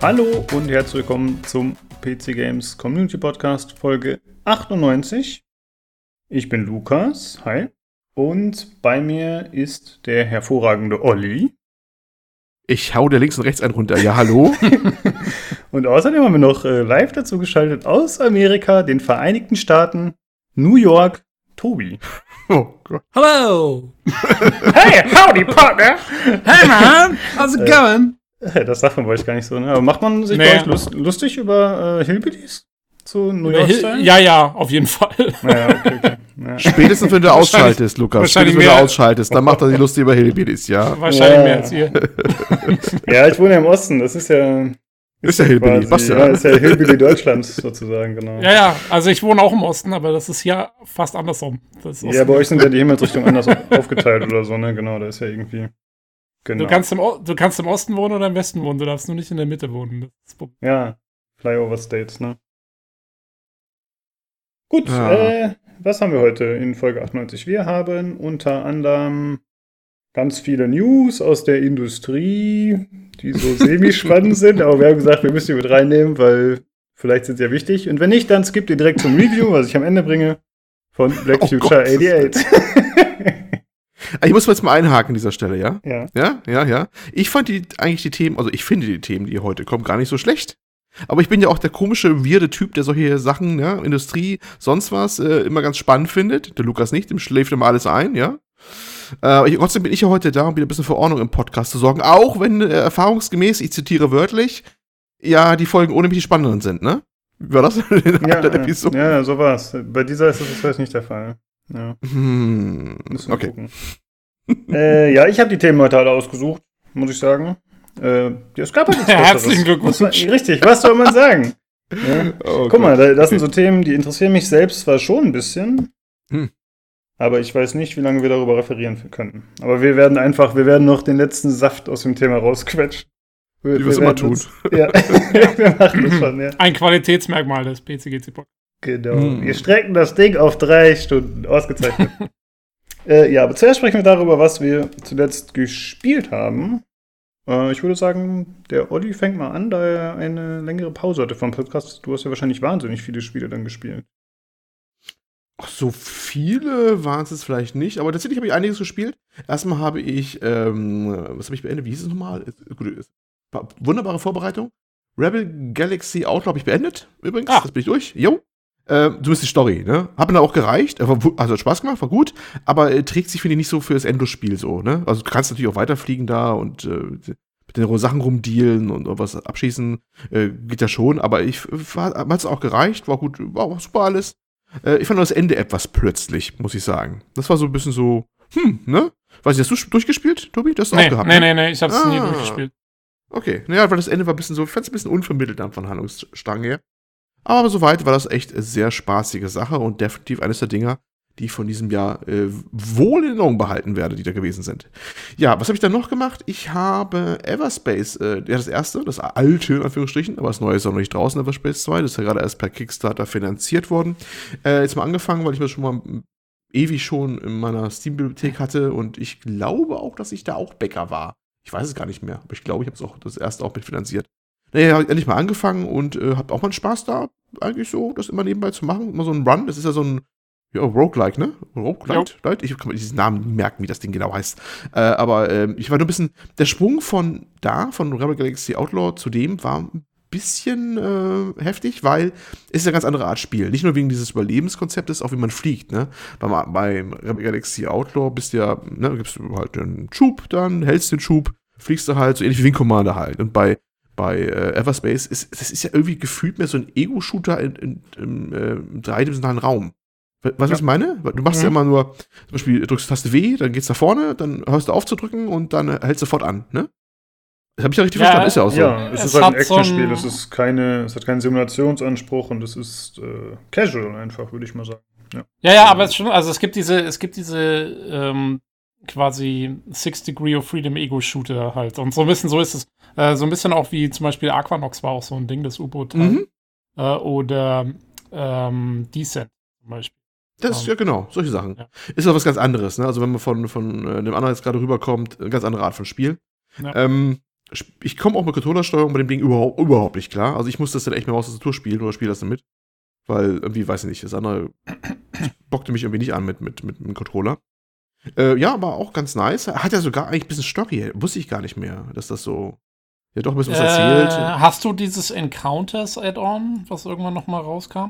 Hallo und herzlich willkommen zum PC Games Community Podcast Folge 98. Ich bin Lukas, hi. Und bei mir ist der hervorragende Olli. Ich hau dir links und rechts einen runter. Ja, hallo? Und außerdem haben wir noch live dazu geschaltet aus Amerika, den Vereinigten Staaten, New York, Tobi. Oh Gott. Hello! Hey, howdy, Partner! Hey man, how's it going? Das sagt man bei euch gar nicht so, ne? Aber macht man sich bei euch lustig über Hillbillies? Zu New York-Style? Ja, auf jeden Fall. Naja, okay. Ja. Spätestens, wenn du ausschaltest, Lukas. Spätestens, wenn du ausschaltest, dann macht er sich lustig über Hillbillies, ja? Wahrscheinlich mehr als ihr. Ja, ich wohne ja im Osten, das ist ja... Ist ja Hillbilly, quasi, ja, ist ja Hillbilly Deutschlands sozusagen, genau. Ja, also ich wohne auch im Osten, aber das ist hier fast andersrum. Ja, bei euch sind ja die Himmelsrichtungen anders aufgeteilt oder so, ne? Genau, da ist ja irgendwie... Genau. Du kannst im Osten wohnen oder im Westen wohnen, du darfst nur nicht in der Mitte wohnen. Ja, Flyover States, ne? Gut, was haben wir heute in Folge 98? Wir haben unter anderem ganz viele News aus der Industrie, die so semi-spannend sind, aber wir haben gesagt, wir müssen die mit reinnehmen, weil vielleicht sind sie ja wichtig. Und wenn nicht, dann skippt ihr direkt zum Review, was ich am Ende bringe, von Black Future 88. Ich muss mal jetzt mal einhaken an dieser Stelle, ja? Ja. Ich finde die Themen, die heute kommen, gar nicht so schlecht. Aber ich bin ja auch der komische, weirde Typ, der solche Sachen, ja, Industrie, sonst was, immer ganz spannend findet. Der Lukas nicht, dem schläft immer alles ein, ja. Trotzdem bin ich ja heute da, um wieder ein bisschen für Ordnung im Podcast zu sorgen. Auch wenn erfahrungsgemäß, ich zitiere wörtlich, ja, die Folgen ohne mich die spannenden sind, ne? Wie war das in der Episode? Ja, so war's. Bei dieser ist das vielleicht nicht der Fall. Ja. Müssen wir gucken. Ja, ich habe die Themen heute alle ausgesucht, muss ich sagen. Es gab halt nichts Besseres. Herzlichen Glückwunsch. Richtig, was soll man sagen? Ja. Guck mal, das sind so Themen, die interessieren mich selbst zwar schon ein bisschen, aber ich weiß nicht, wie lange wir darüber referieren können. Aber wir werden noch den letzten Saft aus dem Thema rausquetschen. Wie wir es immer tun. Ja, wir machen das schon, ja. Ein Qualitätsmerkmal des PCGC-Podcasts. Genau. Wir strecken das Ding auf 3 Stunden. Ausgezeichnet. Ja, aber zuerst sprechen wir darüber, was wir zuletzt gespielt haben. Ich würde sagen, der Olli fängt mal an, da er eine längere Pause hatte vom Podcast. Du hast ja wahrscheinlich wahnsinnig viele Spiele dann gespielt. Ach, so viele waren es jetzt vielleicht nicht, aber tatsächlich habe ich einiges gespielt. Erstmal habe ich, was habe ich beendet? Wie hieß es nochmal? Wunderbare Vorbereitung. Rebel Galaxy Outlaw habe ich beendet, übrigens. Das bin ich durch. Jo. Zumindest die Story, ne? Hat mir dann auch gereicht. Also hat Spaß gemacht, war gut. Aber trägt sich, finde ich, nicht so für das Endlosspiel so, ne? Also du kannst natürlich auch weiterfliegen da und mit den Sachen rumdealen und was abschießen. Geht ja schon. Aber hat es auch gereicht. War gut, war auch super alles. Ich fand das Ende etwas plötzlich, muss ich sagen. Das war so ein bisschen so, ne? Weiß ich, hast du durchgespielt, Tobi? Das hast du auch gehabt? Nee, ich hab's nie durchgespielt. Okay, naja, weil das Ende war ein bisschen so, ich fand's ein bisschen unvermittelt dann von Handlungsstrang her. Aber soweit war das echt eine sehr spaßige Sache und definitiv eines der Dinger, die ich von diesem Jahr wohl in Erinnerung behalten werde, die da gewesen sind. Ja, was habe ich dann noch gemacht? Ich habe Everspace, das erste, das alte, in Anführungsstrichen, aber das neue ist auch noch nicht draußen, Everspace 2, das ist ja gerade erst per Kickstarter finanziert worden. Jetzt mal angefangen, weil ich mir schon mal ewig schon in meiner Steam-Bibliothek hatte und ich glaube auch, dass ich da auch Bäcker war. Ich weiß es gar nicht mehr, aber ich glaube, ich habe es auch das erste auch mitfinanziert. Naja, habe ich endlich mal angefangen und habe auch mal Spaß da, eigentlich so, das immer nebenbei zu machen. Immer so ein Run, das ist ja so ein Roguelike, ne? Roguelite? Ich kann mir diesen Namen nicht merken, wie das Ding genau heißt. Aber ich war nur ein bisschen, der Sprung von Rebel Galaxy Outlaw zu dem war ein bisschen heftig, weil es ist eine ganz andere Art Spiel. Nicht nur wegen dieses Überlebenskonzeptes, auch wie man fliegt, ne? Beim Rebel Galaxy Outlaw bist du ja, ne, gibst du halt einen Schub, dann hältst den Schub, fliegst du halt, so ähnlich wie Wing Commander halt. Und bei Everspace das ist ja irgendwie gefühlt mehr so ein Ego-Shooter im dreidimensionalen Raum. Weißt du, was ich meine? Du machst ja immer nur, zum Beispiel drückst du Taste W, dann geht's nach vorne, dann hörst du auf zu drücken und dann hältst du sofort an, ne? Das habe ich ja richtig verstanden, ist ja auch so. Ja, es ist halt ein Actionspiel, es hat keinen Simulationsanspruch und es ist casual einfach, würde ich mal sagen. Ja, aber es schon, also es gibt diese quasi 6 Degree of Freedom Ego-Shooter halt. Und so ein bisschen so ist es. So ein bisschen auch wie zum Beispiel Aquanox war auch so ein Ding, das U-Boot-Teil. Oder Descent zum Beispiel. Das ist ja genau, solche Sachen. Ja. Ist auch was ganz anderes, ne? Also wenn man von dem anderen jetzt gerade rüberkommt, eine ganz andere Art von Spiel. Ja. Ich komme auch mit Controllersteuerung bei dem Ding überhaupt nicht klar. Also ich muss das dann echt mit Maus und Tastatur spielen oder spiele das dann mit. Weil irgendwie, weiß ich nicht, das andere bockte mich irgendwie nicht an mit dem Controller. Ja, aber auch ganz nice. Hat ja sogar eigentlich ein bisschen Story. Wusste ich gar nicht mehr, dass das so. Ja, doch ein bisschen was erzählt. Hast du dieses Encounters Add-on, was irgendwann nochmal rauskam?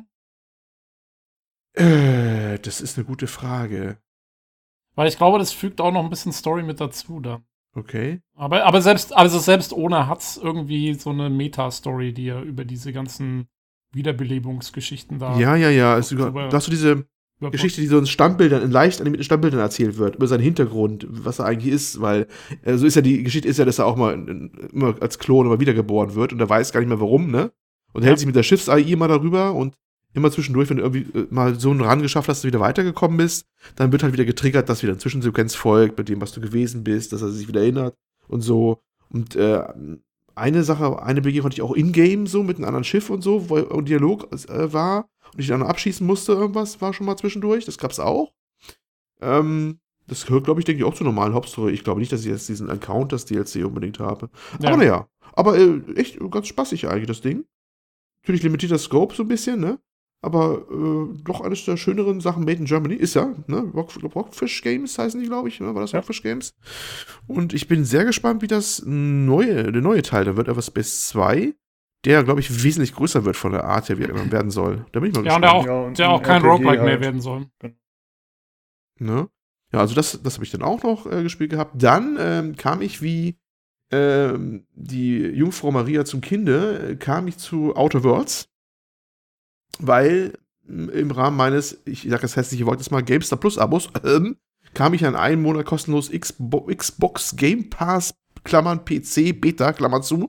Das ist eine gute Frage. Weil ich glaube, das fügt auch noch ein bisschen Story mit dazu dann. Okay. Aber selbst ohne hat's irgendwie so eine Meta-Story, die ja über diese ganzen Wiederbelebungsgeschichten da. Ja. Da hast du diese Geschichte, die so in leicht animierten Standbildern erzählt wird, über seinen Hintergrund, was er eigentlich ist, weil so ist ja die Geschichte ist ja, dass er auch mal immer als Klon immer wiedergeboren wird und er weiß gar nicht mehr warum, ne? Und hält sich mit der Schiffs-AI immer darüber und immer zwischendurch, wenn du irgendwie mal so einen Rang geschafft hast, dass du wieder weitergekommen bist, dann wird halt wieder getriggert, dass wieder eine Zwischensequenz folgt, mit dem, was du gewesen bist, dass er sich wieder erinnert und so. Und eine Begegnung hatte ich auch in-game so mit einem anderen Schiff und so, wo ein Dialog war und ich dann abschießen musste, irgendwas war schon mal zwischendurch, das gab's auch. Das gehört, glaube ich, denke ich, auch zur normalen Hauptstory. Ich glaube nicht, dass ich jetzt diesen Encounters-DLC unbedingt habe. Ja. Aber naja, echt ganz spaßig eigentlich, das Ding. Natürlich limitierter Scope so ein bisschen, ne? Aber doch eines der schöneren Sachen made in Germany ist ja, ne? Rockfish Games heißen die, glaube ich, ne? War das Rockfish Games? Und ich bin sehr gespannt, wie der neue Teil, da wird Everspace 2, der, glaube ich, wesentlich größer wird von der Art her, wie er werden soll. Da bin ich mal gespannt. Und der auch kein Roguelike mehr werden soll. Ne? Ja, also das habe ich dann auch noch gespielt gehabt. Dann kam ich wie die Jungfrau Maria zum Kinde, kam ich zu Outer Worlds, weil im Rahmen meines, ich sage das hässliche Wort jetzt mal, GameStar Plus Abos, kam ich an einen Monat kostenlos Xbox Game Pass, Klammern PC, Beta, Klammern zu.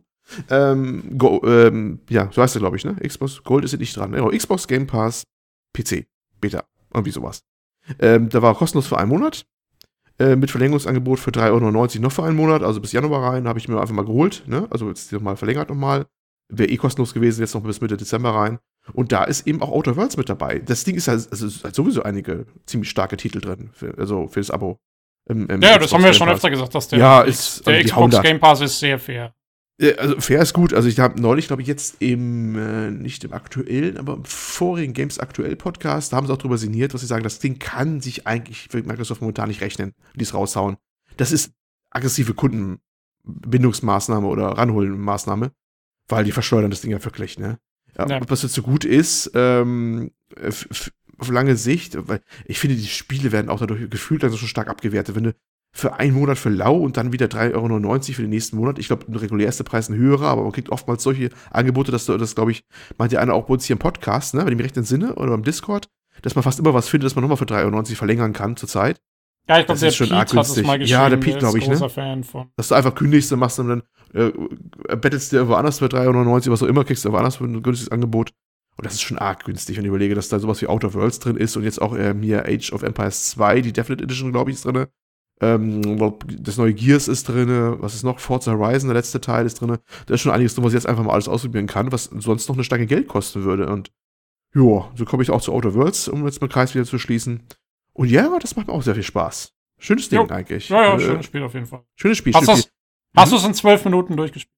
Ja, so heißt der, glaube ich, ne? Xbox Gold ist nicht dran. Ne? Xbox Game Pass, PC, Beta, irgendwie sowas. Da war kostenlos für einen Monat. Mit Verlängerungsangebot für 3,99 € noch für einen Monat, also bis Januar rein, habe ich mir einfach mal geholt, ne? Also jetzt nochmal verlängert nochmal. Wäre kostenlos gewesen, jetzt noch bis Mitte Dezember rein. Und da ist eben auch Outer Worlds mit dabei. Das Ding ist halt sowieso einige ziemlich starke Titel drin, für das Abo. Ja, das haben wir ja schon öfter gesagt, dass der Xbox Game Pass ist sehr fair. Also fair ist gut. Also ich habe neulich, glaube ich, jetzt nicht im aktuellen, aber im vorigen Games Aktuell Podcast, da haben sie auch drüber sinniert, was sie sagen, das Ding kann sich eigentlich für Microsoft momentan nicht rechnen, wie die es raushauen. Das ist aggressive Kundenbindungsmaßnahme oder Ranholen-Maßnahme, weil die verschleudern das Ding ja wirklich, ne? Ja. Was jetzt so gut ist, auf lange Sicht, weil ich finde, die Spiele werden auch dadurch gefühlt dann so schon stark abgewertet. Wenn du für einen Monat für lau und dann wieder 3,99 € für den nächsten Monat. Ich glaube, der regulärste Preis ein höherer, aber man kriegt oftmals solche Angebote, dass das, glaube ich, meint ja einer auch bei uns hier im Podcast, ne, wenn ich mich recht entsinne, oder beim Discord, dass man fast immer was findet, dass man nochmal für 3,99 € verlängern kann zurzeit. Ja, ich glaube, der Pete hat es mal geschrieben. Ja, der Pete, glaube ich, ne? Fan von. Dass du einfach kündigst und machst und dann bettelst du woanders für 3,99 €, was auch immer, kriegst du woanders für ein günstiges Angebot. Und das ist schon arg günstig, wenn ich überlege, dass da sowas wie Outer Worlds drin ist und jetzt auch hier Age of Empires 2, die Definite Edition, glaube ich, ist drin. Das neue Gears ist drin, was ist noch? Forza Horizon, der letzte Teil ist drin. Da ist schon einiges drin, was ich jetzt einfach mal alles ausprobieren kann, was sonst noch eine Stange Geld kosten würde. Und ja, so komme ich auch zu Outer Worlds, um jetzt meinen Kreis wieder zu schließen. Und ja, das macht mir auch sehr viel Spaß. Schönes Ding eigentlich. Ja, schönes Spiel auf jeden Fall. Schönes Spiel. Hast du es in 12 Minuten durchgespielt?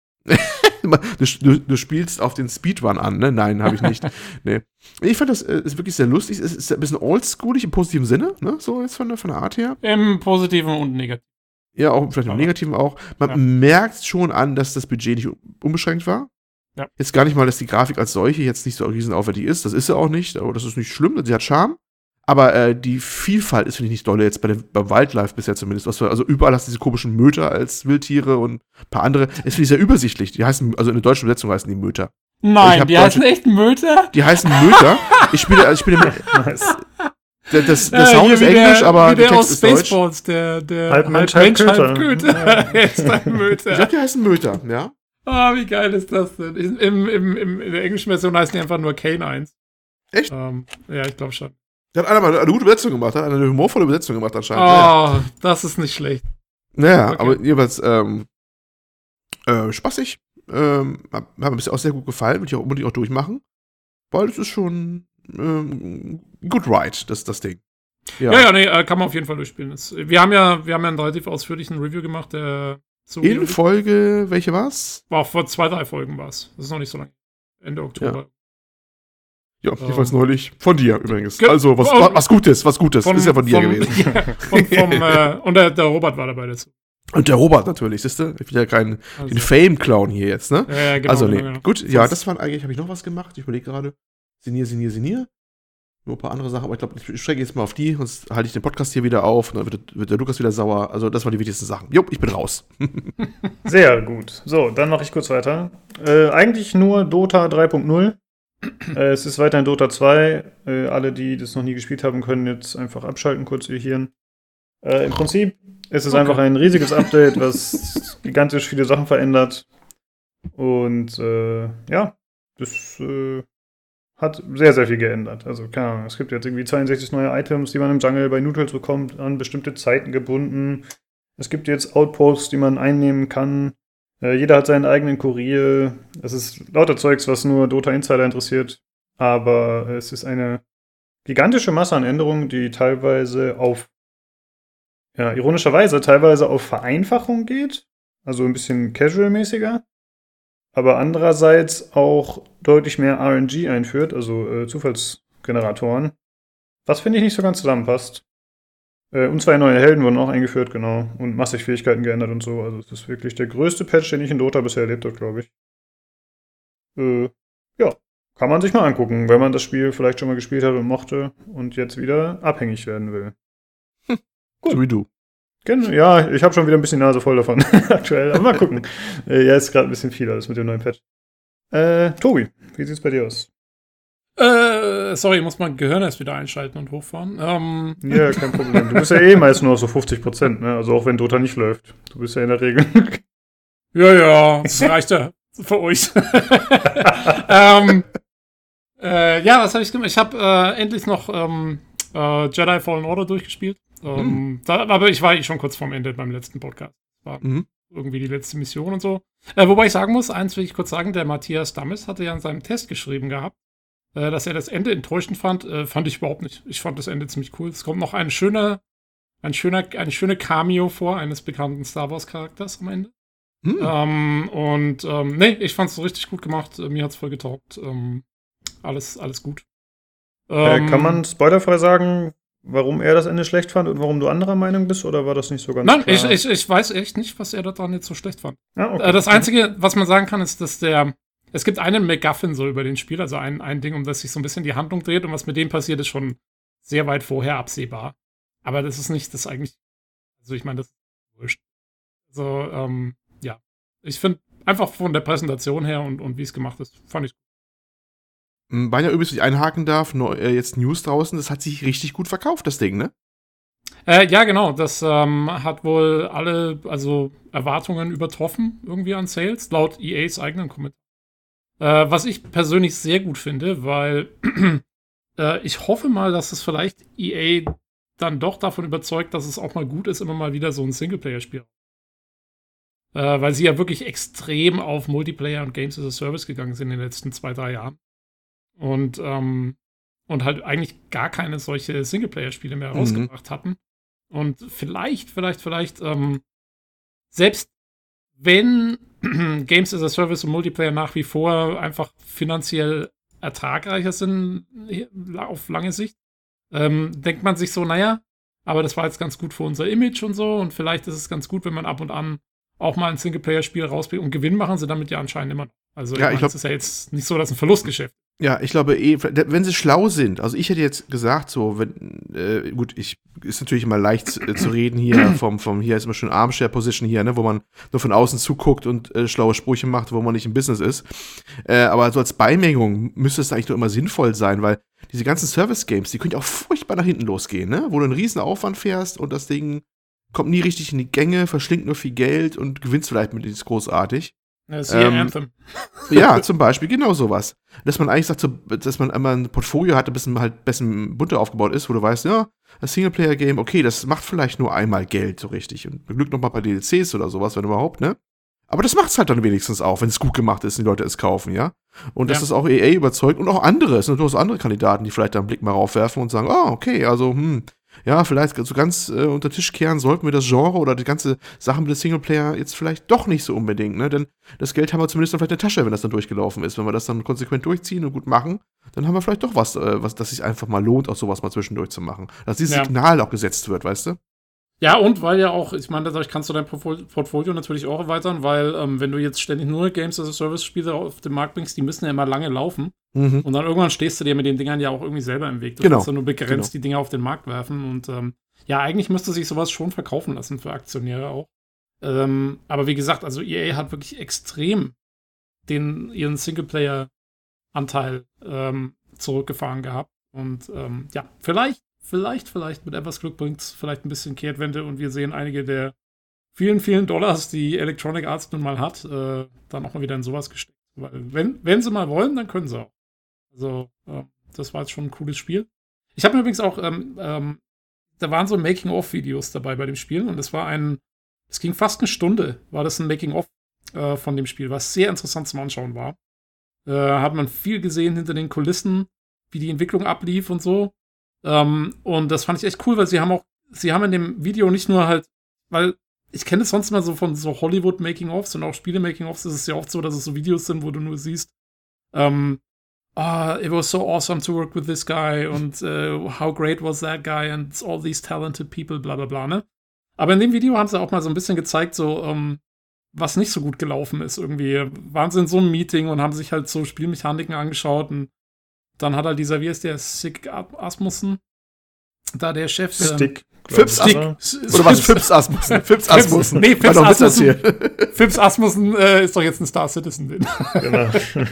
Du spielst auf den Speedrun an, ne? Nein, habe ich nicht. Nee. Ich fand das ist wirklich sehr lustig. Es ist ein bisschen oldschoolig im positiven Sinne, ne? So jetzt von der Art her. Im Positiven und Negativen. Ja, auch vielleicht im Negativen auch. Man merkt schon an, dass das Budget nicht unbeschränkt war. Ja. Jetzt gar nicht mal, dass die Grafik als solche jetzt nicht so riesenaufwendig ist. Das ist sie auch nicht, aber das ist nicht schlimm. Sie hat Charme. Aber die Vielfalt ist, finde ich, nicht dolle jetzt beim Wildlife bisher zumindest. Also überall hast du diese komischen Möter als Wildtiere und ein paar andere. Das finde ich sehr übersichtlich. Die heißen, also in der deutschen Übersetzung heißen die Möter. Nein, die heißen echt Möter? Die heißen Möter. Ich spiele das Sound ist Englisch, aber der Text ist Spaceballs, der halb Mensch, halb Köter. Ist ein Möter. Ich glaube, die heißen Möter, ja. Ah, wie geil ist das denn? In der englischen Version heißen die einfach nur Canines. Echt? Ja, ich glaube schon. Da hat einer mal eine gute Übersetzung gemacht, hat eine humorvolle Übersetzung gemacht anscheinend. Oh, das ist nicht schlecht. Naja, okay. Aber jeweils spaßig. Hat mir bisher auch sehr gut gefallen, will ich auch unbedingt auch durchmachen. Weil es ist schon good ride, das Ding. Ja, nee, kann man auf jeden Fall durchspielen. Wir haben ja einen relativ ausführlichen Review gemacht, der In Folge, welche war's? War vor 2-3 Folgen war's. Das ist noch nicht so lange. Ende Oktober. Ja, jedenfalls neulich. Von dir übrigens. Also, was Gutes. Ist ja von dir gewesen. Ja, und der Robert war dabei dazu. Und der Robert natürlich, siehst du? Ich will ja keinen den Fame-Clown hier jetzt, ne? Ja, genau. Also, nee. Genau. Gut, ja, das waren eigentlich, habe ich noch was gemacht? Ich überlege gerade. Signier. Nur ein paar andere Sachen, aber ich glaube, ich strecke jetzt mal auf die, sonst halte ich den Podcast hier wieder auf, und dann wird der Lukas wieder sauer. Also, das waren die wichtigsten Sachen. Jo, ich bin raus. Sehr gut. So, dann mache ich kurz weiter. Eigentlich nur Dota 3.0. Es ist weiterhin Dota 2. Alle, die das noch nie gespielt haben, können jetzt einfach abschalten, kurz ihr Hirn. Im Prinzip ist es einfach ein riesiges Update, was gigantisch viele Sachen verändert. Und das hat sehr, sehr viel geändert. Also, keine Ahnung, es gibt jetzt irgendwie 62 neue Items, die man im Jungle bei Neutrals bekommt, an bestimmte Zeiten gebunden. Es gibt jetzt Outposts, die man einnehmen kann. Jeder hat seinen eigenen Kurier. Es ist lauter Zeugs, was nur Dota Insider interessiert. Aber es ist eine gigantische Masse an Änderungen, die teilweise ironischerweise teilweise auf Vereinfachung geht. Also ein bisschen casual-mäßiger. Aber andererseits auch deutlich mehr RNG einführt, also Zufallsgeneratoren. Was finde ich nicht so ganz zusammenpasst. Und 2 neue Helden wurden auch eingeführt, genau. Und massig Fähigkeiten geändert und so. Also es ist wirklich der größte Patch, den ich in Dota bisher erlebt habe, glaube ich. Kann man sich mal angucken, wenn man das Spiel vielleicht schon mal gespielt hat und mochte und jetzt wieder abhängig werden will. Gut. So wie du. Ja, ich habe schon wieder ein bisschen Nase voll davon aktuell. Aber mal gucken. Ist gerade ein bisschen viel alles mit dem neuen Patch. Tobi, wie sieht's bei dir aus? Sorry, ich muss mein Gehirn erst wieder einschalten und hochfahren. Ja, kein Problem. Du bist ja meist nur auf so 50%, ne? Also auch wenn Dota nicht läuft. Du bist ja in der Regel. Ja, das reicht ja für euch. Was habe ich gemacht? Ich habe endlich noch Jedi Fallen Order durchgespielt. Aber ich war schon kurz vorm Ende beim letzten Podcast. War irgendwie die letzte Mission und so. Wobei ich sagen muss, eins will ich kurz sagen, der Matthias Dammes hatte ja in seinem Test geschrieben gehabt, dass er das Ende enttäuschend fand. Fand ich überhaupt nicht. Ich fand das Ende ziemlich cool. Es kommt noch eine schöne Cameo vor, eines bekannten Star Wars Charakters am Ende. Ich fand es so richtig gut gemacht. Mir hat es voll getaugt. Alles gut. Kann man spoilerfrei sagen, warum er das Ende schlecht fand und warum du anderer Meinung bist, oder war das nicht so ganz klar? Nein, ich weiß echt nicht, was er daran jetzt so schlecht fand. Ah, okay. Das Einzige, was man sagen kann, ist, dass es gibt einen MacGuffin so über den Spiel, also ein Ding, um das sich so ein bisschen die Handlung dreht, und was mit dem passiert, ist schon sehr weit vorher absehbar. Aber das ist nicht das eigentlich, also ich meine, das ist wurscht. Also, ich finde einfach von der Präsentation her und wie es gemacht ist, fand ich gut. Weil ja übrigens, ich einhaken darf, jetzt News draußen, das hat sich richtig gut verkauft, das Ding, ne? Ja, genau. Das hat wohl alle Erwartungen übertroffen, irgendwie an Sales, laut EAs eigenen Kommentar. Was ich persönlich sehr gut finde, weil ich hoffe mal, dass es vielleicht EA dann doch davon überzeugt, dass es auch mal gut ist, immer mal wieder so ein Singleplayer-Spiel. Weil sie ja wirklich extrem auf Multiplayer und Games as a Service gegangen sind in den letzten 2-3 Jahren. Und halt eigentlich gar keine solche Singleplayer-Spiele mehr rausgebracht hatten. Und vielleicht, selbst wenn Games as a Service und Multiplayer nach wie vor einfach finanziell ertragreicher sind auf lange Sicht, denkt man sich so, naja, aber das war jetzt ganz gut für unser Image und so, und vielleicht ist es ganz gut, wenn man ab und an auch mal ein Singleplayer-Spiel rausbringt, und Gewinn machen sie damit ja anscheinend immer noch. Also ja, das ist ja jetzt nicht so, dass ein Verlustgeschäft. Ja, ich glaube wenn sie schlau sind, also ich hätte jetzt gesagt, so, ist natürlich immer leicht zu reden hier, hier ist immer schön Armchair-Position hier, ne, wo man nur von außen zuguckt und schlaue Sprüche macht, wo man nicht im Business ist. Aber so als Beimengung müsste es eigentlich nur immer sinnvoll sein, weil diese ganzen Service-Games, die können ja auch furchtbar nach hinten losgehen, ne, wo du einen riesen Aufwand fährst und das Ding kommt nie richtig in die Gänge, verschlingt nur viel Geld und gewinnst vielleicht mit nichts großartig. Das ist hier Anthem. Ja, zum Beispiel, genau sowas. Dass man eigentlich sagt, dass man einmal ein Portfolio hat, ein bisschen bunter aufgebaut ist, wo du weißt, ja, das Singleplayer-Game, okay, das macht vielleicht nur einmal Geld so richtig. Und mit Glück noch mal bei DLCs oder sowas, wenn überhaupt, ne? Aber das macht's halt dann wenigstens auch, wenn es gut gemacht ist und die Leute es kaufen, ja? Und dass das auch EA überzeugt und auch andere, es sind durchaus andere Kandidaten, die vielleicht da einen Blick mal raufwerfen und sagen, okay, also, ja, vielleicht so ganz unter den Tisch kehren sollten wir das Genre oder die ganze Sache mit dem Singleplayer jetzt vielleicht doch nicht so unbedingt, ne? Denn das Geld haben wir zumindest dann vielleicht in der Tasche, wenn das dann durchgelaufen ist. Wenn wir das dann konsequent durchziehen und gut machen, dann haben wir vielleicht doch was, dass sich einfach mal lohnt, auch sowas mal zwischendurch zu machen. Dass dieses Signal auch gesetzt wird, weißt du? Ja, und weil ja auch, ich meine, dadurch kannst du dein Portfolio natürlich auch erweitern, weil wenn du jetzt ständig nur Games as a Service-Spiele auf den Markt bringst, die müssen ja immer lange laufen. Und dann irgendwann stehst du dir mit den Dingern ja auch irgendwie selber im Weg. Du kannst ja nur begrenzt die Dinger auf den Markt werfen. Und ja, eigentlich müsste sich sowas schon verkaufen lassen für Aktionäre auch. Aber wie gesagt, also EA hat wirklich extrem ihren Singleplayer-Anteil zurückgefahren gehabt. Und ja, vielleicht mit etwas Glück bringt es vielleicht ein bisschen Kehrtwende und wir sehen einige der vielen, vielen Dollars, die Electronic Arts nun mal hat, dann auch mal wieder in sowas gesteckt. Weil wenn sie mal wollen, dann können sie auch. Also, das war jetzt schon ein cooles Spiel. Ich habe mir übrigens auch, da waren so Making-of-Videos dabei bei dem Spiel und es ging fast eine Stunde, war das ein Making-of von dem Spiel, was sehr interessant zum Anschauen war. Hat man viel gesehen hinter den Kulissen, wie die Entwicklung ablief und so. Und das fand ich echt cool, weil sie haben in dem Video nicht nur halt, weil ich kenne es sonst immer so von so Hollywood-Making-ofs und auch Spiele-Making-ofs ist es ja oft so, dass es so Videos sind, wo du nur siehst, it was so awesome to work with this guy und how great was that guy and all these talented people, bla bla bla, ne? Aber in dem Video haben sie auch mal so ein bisschen gezeigt, so, was nicht so gut gelaufen ist irgendwie. Waren sie in so einem Meeting und haben sich halt so Spielmechaniken angeschaut und dann hat halt dieser, wie heißt der, Stick Asmussen, da der Chef. Stick. Fips Asmussen. Oder was? Fips Asmussen. Fips Asmussen. Nee, Fips Asmussen. Fips Asmussen ist doch jetzt ein Star Citizen. Genau.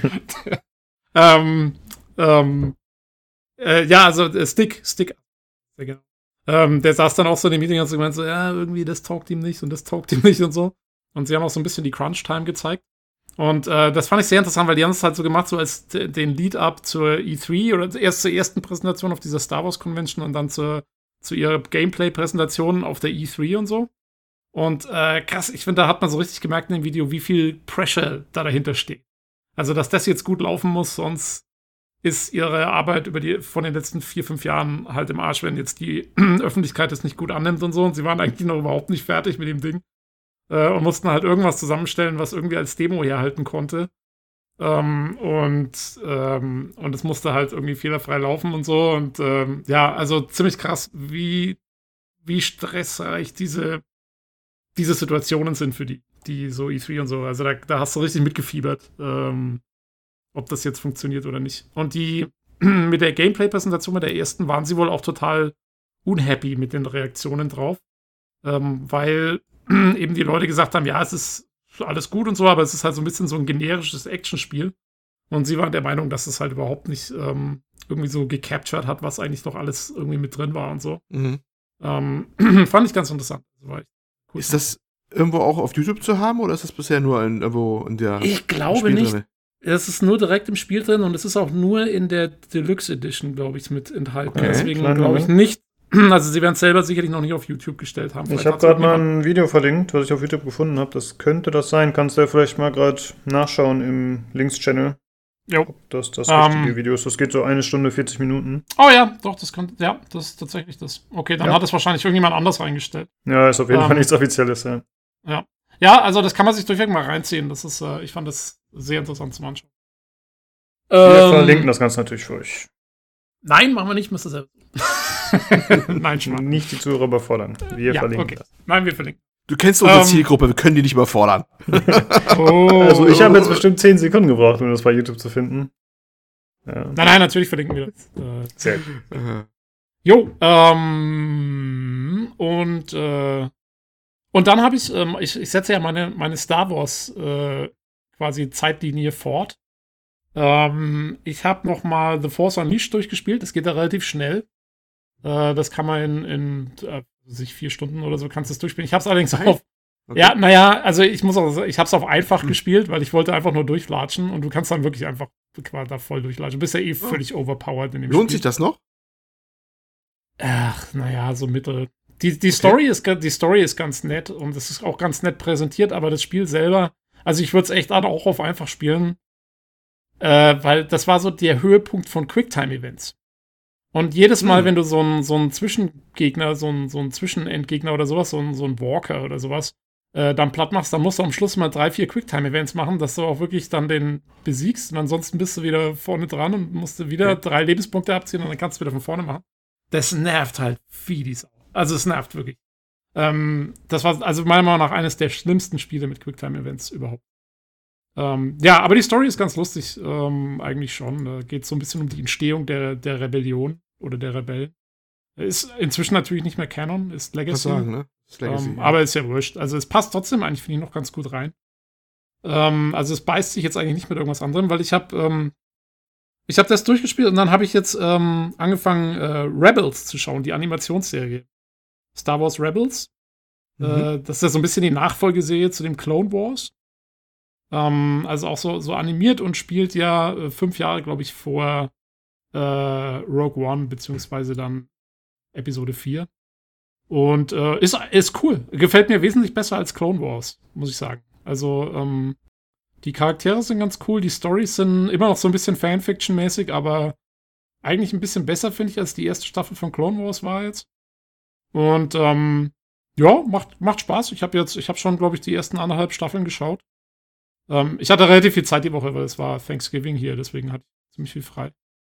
Ja, also Stick. Genau. Der saß dann auch so in dem Meeting und so gemeint so, ja, irgendwie das taugt ihm nicht und das taugt ihm nicht und so. Und sie haben auch so ein bisschen die Crunch-Time gezeigt. Und das fand ich sehr interessant, weil die haben es halt so gemacht, so als den Lead-Up zur E3 oder erst zur ersten Präsentation auf dieser Star Wars Convention und dann zu ihrer Gameplay-Präsentation auf der E3 und so. Und krass, ich finde, da hat man so richtig gemerkt in dem Video, wie viel Pressure da dahinter steht. Also, dass das jetzt gut laufen muss, sonst ist ihre Arbeit von den letzten 4-5 Jahren halt im Arsch, wenn jetzt die Öffentlichkeit es nicht gut annimmt und so. Und sie waren eigentlich noch überhaupt nicht fertig mit dem Ding. Und mussten halt irgendwas zusammenstellen, was irgendwie als Demo herhalten konnte. Und es musste halt irgendwie fehlerfrei laufen und so. Und ja, also ziemlich krass, wie stressreich diese Situationen sind für die so E3 und so. Also da hast du richtig mitgefiebert, ob das jetzt funktioniert oder nicht. Und die mit der Gameplay-Präsentation, mit der ersten, waren sie wohl auch total unhappy mit den Reaktionen drauf. Weil eben die Leute gesagt haben, ja, es ist alles gut und so, aber es ist halt so ein bisschen so ein generisches Actionspiel. Und sie waren der Meinung, dass es halt überhaupt nicht irgendwie so gecaptured hat, was eigentlich noch alles irgendwie mit drin war und so. Fand ich ganz interessant. Also cool. Ist das irgendwo auch auf YouTube zu haben oder ist das bisher nur irgendwo in der Ich glaube Spiel nicht. Drin? Es ist nur direkt im Spiel drin und es ist auch nur in der Deluxe Edition, glaube ich, mit enthalten. Okay, deswegen glaube ich nicht. Also sie werden es selber sicherlich noch nicht auf YouTube gestellt haben. Ich habe gerade mal ein Video verlinkt, was ich auf YouTube gefunden habe. Das könnte das sein. Kannst du ja vielleicht mal gerade nachschauen im Links-Channel. Jo. Ob das richtige Video ist. Das geht so 1 Stunde, 40 Minuten. Oh ja, doch, das ist tatsächlich das. Okay, dann hat es wahrscheinlich irgendjemand anders reingestellt. Ja, ist auf jeden Fall nichts Offizielles, ja. Ja, also das kann man sich durchweg mal reinziehen. Das ist, ich fand das sehr interessant zum Anschauen. Wir verlinken das Ganze natürlich für euch. Nein, machen wir nicht, müsst ihr selber. Nein, schon. Nicht die Zuhörer überfordern. Wir verlinken das. Nein, wir verlinken. Du kennst unsere Zielgruppe, wir können die nicht überfordern. Also ich habe jetzt bestimmt 10 Sekunden gebraucht, um das bei YouTube zu finden. Ja. Nein, natürlich verlinken wir das. Sehr gut. Jo, und dann habe ich setze ja meine Star Wars quasi Zeitlinie fort. Ich habe noch mal The Force Unleashed durchgespielt. Das geht da relativ schnell. Das kann man in 4 Stunden oder so kannst du es durchspielen. Ich habe es allerdings auf. Okay. Ja, naja, also ich habe es auf einfach gespielt, weil ich wollte einfach nur durchlatschen und du kannst dann wirklich einfach da voll durchlatschen. Du bist ja völlig overpowered in dem Spiel. Lohnt sich das noch? Ach, naja, so mittel. Die Story ist ganz nett und es ist auch ganz nett präsentiert, aber das Spiel selber, also ich würde es echt auch auf einfach spielen, weil das war so der Höhepunkt von Quicktime-Events. Und jedes Mal, wenn du so einen Zwischengegner, so einen Zwischenendgegner oder sowas, so einen Walker oder sowas, dann platt machst, dann musst du am Schluss mal 3, 4 Quicktime-Events machen, dass du auch wirklich dann den besiegst. Und ansonsten bist du wieder vorne dran und musst du wieder 3 Lebenspunkte abziehen und dann kannst du wieder von vorne machen. Das nervt halt wie die Sau. Also es nervt wirklich. Das war also meiner Meinung nach eines der schlimmsten Spiele mit Quicktime-Events überhaupt. Ja, aber die Story ist ganz lustig, eigentlich schon. Da geht es so ein bisschen um die Entstehung der Rebellion oder der Rebellen. Ist inzwischen natürlich nicht mehr Canon, ist Legacy. Sagen, ne? Ist Legacy, ja. Aber ist ja wurscht. Also es passt trotzdem eigentlich, finde ich, noch ganz gut rein. Also es beißt sich jetzt eigentlich nicht mit irgendwas anderem, weil ich habe das durchgespielt und dann habe ich jetzt angefangen, Rebels zu schauen, die Animationsserie. Star Wars Rebels. Das ist ja so ein bisschen die Nachfolgeserie zu dem Clone Wars. Also auch so animiert und spielt ja 5 Jahre, glaube ich, vor Rogue One, beziehungsweise dann Episode 4. Und ist cool. Gefällt mir wesentlich besser als Clone Wars, muss ich sagen. Also, die Charaktere sind ganz cool, die Storys sind immer noch so ein bisschen Fanfiction-mäßig, aber eigentlich ein bisschen besser, finde ich, als die erste Staffel von Clone Wars war jetzt. Und ja, macht Spaß. Ich habe schon, glaube ich, die ersten 1,5 Staffeln geschaut. Ich hatte relativ viel Zeit die Woche, weil es war Thanksgiving hier, deswegen hatte ich ziemlich viel frei.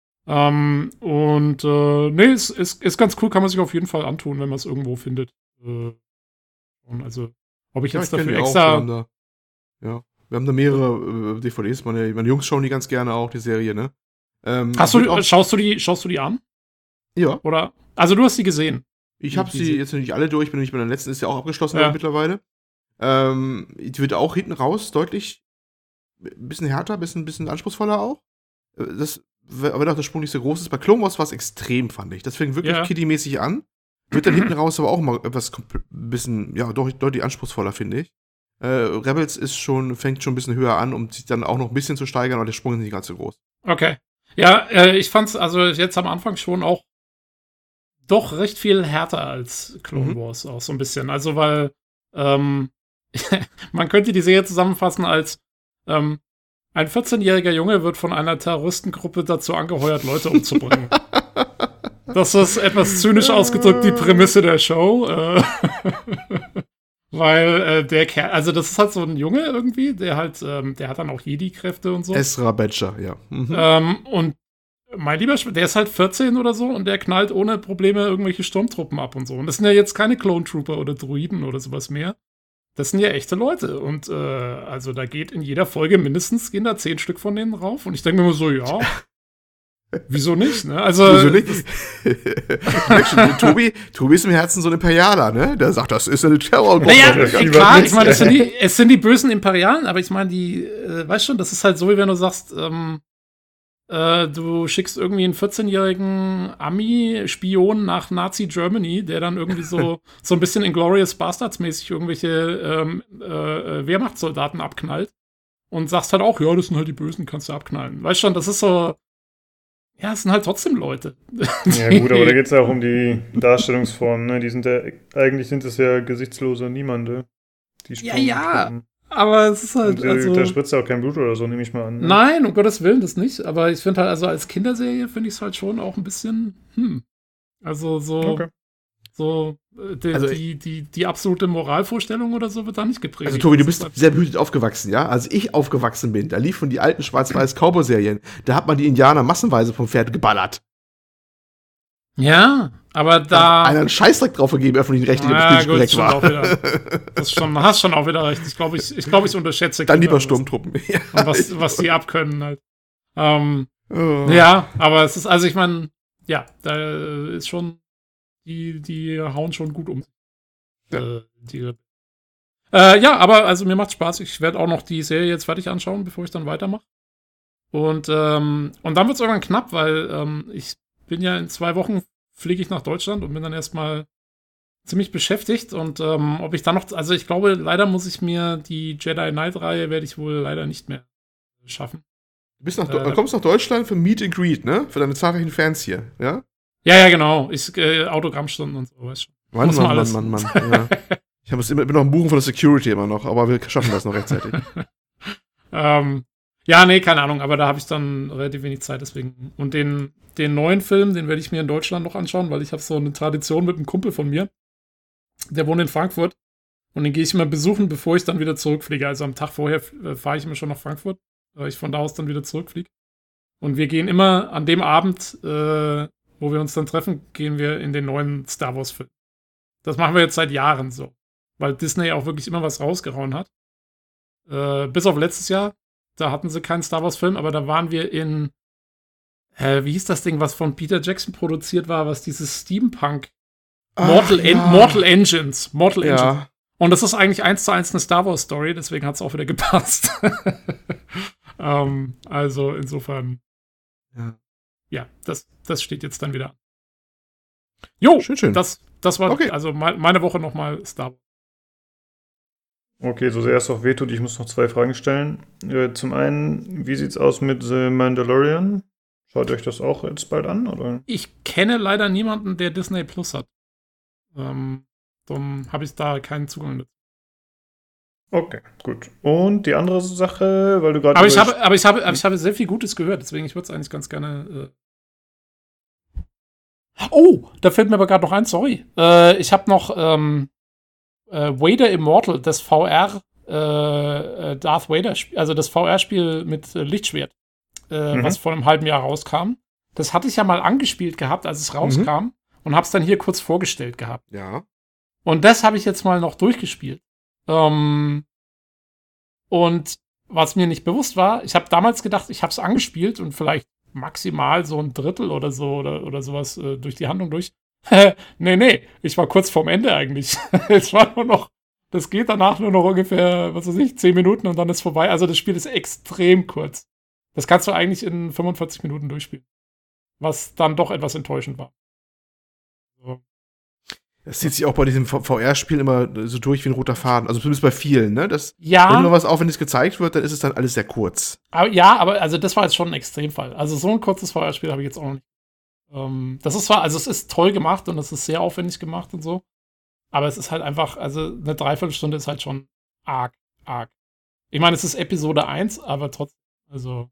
Nee, ist ganz cool, kann man sich auf jeden Fall antun, wenn man es irgendwo findet. Also, ob ich jetzt dafür extra. Wir haben da mehrere DVDs, meine Jungs schauen die ganz gerne auch, die Serie, ne? Schaust du die an? Ja. Oder? Also, du hast die gesehen. Ich habe sie jetzt nicht alle durch, bin nicht bei der letzten, ist ja auch abgeschlossen mittlerweile. Die wird auch hinten raus deutlich ein bisschen härter, ein bisschen anspruchsvoller auch. Aber auch der Sprung nicht so groß ist. Bei Clone Wars war es extrem, fand ich. Das fing wirklich kiddie-mäßig an. Wird dann hinten raus aber auch mal etwas bisschen, ja, deutlich anspruchsvoller, finde ich. Rebels fängt schon ein bisschen höher an, um sich dann auch noch ein bisschen zu steigern, aber der Sprung ist nicht ganz so groß. Okay. Ja, ich fand's also jetzt am Anfang schon auch doch recht viel härter als Clone Wars auch so ein bisschen. Also, weil man könnte die Serie zusammenfassen als ein 14-jähriger Junge wird von einer Terroristengruppe dazu angeheuert, Leute umzubringen. Das ist etwas zynisch ausgedrückt die Prämisse der Show. Weil der Kerl, also das ist halt so ein Junge irgendwie, der hat dann auch Jedi-Kräfte und so. Ezra Bridger, ja. Und mein lieber der ist halt 14 oder so und der knallt ohne Probleme irgendwelche Sturmtruppen ab und so. Und das sind ja jetzt keine Clone Trooper oder Droiden oder sowas mehr. Das sind ja echte Leute. Und also da geht in jeder Folge gehen da 10 Stück von denen rauf. Und ich denke mir immer so, ja, wieso nicht, ne? Also, wieso nicht? Tobi ist im Herzen so ein Imperialer, ne? Der sagt, das ist eine Terrorgruppe. Naja, klar, ich meine, es sind die bösen Imperialen, aber ich meine, weißt schon, das ist halt so, wie wenn du sagst, du schickst irgendwie einen 14-jährigen Ami-Spion nach Nazi-Germany, der dann irgendwie so ein bisschen Inglourious Bastards-mäßig irgendwelche Wehrmachtssoldaten abknallt und sagst halt auch, ja, das sind halt die Bösen, kannst du abknallen. Weißt schon, das ist so, ja, es sind halt trotzdem Leute. Ja gut, aber da geht es ja auch um die Darstellungsform, ne? Eigentlich sind es ja gesichtslose Niemande. Die ja. Aber es ist halt, da spritzt ja auch kein Blut oder so, nehme ich mal an. Ne? Nein, um Gottes Willen, das nicht. Aber ich finde halt, also als Kinderserie finde ich es halt schon auch ein bisschen, Also so, okay. die absolute Moralvorstellung oder so wird da nicht geprägt. Also Tobi, du bist sehr behütet aufgewachsen, ja? Als ich aufgewachsen bin, da liefen die alten schwarz-weiß Cowboy-Serien, da hat man die Indianer massenweise vom Pferd geballert. Ja, aber da einer einen Scheißdreck drauf gegeben, öffentlich-rechtlich, ob es nicht korrekt war. Hast schon auch wieder recht. Ich glaube, ich unterschätze Kinder. Dann lieber Sturmtruppen. Ja, und was die abkönnen halt. Ja, aber es ist, also ich meine, ja, da ist schon, die hauen schon gut um. Ja. Ja, aber also mir macht's Spaß. Ich werde auch noch die Serie jetzt fertig anschauen, bevor ich dann weitermache. Und dann wird's irgendwann knapp, weil ich bin ja in 2 Wochen fliege ich nach Deutschland und bin dann erstmal ziemlich beschäftigt und ob ich dann noch, also ich glaube, leider muss ich mir die Jedi Knight-Reihe werde ich wohl leider nicht mehr schaffen. Du kommst nach Deutschland für Meet and Greet, ne? Für deine zahlreichen Fans hier, ja? Ja, genau. Autogrammstunden und so, weißt du. Mann. Ja. Ich bin noch im Buchen von der Security immer noch, aber wir schaffen das noch rechtzeitig. Ja, nee, keine Ahnung, aber da habe ich dann relativ wenig Zeit, deswegen. Und den neuen Film, den werde ich mir in Deutschland noch anschauen, weil ich habe so eine Tradition mit einem Kumpel von mir. Der wohnt in Frankfurt. Und den gehe ich immer besuchen, bevor ich dann wieder zurückfliege. Also am Tag vorher fahre ich immer schon nach Frankfurt, weil ich von da aus dann wieder zurückfliege. Und wir gehen immer an dem Abend, wo wir uns dann treffen, gehen wir in den neuen Star Wars-Film. Das machen wir jetzt seit Jahren so. Weil Disney auch wirklich immer was rausgehauen hat. Bis auf letztes Jahr. Da hatten sie keinen Star Wars-Film, aber da waren wir in, wie hieß das Ding, was von Peter Jackson produziert war, was dieses Steampunk Mortal Engines. Ja. Und das ist eigentlich 1:1 eine Star Wars Story, deswegen hat es auch wieder gepasst. Also insofern, ja, das steht jetzt dann wieder an. Jo, schön. Das war Okay. also meine Woche nochmal Star Wars. Okay, so sehr es auch wehtut, ich muss noch 2 Fragen stellen. Zum einen, wie sieht's aus mit The Mandalorian? Schaut euch das auch jetzt bald an, oder? Ich kenne leider niemanden, der Disney Plus hat. Darum habe ich da keinen Zugang dazu. Okay, gut. Und die andere Sache, weil du gerade... Aber ich habe sehr viel Gutes gehört, deswegen ich würde es eigentlich ganz gerne. Oh, da fällt mir aber gerade noch ein, sorry. Ich habe noch Vader Immortal, das VR Darth Vader, also das VR-Spiel mit Lichtschwert, was vor einem halben Jahr rauskam. Das hatte ich ja mal angespielt gehabt, als es rauskam, und habe es dann hier kurz vorgestellt gehabt. Ja. Und das habe ich jetzt mal noch durchgespielt. Und was mir nicht bewusst war, ich habe damals gedacht, ich habe es angespielt und vielleicht maximal so ein Drittel oder so oder sowas durch die Handlung durch. Nee, ich war kurz vorm Ende eigentlich. Es war nur noch, das geht danach nur noch ungefähr, 10 Minuten und dann ist vorbei. Also das Spiel ist extrem kurz. Das kannst du eigentlich in 45 Minuten durchspielen. Was dann doch etwas enttäuschend war. So. Das zieht sich auch bei diesem VR-Spiel immer so durch wie ein roter Faden. Also zumindest bei vielen, ne? Ja. Wenn nur was Aufwendiges gezeigt wird, dann ist es dann alles sehr kurz. Aber also das war jetzt schon ein Extremfall. Also so ein kurzes VR-Spiel habe ich jetzt auch noch nicht. Das ist zwar, also es ist toll gemacht und es ist sehr aufwendig gemacht und so. Aber es ist halt einfach, also eine Dreiviertelstunde ist halt schon arg. Ich meine, es ist Episode 1, aber trotzdem, also,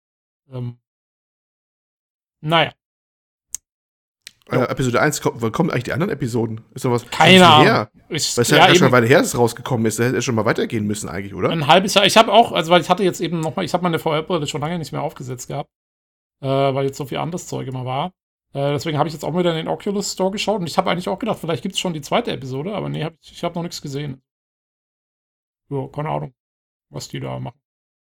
naja. Episode 1, kommen eigentlich die anderen Episoden? Ist doch was keine Ahnung. Weil es ja schon eine Weile her, dass es rausgekommen ist. Da hätte es schon mal weitergehen müssen eigentlich, oder? Ein halbes Jahr. Ich habe auch, also weil ich hatte jetzt eben nochmal, ich habe meine VR-Brille schon lange nicht mehr aufgesetzt gehabt, weil jetzt so viel anderes Zeug immer war. Deswegen habe ich jetzt auch wieder in den Oculus Store geschaut und ich habe eigentlich auch gedacht, vielleicht gibt es schon die zweite Episode, aber nee, ich habe noch nichts gesehen. Ja, keine Ahnung, was die da machen.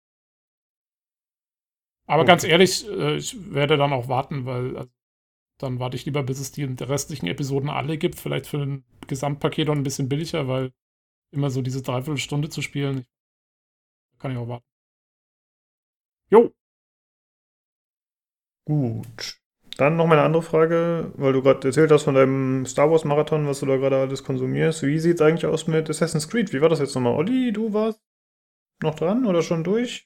Aber ganz ehrlich, ich werde dann auch warten, weil dann warte ich lieber, bis es die restlichen Episoden alle gibt, vielleicht für ein Gesamtpaket auch ein bisschen billiger, weil immer so diese Dreiviertelstunde zu spielen, kann ich auch warten. Jo. Gut. Dann noch mal eine andere Frage, weil du gerade erzählt hast von deinem Star Wars Marathon, was du da gerade alles konsumierst. Wie sieht es eigentlich aus mit Assassin's Creed? Wie war das jetzt nochmal? Olli, du warst noch dran oder schon durch?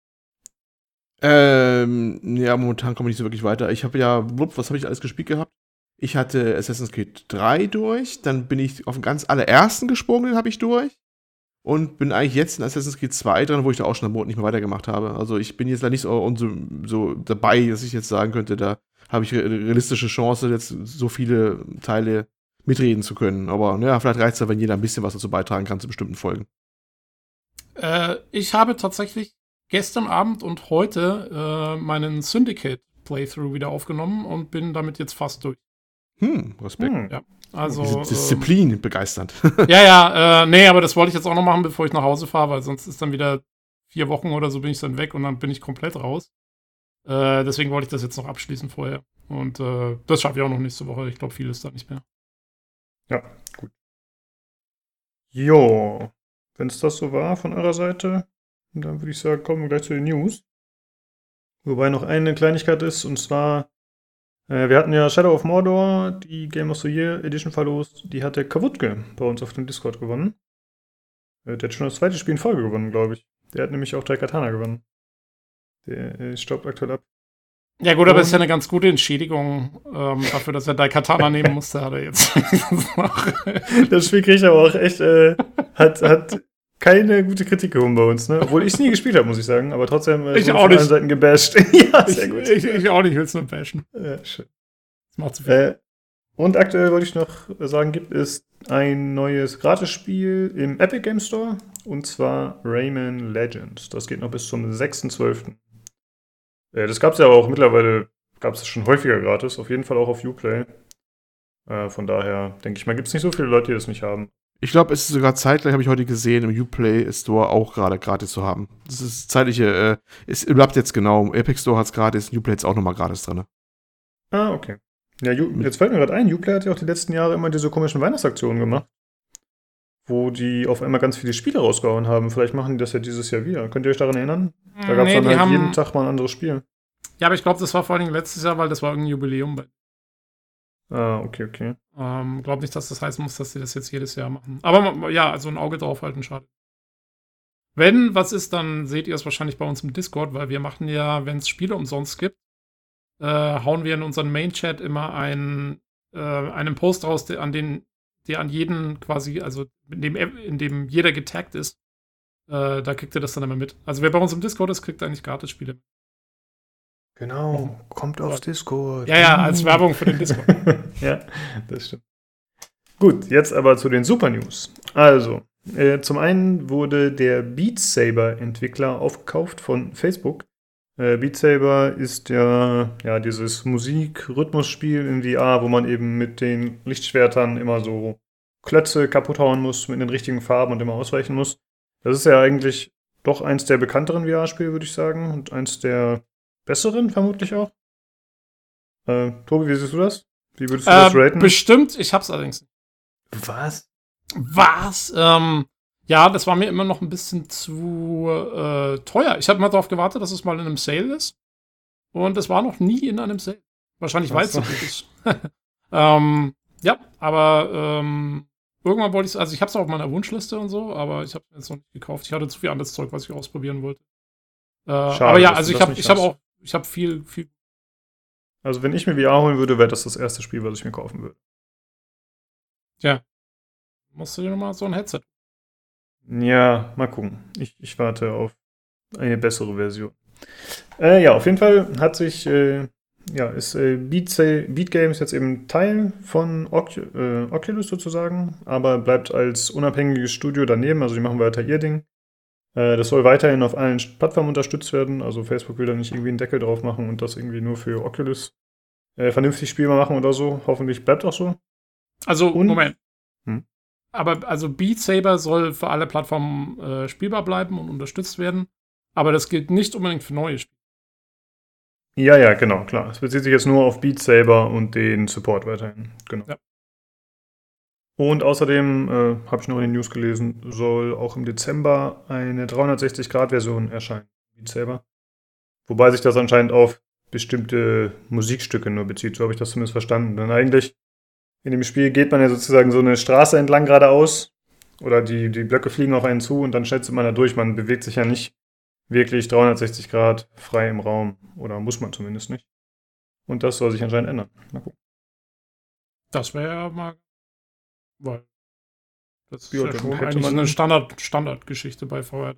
Ja, momentan komme ich nicht so wirklich weiter. Ich habe ja, was habe ich alles gespielt gehabt? Ich hatte Assassin's Creed 3 durch, dann bin ich auf den ganz allerersten gesprungen, den habe ich durch. Und bin eigentlich jetzt in Assassin's Creed 2 dran, wo ich da auch schon einen Monat nicht mehr weitergemacht habe. Also ich bin jetzt da nicht so dabei, dass ich jetzt sagen könnte, da habe ich realistische Chance, jetzt so viele Teile mitreden zu können. Aber ja, vielleicht reicht es ja, wenn jeder ein bisschen was dazu beitragen kann zu bestimmten Folgen. Ich habe tatsächlich gestern Abend und heute meinen Syndicate-Playthrough wieder aufgenommen und bin damit jetzt fast durch. Respekt. Ja, also Diese Disziplin begeisternd. Nee, aber das wollte ich jetzt auch noch machen, bevor ich nach Hause fahre, weil sonst ist dann wieder 4 Wochen oder so bin ich dann weg und dann bin ich komplett raus. Deswegen wollte ich das jetzt noch abschließen vorher. Und das schaffe ich auch noch nächste Woche. Ich glaube, viel ist da nicht mehr. Ja, gut. Jo, wenn es das so war von eurer Seite, dann würde ich sagen, kommen wir gleich zu den News. Wobei noch eine Kleinigkeit ist, und zwar, wir hatten ja Shadow of Mordor, die Game of the Year Edition verlost, die hat der Kawutke bei uns auf dem Discord gewonnen. Der hat schon das zweite Spiel in Folge gewonnen, glaube ich. Der hat nämlich auch Daikatana gewonnen. Der staubt aktuell ab. Ja gut, aber es ist ja eine ganz gute Entschädigung dafür, dass er Daikatana nehmen musste, hat er jetzt. Das Spiel kriegt aber auch echt, hat keine gute Kritik gehoben bei uns, ne? Obwohl ich es nie gespielt habe, muss ich sagen, aber trotzdem Ich auch nicht. allen Seiten gebasht. Ja, sehr gut. Ich auch nicht, will es nur bashen. Ja, schön. Das macht zu viel. Und aktuell wollte ich noch sagen, gibt es ein neues Gratisspiel im Epic Game Store, und zwar Rayman Legends. Das geht noch bis zum 6.12. Das gab es ja auch mittlerweile, gab es schon häufiger gratis, auf jeden Fall auch auf Uplay. Von daher denke ich mal, gibt es nicht so viele Leute, die das nicht haben. Ich glaube, es ist sogar zeitgleich, habe ich heute gesehen, im Uplay Store auch gerade gratis zu haben. Das ist zeitliche, es bleibt jetzt genau. Im Epic Store hat es gratis, im Uplay ist auch nochmal gratis drin. Ah, okay. Ja, jetzt fällt mir gerade ein, Uplay hat ja auch die letzten Jahre immer diese komischen Weihnachtsaktionen gemacht, wo die auf einmal ganz viele Spiele rausgehauen haben. Vielleicht machen die das ja dieses Jahr wieder. Könnt ihr euch daran erinnern? Da gab es dann halt jeden Tag mal ein anderes Spiel. Ja, aber ich glaube, das war vor allem letztes Jahr, weil das war irgendein Jubiläum. Ah, okay. Glaub nicht, dass das heißen muss, dass sie das jetzt jedes Jahr machen. Aber ja, also ein Auge drauf halten, schade. Wenn was ist, dann seht ihr es wahrscheinlich bei uns im Discord, weil wir machen ja, wenn es Spiele umsonst gibt, hauen wir in unseren Main-Chat immer einen Post raus, der an jeden quasi, also in dem jeder getaggt ist. Da kriegt ihr das dann immer mit. Also wer bei uns im Discord ist, kriegt eigentlich Gratis-Spiele. Genau, kommt aufs Discord. Ja, als Werbung für den Discord. Ja, das stimmt. Gut, jetzt aber zu den Super News. Also, zum einen wurde der Beat Saber-Entwickler aufgekauft von Facebook. Beat Saber ist ja dieses Musik-Rhythmusspiel in VR, wo man eben mit den Lichtschwertern immer so Klötze kaputt hauen muss, mit den richtigen Farben und immer ausweichen muss. Das ist ja eigentlich doch eins der bekannteren VR-Spiele, würde ich sagen, und eins der besseren vermutlich auch. Tobi, wie siehst du das? Wie würdest du das raten? Bestimmt, ich hab's allerdings nicht. Was? Ja, das war mir immer noch ein bisschen zu teuer. Ich habe mal darauf gewartet, dass es mal in einem Sale ist. Und es war noch nie in einem Sale. Wahrscheinlich, weil es so gut ist. Ja, aber irgendwann wollte ich es, also ich habe es auf meiner Wunschliste und so, aber ich habe es jetzt noch nicht gekauft. Ich hatte zu viel anderes Zeug, was ich ausprobieren wollte. Schade, aber ja, also ich habe viel. Also wenn ich mir VR holen würde, wäre das erste Spiel, was ich mir kaufen würde. Ja. Musst du dir nochmal so ein Headset. Ja, mal gucken. Ich warte auf eine bessere Version. Ja, auf jeden Fall ist Beat Games jetzt eben Teil von Oculus sozusagen, aber bleibt als unabhängiges Studio daneben, also die machen weiter ihr Ding. Das soll weiterhin auf allen Plattformen unterstützt werden, also Facebook will da nicht irgendwie einen Deckel drauf machen und das irgendwie nur für Oculus vernünftig spielbar machen oder so. Hoffentlich bleibt auch so. Also, Moment. Aber also Beat Saber soll für alle Plattformen spielbar bleiben und unterstützt werden, aber das gilt nicht unbedingt für neue Spiele. Ja, genau, klar. Es bezieht sich jetzt nur auf Beat Saber und den Support weiterhin. Genau. Ja. Und außerdem, habe ich noch in den News gelesen, soll auch im Dezember eine 360-Grad-Version erscheinen. Beat Saber. Wobei sich das anscheinend auf bestimmte Musikstücke nur bezieht. So habe ich das zumindest verstanden. Denn eigentlich in dem Spiel geht man ja sozusagen so eine Straße entlang geradeaus. Oder die Blöcke fliegen auf einen zu und dann schnellt man da durch. Man bewegt sich ja nicht wirklich 360 Grad frei im Raum. Oder muss man zumindest nicht. Und das soll sich anscheinend ändern. Mal gucken. Das wäre ja mal. Weil das ist ja schon eigentlich eine Standardgeschichte bei VR.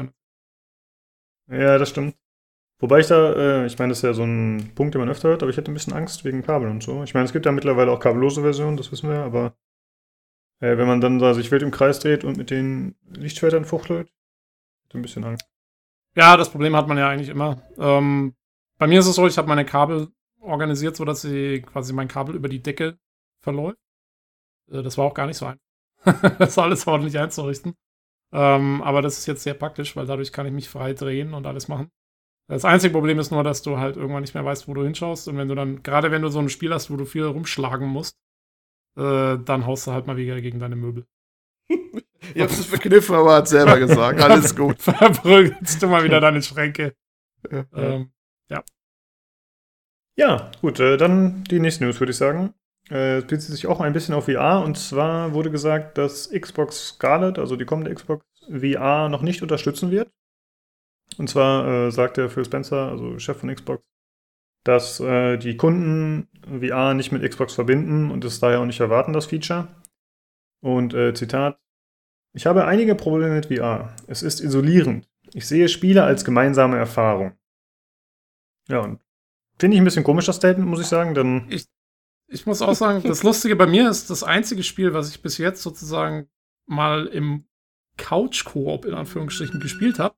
Ja, das stimmt. Wobei ich ich meine, das ist ja so ein Punkt, den man öfter hört, aber ich hätte ein bisschen Angst wegen Kabel und so. Ich meine, es gibt ja mittlerweile auch kabellose Versionen, das wissen wir, aber wenn man dann da sich wild im Kreis dreht und mit den Lichtschwertern fuchtelt, hätte ein bisschen Angst. Ja, das Problem hat man ja eigentlich immer. Bei mir ist es so, ich habe meine Kabel organisiert, sodass sie quasi mein Kabel über die Decke verläuft. Das war auch gar nicht so einfach, das alles ordentlich einzurichten. Aber das ist jetzt sehr praktisch, weil dadurch kann ich mich frei drehen und alles machen. Das einzige Problem ist nur, dass du halt irgendwann nicht mehr weißt, wo du hinschaust. Und wenn du dann, gerade wenn du so ein Spiel hast, wo du viel rumschlagen musst, dann haust du halt mal wieder gegen deine Möbel. Ich hab's nicht verkniffen, aber hat selber gesagt. Alles gut. Verprügelst du mal wieder deine Schränke. Ja. Ja, gut, dann die nächste News, würde ich sagen. Es bezieht sich auch ein bisschen auf VR. Und zwar wurde gesagt, dass Xbox Scarlett, also die kommende Xbox, VR noch nicht unterstützen wird. Und zwar sagt der Phil Spencer, also Chef von Xbox, dass die Kunden VR nicht mit Xbox verbinden und es daher auch nicht erwarten, das Feature. Und Zitat, Ich habe einige Probleme mit VR. Es ist isolierend. Ich sehe Spiele als gemeinsame Erfahrung. Ja, und finde ich ein bisschen komisch, das Statement, muss ich sagen, denn Ich muss auch sagen, das Lustige bei mir ist, das einzige Spiel, was ich bis jetzt sozusagen mal im Couch-Koop in Anführungsstrichen gespielt habe,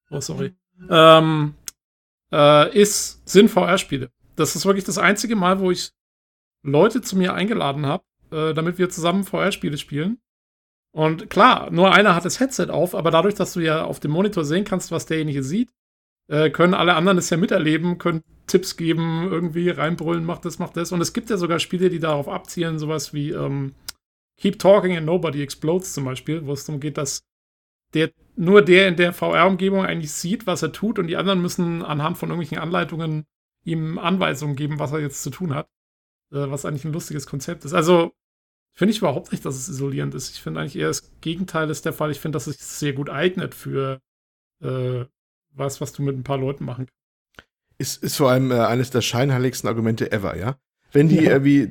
sind VR-Spiele. Das ist wirklich das einzige Mal, wo ich Leute zu mir eingeladen habe, damit wir zusammen VR-Spiele spielen. Und klar, nur einer hat das Headset auf, aber dadurch, dass du ja auf dem Monitor sehen kannst, was derjenige sieht, können alle anderen das ja miterleben, können Tipps geben, irgendwie reinbrüllen, mach das. Und es gibt ja sogar Spiele, die darauf abzielen, sowas wie Keep Talking and Nobody Explodes zum Beispiel, wo es darum geht, dass nur der in der VR-Umgebung eigentlich sieht, was er tut, und die anderen müssen anhand von irgendwelchen Anleitungen ihm Anweisungen geben, was er jetzt zu tun hat. Was eigentlich ein lustiges Konzept ist. Also finde ich überhaupt nicht, dass es isolierend ist. Ich finde eigentlich eher das Gegenteil ist der Fall. Ich finde, dass es sich sehr gut eignet für was du mit ein paar Leuten machen kannst. Ist vor allem eines der scheinheiligsten Argumente ever, ja? Wenn die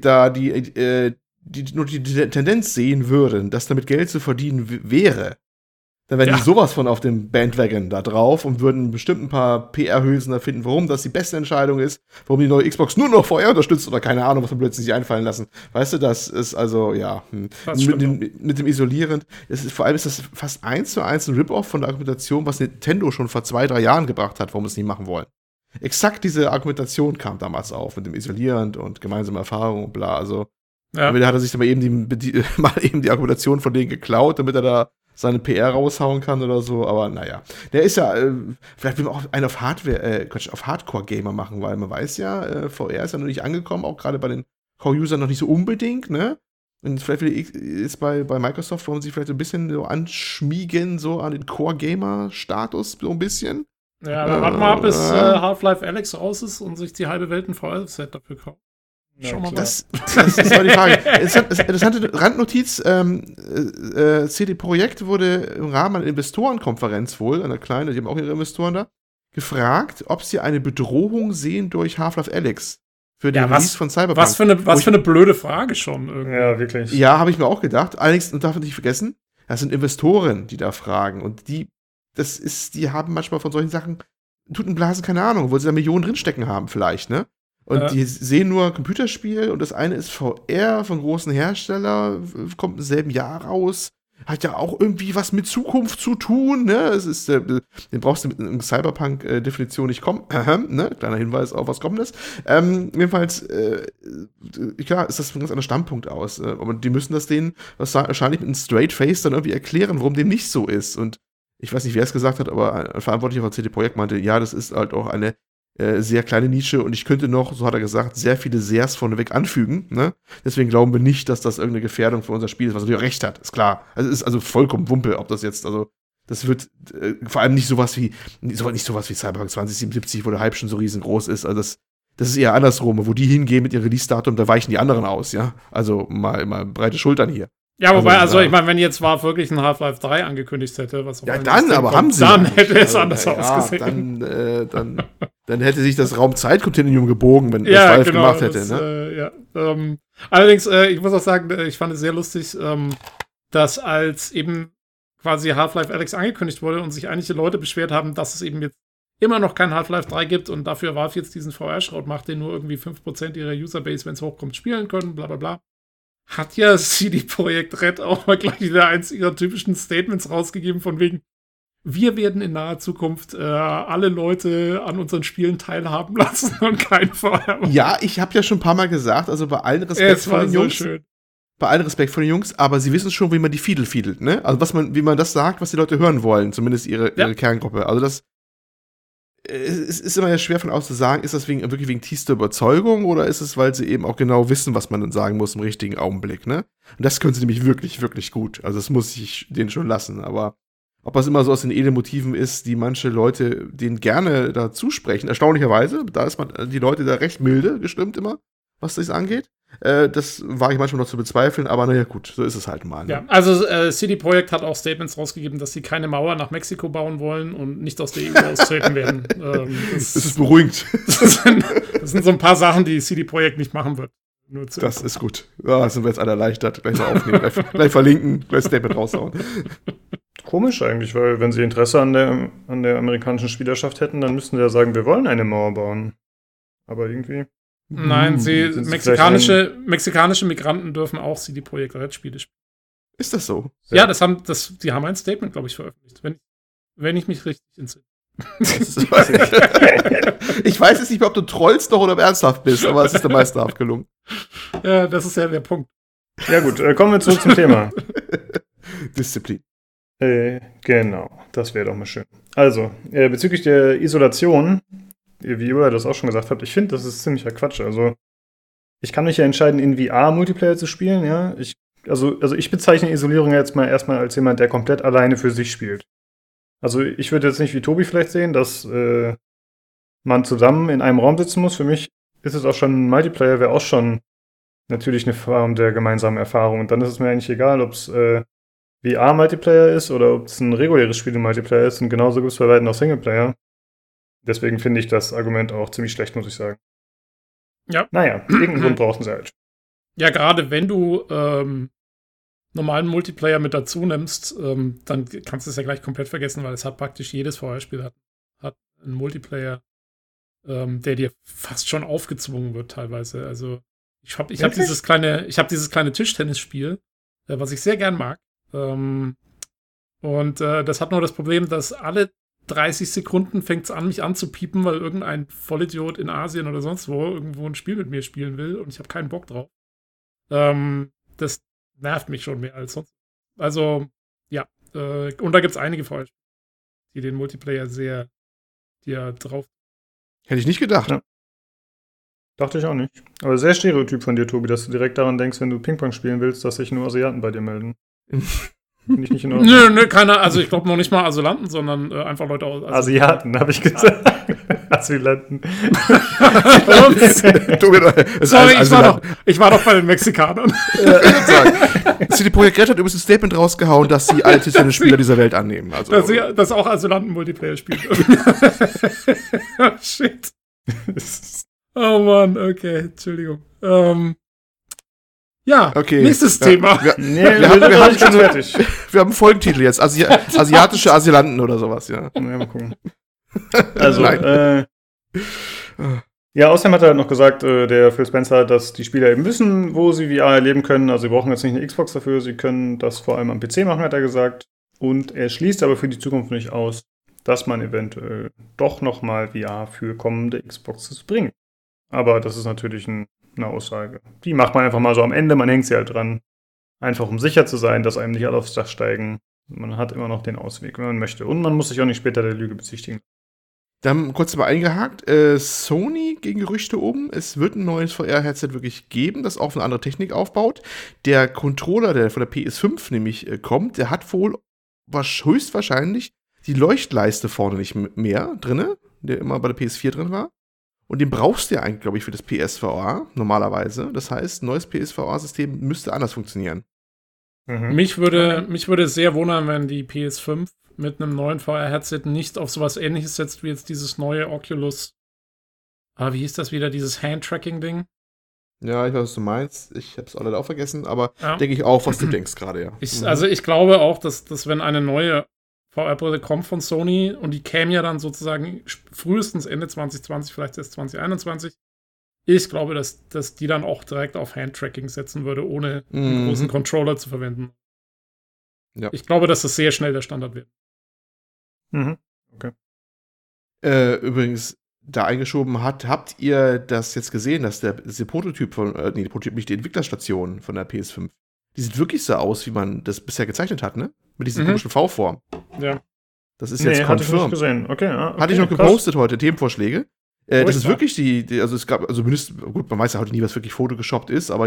nur die Tendenz sehen würden, dass damit Geld zu verdienen wäre, dann wären die sowas von auf dem Bandwagon da drauf und würden bestimmt ein paar PR-Hülsen erfinden, warum das die beste Entscheidung ist, warum die neue Xbox nur noch VR unterstützt oder keine Ahnung, was man plötzlich sich einfallen lassen. Weißt du, das ist also, ja, mit dem Isolierend. Vor allem ist das fast 1:1 ein Rip-Off von der Argumentation, was Nintendo schon vor 2-3 Jahren gebracht hat, warum es nicht machen wollen. Exakt diese Argumentation kam damals auf, mit dem Isolierend und gemeinsame Erfahrung und bla, also. Ja. Da hat er sich dann mal eben die Argumentation von denen geklaut, damit er da seine PR raushauen kann oder so, aber naja. Der ist ja, vielleicht will man auch einen auf Hardcore-Gamer machen, weil man weiß ja, VR ist ja noch nicht angekommen, auch gerade bei den Core-Usern noch nicht so unbedingt, ne? Und vielleicht ist bei Microsoft, wollen sie vielleicht so ein bisschen so anschmiegen, so an den Core-Gamer-Status, so ein bisschen. Ja, aber warte mal, bis Half-Life Alyx raus ist und sich die halbe Welt ein VR-Set dafür kauft. Schau mal, das ist mal die Frage. Interessante Randnotiz: CD Projekt wurde im Rahmen einer Investorenkonferenz wohl, einer kleinen, die haben auch ihre Investoren da, gefragt, ob sie eine Bedrohung sehen durch Half-Life Alyx für den Release von Cyberpunk. Was für eine blöde Frage schon irgendwie. Ja, wirklich. Ja, habe ich mir auch gedacht. Allerdings, und darf man nicht vergessen, das sind Investoren, die da fragen. Und die haben manchmal von solchen Sachen Tutenblasen, keine Ahnung, wo sie da Millionen drinstecken haben vielleicht, ne? Und die sehen nur Computerspiel und das eine ist VR von großen Herstellern, kommt im selben Jahr raus, hat ja auch irgendwie was mit Zukunft zu tun, ne? Es ist, den brauchst du mit einer Cyberpunk-Definition nicht kommen, ne? Kleiner Hinweis auf was Kommendes. Jedenfalls, klar, ist das ein ganz anderer Standpunkt aus. Aber die müssen das denen wahrscheinlich mit einem Straight Face dann irgendwie erklären, warum dem nicht so ist. Und ich weiß nicht, wer es gesagt hat, aber ein Verantwortlicher von CD Projekt meinte, ja, das ist halt auch eine sehr kleine Nische und ich könnte noch, so hat er gesagt, sehr viele Sehrs vorneweg anfügen, ne? Deswegen glauben wir nicht, dass das irgendeine Gefährdung für unser Spiel ist, was natürlich auch recht hat, ist klar. Also es ist also vollkommen Wumpe, ob das jetzt, also das wird vor allem nicht sowas wie Cyberpunk 2077, wo der Hype schon so riesengroß ist, also das ist eher andersrum, wo die hingehen mit ihrem Release-Datum, da weichen die anderen aus, ja? Also mal breite Schultern hier. Ja, wobei, ich meine, wenn jetzt war wirklich ein Half-Life 3 angekündigt hätte, was auch ja, dann, aber haben sie. Dann hätte es anders ausgesehen. Dann hätte sich das Raum-Zeit-Continuum gebogen, wenn das Valve gemacht hätte. Ne? Allerdings, ich muss auch sagen, ich fand es sehr lustig, dass als eben quasi Half-Life Alyx angekündigt wurde und sich einige Leute beschwert haben, dass es eben jetzt immer noch kein Half-Life 3 gibt und dafür Valve jetzt diesen VR-Schrott macht, den nur irgendwie 5% ihrer Userbase, wenn es hochkommt, spielen können, bla bla bla. Hat ja CD Projekt Red auch mal gleich wieder eins ihrer typischen Statements rausgegeben, von wegen, wir werden in naher Zukunft alle Leute an unseren Spielen teilhaben lassen und kein VR. Ja, ich habe ja schon ein paar Mal gesagt, also bei allen Respekt vor den Jungs. Schön. Bei allen Respekt vor den Jungs, aber sie wissen schon, wie man die fiedelt, ne? Also wie man das sagt, was die Leute hören wollen, zumindest ihre Kerngruppe. Also es ist immer ja schwer von aus zu sagen, ist das wirklich wegen tiefster Überzeugung oder ist es, weil sie eben auch genau wissen, was man dann sagen muss im richtigen Augenblick, ne? Und das können sie nämlich wirklich, wirklich gut. Also das muss ich denen schon lassen. Aber ob das immer so aus den edlen Motiven ist, die manche Leute denen gerne da zusprechen, erstaunlicherweise, da ist man die Leute da recht milde gestimmt immer, was das angeht. Das wage ich manchmal noch zu bezweifeln, aber naja, gut, so ist es halt mal. Ne? Ja, also CD Projekt hat auch Statements rausgegeben, dass sie keine Mauer nach Mexiko bauen wollen und nicht aus der EU austreten werden. Das ist beruhigend. Das sind so ein paar Sachen, die CD Projekt nicht machen wird. Nur zu Das ist gut. Ja, sind wir jetzt alle erleichtert. Gleich mal aufnehmen, gleich verlinken, gleich Statement raushauen. Komisch eigentlich, weil wenn sie Interesse an der amerikanischen Spielerschaft hätten, dann müssten sie ja sagen, wir wollen eine Mauer bauen. Aber irgendwie... Nein, sind mexikanische Migranten dürfen auch CD Projekt Red Spiele spielen. Ist das so? Ja, die haben ein Statement, glaube ich, veröffentlicht, wenn ich mich richtig entsinne. Ich weiß jetzt nicht mehr, ob du trollst noch oder ernsthaft bist, aber es ist der meisterhaft gelungen. Ja, das ist ja der Punkt. Ja gut, kommen wir zurück zum Thema. Disziplin. Genau, das wäre doch mal schön. Also, bezüglich der Isolation, wie ihr das auch schon gesagt habt, ich finde, das ist ziemlicher Quatsch. Also, ich kann mich ja entscheiden, in VR-Multiplayer zu spielen, ja. Also ich bezeichne Isolierung jetzt mal erstmal als jemand, der komplett alleine für sich spielt. Also ich würde jetzt nicht wie Tobi vielleicht sehen, dass man zusammen in einem Raum sitzen muss. Für mich ist es auch schon, Multiplayer wäre auch schon natürlich eine Form der gemeinsamen Erfahrung. Und dann ist es mir eigentlich egal, ob es VR-Multiplayer ist oder ob es ein reguläres Spiel im Multiplayer ist. Und genauso gibt es bei weitem auch Singleplayer. Deswegen finde ich das Argument auch ziemlich schlecht, muss ich sagen. Ja. Naja, irgendeinen Grund brauchen sie halt. Ja, gerade wenn du normalen Multiplayer mit dazu nimmst, dann kannst du es ja gleich komplett vergessen, weil es hat praktisch jedes VR-Spiel hat einen Multiplayer, der dir fast schon aufgezwungen wird teilweise. Also ich hab dieses kleine Tischtennisspiel, was ich sehr gern mag. Und das hat nur das Problem, dass alle 30 Sekunden fängt es an, mich anzupiepen, weil irgendein Vollidiot in Asien oder sonst wo irgendwo ein Spiel mit mir spielen will und ich habe keinen Bock drauf. Das nervt mich schon mehr als sonst. Also, ja. Und da gibt es einige von euch, die den Multiplayer sehr drauf. Hätte ich nicht gedacht. Ja. Dachte ich auch nicht. Aber sehr stereotyp von dir, Tobi, dass du direkt daran denkst, wenn du Ping-Pong spielen willst, dass sich nur Asiaten bei dir melden. Finde ich nicht in Ordnung. Nö, keiner, also ich glaube noch nicht mal Asylanten, sondern einfach Leute aus. Asiaten, habe ich gesagt. Asylanten. Sorry, ich war doch bei den Mexikanern. CD Projekt Red hat übrigens ein Statement rausgehauen, dass sie alle Tischtennisspieler dieser Welt annehmen. Also, dass auch Asylanten-Multiplayer spielen. Shit. Oh Mann, okay, Entschuldigung. Ja, okay. Nächstes Thema. Wir haben einen Folgentitel jetzt. Asiatische Asylanten oder sowas, ja. Mal gucken. Also, ja, außerdem hat er noch gesagt, der Phil Spencer, dass die Spieler eben wissen, wo sie VR erleben können. Also, sie brauchen jetzt nicht eine Xbox dafür. Sie können das vor allem am PC machen, hat er gesagt. Und er schließt aber für die Zukunft nicht aus, dass man eventuell doch nochmal VR für kommende Xboxes bringt. Aber das ist natürlich eine Aussage. Die macht man einfach mal so am Ende, man hängt sie halt dran. Einfach um sicher zu sein, dass einem nicht alle aufs Dach steigen. Man hat immer noch den Ausweg, wenn man möchte. Und man muss sich auch nicht später der Lüge bezichtigen. Dann kurz mal eingehakt. Sony gegen Gerüchte oben. Es wird ein neues VR-Headset wirklich geben, das auf eine andere Technik aufbaut. Der Controller, der von der PS5 nämlich kommt, der hat wohl höchstwahrscheinlich die Leuchtleiste vorne nicht mehr drin, der immer bei der PS4 drin war. Und den brauchst du ja eigentlich, glaube ich, für das PSVR normalerweise. Das heißt, ein neues PSVR-System müsste anders funktionieren. Mhm. Mich würde sehr wundern, wenn die PS5 mit einem neuen VR-Headset nicht auf sowas Ähnliches setzt wie jetzt dieses neue Oculus. Wie hieß das wieder, dieses Hand-Tracking-Ding? Ja, ich weiß, was du meinst. Ich habe es alle auch vergessen, aber denke ich auch, was du denkst gerade, ja. Also ich glaube auch, dass wenn eine neue VR-Brille kommt von Sony und die käme ja dann sozusagen frühestens Ende 2020, vielleicht erst 2021. Ich glaube, dass die dann auch direkt auf Hand-Tracking setzen würde, ohne einen großen Controller zu verwenden. Ja. Ich glaube, dass das sehr schnell der Standard wird. Mhm. Okay. Übrigens, da eingeschoben habt ihr das jetzt gesehen, dass der Prototyp nicht die Entwicklerstation von der PS5, die sieht wirklich so aus, wie man das bisher gezeichnet hat, ne? Mit diesen komischen V-Formen. Ja. Das ist jetzt confirmed. Hatte ich nicht gesehen. Okay, hatte ich noch gepostet heute, Themenvorschläge. Das ist wirklich gut, man weiß ja heute nie, was wirklich photogeshoppt ist, aber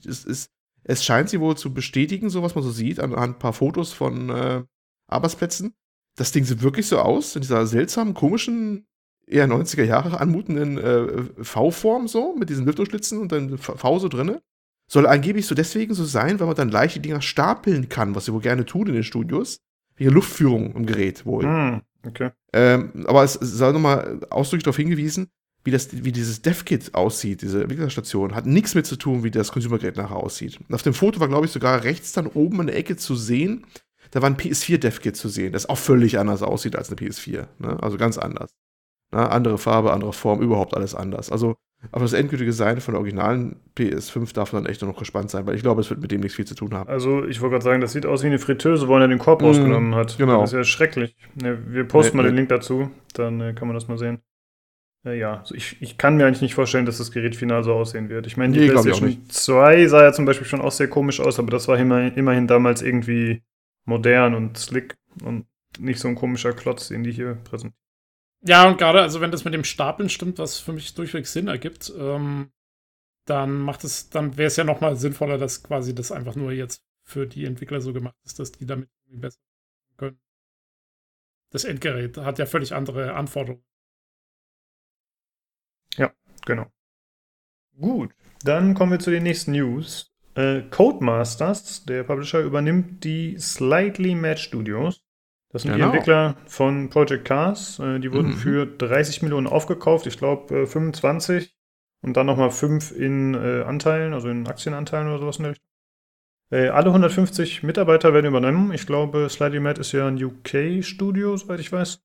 es scheint sie wohl zu bestätigen, so was man so sieht, an ein paar Fotos von Arbeitsplätzen. Das Ding sieht wirklich so aus, in dieser seltsamen, komischen, eher 90er Jahre anmutenden V-Form so, mit diesen Lüftungsschlitzen und dann V so drinne. Soll angeblich so deswegen so sein, weil man dann leicht die Dinger stapeln kann, was sie wohl gerne tun in den Studios. Wegen Luftführung im Gerät wohl. Okay. Aber es sei nochmal ausdrücklich darauf hingewiesen, wie dieses Dev-Kit aussieht, diese Entwicklerstation, hat nichts mit zu tun, wie das Consumer-Gerät nachher aussieht. Und auf dem Foto war, glaube ich, sogar rechts dann oben in der Ecke zu sehen, da war ein PS4-Dev-Kit zu sehen, das auch völlig anders aussieht als eine PS4. Ne? Also ganz anders. Na, andere Farbe, andere Form, überhaupt alles anders. Also auf das endgültige Design von der originalen PS5 darf man dann echt nur noch gespannt sein, weil ich glaube, es wird mit dem nichts viel zu tun haben. Also ich wollte gerade sagen, das sieht aus wie eine Fritteuse, wo er den Korb rausgenommen hat. Genau. Das ist ja schrecklich. Wir posten mal den Link dazu, dann kann man das mal sehen. Ja, also ich kann mir eigentlich nicht vorstellen, dass das Gerät final so aussehen wird. Ich meine, die PlayStation 2 sah ja zum Beispiel schon auch sehr komisch aus, aber das war immerhin damals irgendwie modern und slick und nicht so ein komischer Klotz, den die hier präsentieren. Ja, und gerade, also wenn das mit dem Stapeln stimmt, was für mich durchweg Sinn ergibt, dann wäre es ja nochmal sinnvoller, dass quasi das einfach nur jetzt für die Entwickler so gemacht ist, dass die damit irgendwie besser können. Das Endgerät hat ja völlig andere Anforderungen. Ja, genau. Gut, dann kommen wir zu den nächsten News. Codemasters, der Publisher, übernimmt die Slightly Mad Studios. Das sind die Entwickler von Project Cars. Die wurden für 30 Millionen aufgekauft, ich glaube 25 und dann nochmal 5 in Anteilen, also in Aktienanteilen oder sowas in der Richtung. Alle 150 Mitarbeiter werden übernommen. Ich glaube, Slightly Mad ist ja ein UK-Studio, soweit ich weiß.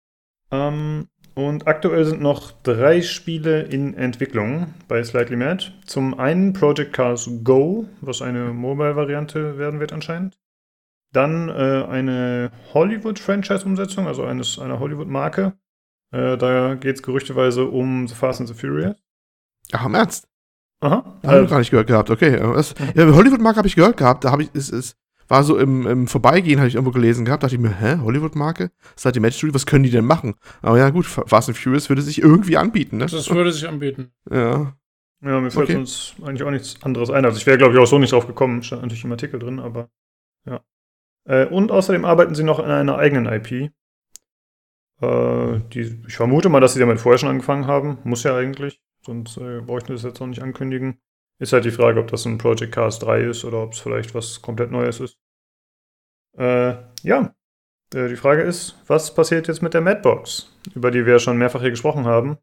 Und aktuell sind noch 3 Spiele in Entwicklung bei Slightly Mad. Zum einen Project Cars Go, was eine Mobile-Variante werden wird anscheinend. Dann eine Hollywood-Franchise-Umsetzung, also einer Hollywood-Marke. Da geht es gerüchteweise um The Fast and the Furious. Ach, im Ernst? Aha. Habe ich gar nicht gehört gehabt, okay. Hollywood-Marke habe ich gehört gehabt, war so im Vorbeigehen, habe ich irgendwo gelesen gehabt, dachte ich mir, Hollywood-Marke? Slightly Mad Studio, was können die denn machen? Aber ja gut, Fast and Furious würde sich irgendwie anbieten, ne? Das würde sich anbieten. Ja. Ja, mir fällt uns eigentlich auch nichts anderes ein. Also ich wäre, glaube ich, auch so nicht drauf gekommen, stand natürlich im Artikel drin, aber ja. Und außerdem arbeiten sie noch an einer eigenen IP. Ich vermute mal, dass sie damit vorher schon angefangen haben. Muss ja eigentlich, sonst bräuchten wir das jetzt noch nicht ankündigen. Ist halt die Frage, ob das ein Project Cars 3 ist oder ob es vielleicht was komplett Neues ist. Die Frage ist, was passiert jetzt mit der Madbox, über die wir schon mehrfach hier gesprochen haben?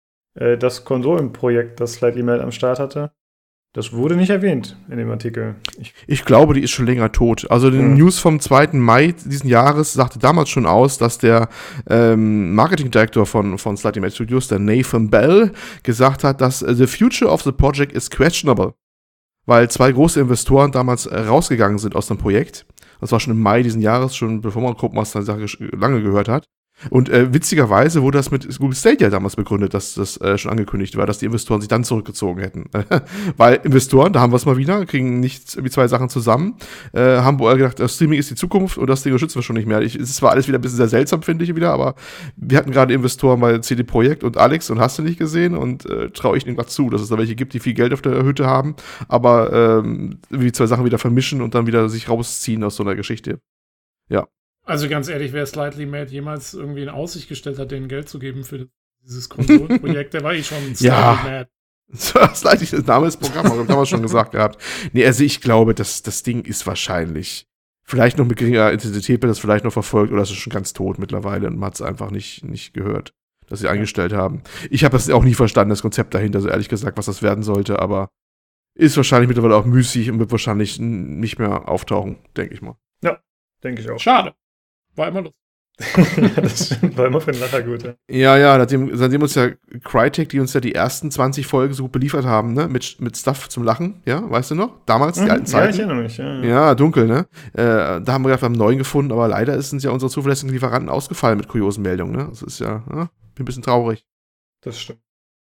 Das Konsolenprojekt, das Slightly Mad am Start hatte, das wurde nicht erwähnt in dem Artikel. Ich glaube, die ist schon länger tot. Also die News vom 2. Mai diesen Jahres sagte damals schon aus, dass der Marketing-Director von Slightly Mad Studios, der Nathan Bell, gesagt hat, dass the future of the project is questionable. Weil 2 große Investoren damals rausgegangen sind aus dem Projekt. Das war schon im Mai diesen Jahres, schon bevor man Codemaster die Sache lange gehört hat. Und witzigerweise wurde das mit Google Stadia damals begründet, dass das schon angekündigt war, dass die Investoren sich dann zurückgezogen hätten. Weil Investoren, da haben wir es mal wieder, kriegen nicht irgendwie 2 Sachen zusammen, haben wohl gedacht, Streaming ist die Zukunft und das Ding schützen wir schon nicht mehr. Es ist zwar alles wieder ein bisschen sehr seltsam, finde ich wieder, aber wir hatten gerade Investoren bei CD Projekt und Alex und hast du nicht gesehen und traue ich irgendwas zu, dass es da welche gibt, die viel Geld auf der Hütte haben, aber wie 2 Sachen wieder vermischen und dann wieder sich rausziehen aus so einer Geschichte. Ja. Also ganz ehrlich, wer Slightly Mad jemals irgendwie in Aussicht gestellt hat, denen Geld zu geben für dieses Konsolenprojekt, der war schon Slightly Mad. Slightly, das Name ist Programm, haben wir schon gesagt gehabt. Nee, also ich glaube, das Ding ist wahrscheinlich vielleicht noch mit geringer Intensität, wird das vielleicht noch verfolgt oder ist es schon ganz tot mittlerweile und man hat es einfach nicht gehört, dass sie eingestellt haben. Ich habe das auch nie verstanden, das Konzept dahinter, so ehrlich gesagt, was das werden sollte, aber ist wahrscheinlich mittlerweile auch müßig und wird wahrscheinlich nicht mehr auftauchen, denke ich mal. Ja, denke ich auch. Schade. War immer lustig. Ja, das stimmt, war immer für den Lacher gut. Ja, seitdem uns ja Crytek, die uns ja die ersten 20 Folgen so gut beliefert haben, ne, mit Stuff zum Lachen, ja, weißt du noch? Damals, die alten Zeiten. Ja, ich erinnere mich, ja. Ja, dunkel, ne? Da haben wir gedacht, wir haben einen neuen gefunden, aber leider sind ja unsere zuverlässigen Lieferanten ausgefallen mit kuriosen Meldungen, ne? Das ist ja, bin ein bisschen traurig. Das stimmt.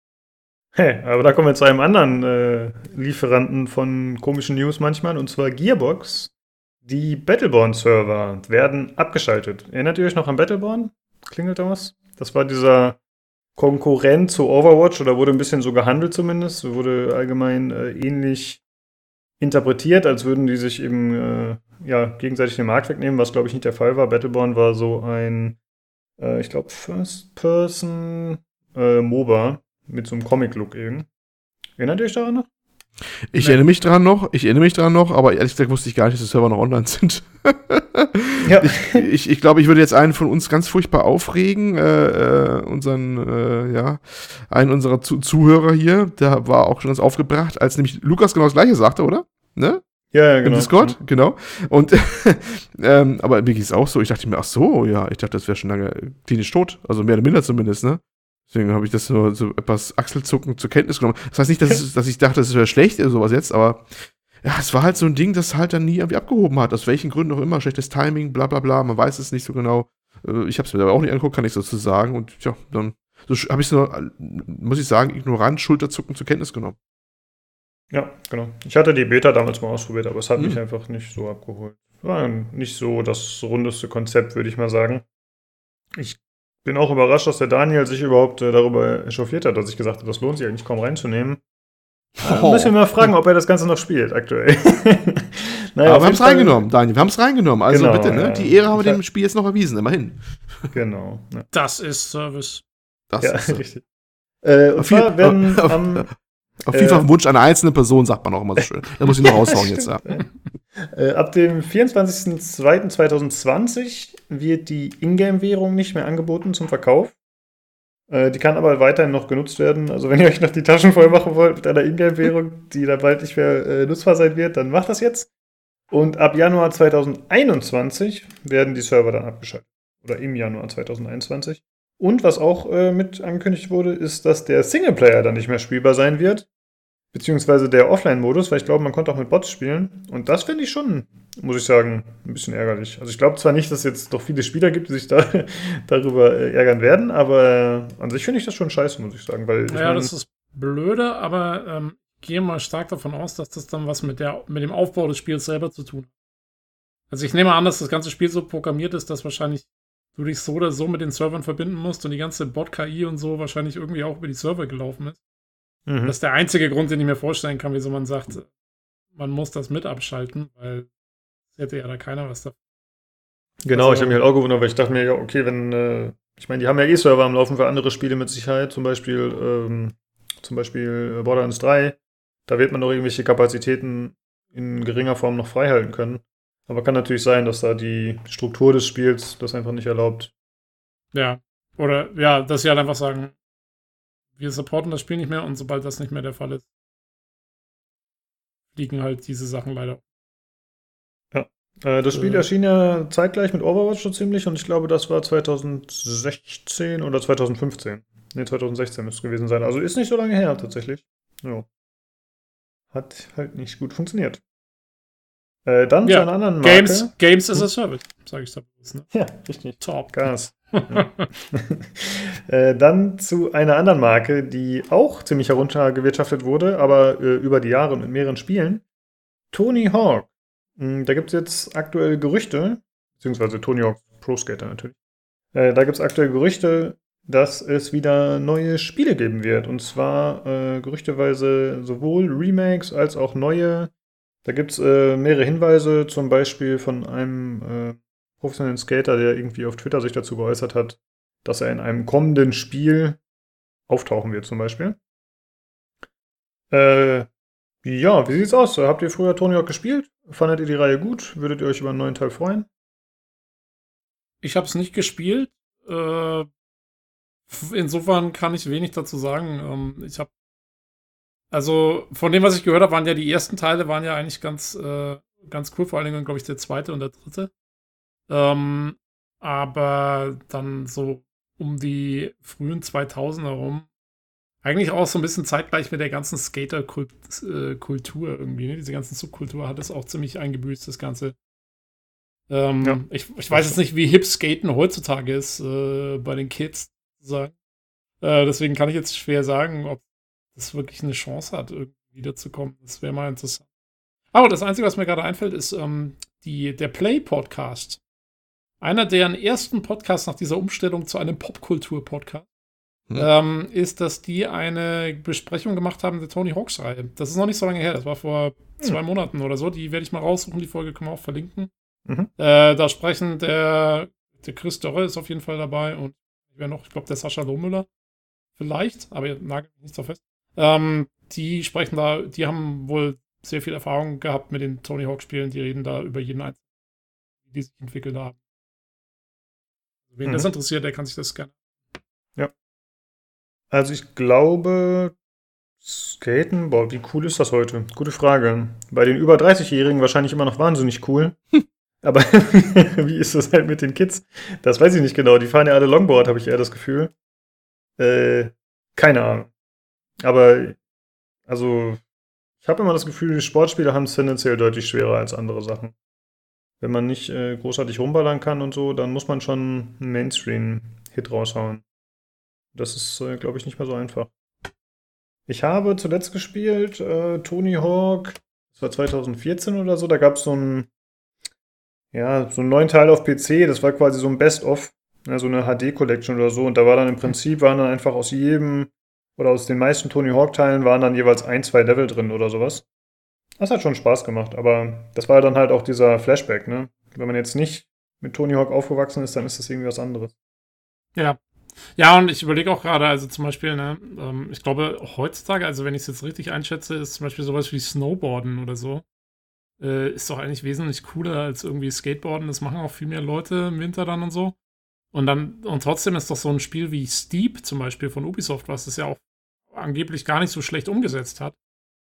Hey, aber da kommen wir zu einem anderen Lieferanten von komischen News manchmal, und zwar Gearbox. Die Battleborn-Server werden abgeschaltet. Erinnert ihr euch noch an Battleborn? Klingelt da was? Das war dieser Konkurrent zu Overwatch, oder wurde ein bisschen so gehandelt zumindest. Wurde allgemein ähnlich interpretiert, als würden die sich eben gegenseitig den Markt wegnehmen, was glaube ich nicht der Fall war. Battleborn war so ein, ich glaube, First-Person MOBA mit so einem Comic-Look eben. Erinnert ihr euch daran noch? Ich erinnere mich dran noch, aber ehrlich gesagt wusste ich gar nicht, dass die Server noch online sind. Ja. Ich glaube, ich würde jetzt einen von uns ganz furchtbar aufregen, einen unserer Zuhörer hier, der war auch schon ganz aufgebracht, als nämlich Lukas genau das Gleiche sagte, oder? Ne? Ja, genau. Im Discord, genau. Und aber mir ging es auch so, ich dachte mir, ach so, ja, ich dachte, das wäre schon lange klinisch tot, also mehr oder minder zumindest, ne? Deswegen habe ich das so etwas achselzuckend zur Kenntnis genommen. Das heißt nicht, dass ich dachte, das wäre schlecht oder sowas jetzt, aber ja, es war halt so ein Ding, das halt dann nie irgendwie abgehoben hat. Aus welchen Gründen auch immer. Schlechtes Timing, bla bla bla. Man weiß es nicht so genau. Ich habe es mir aber auch nicht angeguckt, kann ich so zu sagen. Und ja, dann so habe ich es nur, muss ich sagen, ignorant, Schulterzucken zur Kenntnis genommen. Ja, genau. Ich hatte die Beta damals mal ausprobiert, aber es hat mich einfach nicht so abgeholt. War nicht so das rundeste Konzept, würde ich mal sagen. Ich bin auch überrascht, dass der Daniel sich überhaupt darüber echauffiert hat, dass ich gesagt habe, das lohnt sich eigentlich kaum reinzunehmen. Müssen wir mal fragen, ob er das Ganze noch spielt aktuell. Naja, aber wir haben es reingenommen, Daniel. Wir haben es reingenommen. Also genau, bitte, ne? Die Ehre haben wir dem Spiel jetzt noch erwiesen, immerhin. Genau. Ja. Das ist Service. Das ja, ist richtig. Und zwar werden auf vielfachen Wunsch einer einzelnen Person, sagt man auch immer so schön. Da muss ich noch raushauen jetzt, ja. Ab dem 24.02.2020 wird die Ingame-Währung nicht mehr angeboten zum Verkauf. Die kann aber weiterhin noch genutzt werden. Also wenn ihr euch noch die Taschen voll machen wollt mit einer Ingame-Währung, die dann bald nicht mehr nutzbar sein wird, dann macht das jetzt. Und ab Januar 2021 werden die Server dann abgeschaltet. Oder im Januar 2021. Und was auch mit angekündigt wurde, ist, dass der Singleplayer dann nicht mehr spielbar sein wird. Beziehungsweise der Offline-Modus, weil ich glaube, man konnte auch mit Bots spielen. Und das finde ich schon, muss ich sagen, ein bisschen ärgerlich. Also ich glaube zwar nicht, dass es jetzt doch viele Spieler gibt, die sich darüber ärgern werden, aber an sich finde ich das schon scheiße, muss ich sagen. Weil das ist blöde, aber gehe mal stark davon aus, dass das dann was mit dem Aufbau des Spiels selber zu tun hat. Also ich nehme an, dass das ganze Spiel so programmiert ist, dass wahrscheinlich du dich so oder so mit den Servern verbinden musst und die ganze Bot-KI und so wahrscheinlich irgendwie auch über die Server gelaufen ist. Das ist der einzige Grund, den ich mir vorstellen kann, wieso man sagt, man muss das mit abschalten, weil es hätte ja da keiner was davon. Genau, ich habe mich halt auch gewundert, weil ich dachte mir, ja, okay, wenn, ich meine, die haben ja Server am Laufen für andere Spiele mit Sicherheit, zum Beispiel Borderlands 3, da wird man noch irgendwelche Kapazitäten in geringer Form noch freihalten können. Aber kann natürlich sein, dass da die Struktur des Spiels das einfach nicht erlaubt. Ja, oder ja, dass sie halt einfach sagen, wir supporten das Spiel nicht mehr und sobald das nicht mehr der Fall ist, fliegen halt diese Sachen leider. Ja, das Spiel erschien ja zeitgleich mit Overwatch so ziemlich und ich glaube, das war 2016 oder 2015. Ne, 2016 müsste es gewesen sein. Also ist nicht so lange her tatsächlich. Ja. Hat halt nicht gut funktioniert. Dann zu einer anderen Marke. Games as a Service, sage ich da bloß. Ne? Ja, richtig. Top. Gas. Ja. Dann zu einer anderen Marke, die auch ziemlich heruntergewirtschaftet wurde, aber über die Jahre und mit mehreren Spielen. Tony Hawk. Da gibt es jetzt aktuell Gerüchte, beziehungsweise Tony Hawk Pro Skater natürlich. Da gibt es aktuell Gerüchte, dass es wieder neue Spiele geben wird. Und zwar gerüchteweise sowohl Remakes als auch neue. Da gibt es mehrere Hinweise, zum Beispiel von einem professionellen Skater, der irgendwie auf Twitter sich dazu geäußert hat, dass er in einem kommenden Spiel auftauchen wird, zum Beispiel. Ja, wie sieht's aus? Habt ihr früher Tony Hawk gespielt? Fandet ihr die Reihe gut? Würdet ihr euch über einen neuen Teil freuen? Ich habe es nicht gespielt. Insofern kann ich wenig dazu sagen. Also von dem, was ich gehört habe, waren ja die ersten Teile waren ja eigentlich ganz cool, vor allen Dingen, glaube ich, der zweite und der dritte. Aber dann so um die frühen 2000er herum, eigentlich auch so ein bisschen zeitgleich mit der ganzen Skater-Kultur irgendwie, ne? Diese ganzen Subkultur hat es auch ziemlich eingebüßt, das Ganze. Ich weiß jetzt nicht, wie hip Skaten heutzutage ist bei den Kids, sozusagen. Deswegen kann ich jetzt schwer sagen, ob das wirklich eine Chance hat, irgendwie wiederzukommen. Das wäre mal interessant. Aber das Einzige, was mir gerade einfällt, ist der Play-Podcast. Einer deren ersten Podcasts nach dieser Umstellung zu einem Popkultur-Podcast ist, dass die eine Besprechung gemacht haben der Tony Hawks-Reihe. Das ist noch nicht so lange her. Das war vor 2 Monaten oder so. Die werde ich mal raussuchen. Die Folge können wir auch verlinken. Da sprechen der Chris Dörre ist auf jeden Fall dabei und wer noch? Ich glaube, der Sascha Lohmüller. Vielleicht, aber nagelt mich nicht so fest. die haben wohl sehr viel Erfahrung gehabt mit den Tony Hawk-Spielen, die reden da über jeden einzelnen, die sich entwickelt haben. Wen das interessiert, der kann sich das gerne. Ja. Also ich glaube, Skaten, wie cool ist das heute? Gute Frage. Bei den über 30-Jährigen wahrscheinlich immer noch wahnsinnig cool. Aber wie ist das halt mit den Kids? Das weiß ich nicht genau. Die fahren ja alle Longboard, habe ich eher das Gefühl. Keine Ahnung. Aber, also, ich habe immer das Gefühl, die Sportspiele haben es tendenziell deutlich schwerer als andere Sachen. Wenn man nicht großartig rumballern kann und so, dann muss man schon einen Mainstream-Hit raushauen. Das ist, glaube ich, nicht mehr so einfach. Ich habe zuletzt gespielt Tony Hawk, das war 2014 oder so, da gab es so einen neuen Teil auf PC, das war quasi so ein Best-of, so eine HD-Collection oder so, und da war dann im Prinzip, waren dann einfach aus jedem oder aus den meisten Tony Hawk-Teilen waren dann jeweils 1, 2 Level drin oder sowas. Das hat schon Spaß gemacht, aber das war dann halt auch dieser Flashback, ne? Wenn man jetzt nicht mit Tony Hawk aufgewachsen ist, dann ist das irgendwie was anderes. Ja. Ja, und ich überlege auch gerade, also zum Beispiel, ne, ich glaube, heutzutage, also wenn ich es jetzt richtig einschätze, ist zum Beispiel sowas wie Snowboarden oder so, ist doch eigentlich wesentlich cooler als irgendwie Skateboarden. Das machen auch viel mehr Leute im Winter dann und so. Und trotzdem ist doch so ein Spiel wie Steep zum Beispiel von Ubisoft, was es ja auch angeblich gar nicht so schlecht umgesetzt hat.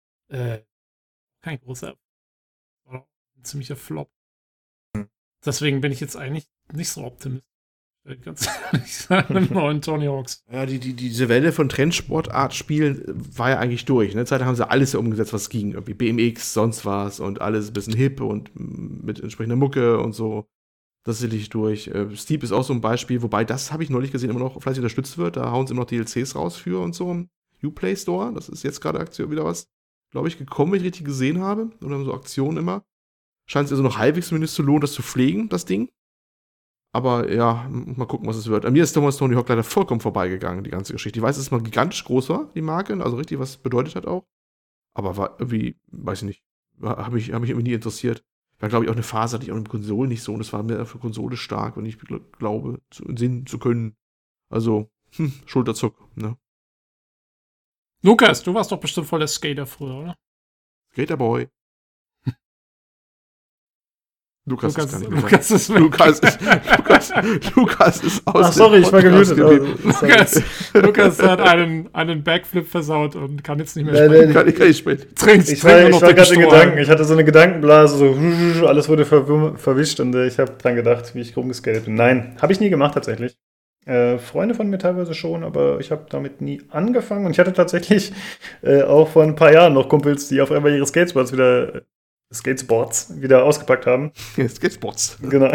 Kein großer, war ein ziemlicher Flop. Deswegen bin ich jetzt eigentlich nicht so optimistisch. Ganz ehrlich sagen, im neuen Tony Hawks. Ja, diese Welle von Trendsportart-Spielen war ja eigentlich durch. Ne? Zeit haben sie alles ja umgesetzt, was ging. Irgendwie BMX, sonst was und alles ein bisschen hip und mit entsprechender Mucke und so. Das ist sicherlich durch. Steep ist auch so ein Beispiel, wobei das habe ich neulich gesehen, immer noch fleißig unterstützt wird. Da hauen sie immer noch DLCs raus für und so im Uplay Store. Das ist jetzt gerade Aktion wieder was, glaube ich, gekommen, wenn ich richtig gesehen habe. Oder so Aktionen immer. Scheint es also noch halbwegs zumindest zu lohnen, das zu pflegen, das Ding. Aber ja, mal gucken, was es wird. An mir ist Thomas Tony Hawk leider vollkommen vorbeigegangen, die ganze Geschichte. Ich weiß, dass es mal gigantisch groß war, die Marke, also richtig was bedeutet hat auch. Aber war irgendwie, weiß ich nicht, habe mich irgendwie nie interessiert. War, glaube ich, auch eine Phase, hatte ich auch mit Konsolen nicht so. Und das war mehr für Konsole stark, wenn ich glaube, sehen zu können. Also, Schulterzuck, ne? Lukas, du warst doch bestimmt voll der Skater früher, oder? Skaterboy. Lukas ist aus. Ach, sorry, ich war gemutet. Lukas hat einen Backflip versaut und kann jetzt nicht mehr sprechen. Kann nicht sprechen. Ich war gerade in Gedanken. Ich hatte so eine Gedankenblase, so alles wurde verwischt und ich habe dran gedacht, wie ich rumgeskatet bin. Nein, habe ich nie gemacht tatsächlich. Freunde von mir teilweise schon, aber ich habe damit nie angefangen. Und ich hatte tatsächlich auch vor ein paar Jahren noch Kumpels, die auf einmal ihre Skateboards wieder ausgepackt haben. Skateboards. Genau.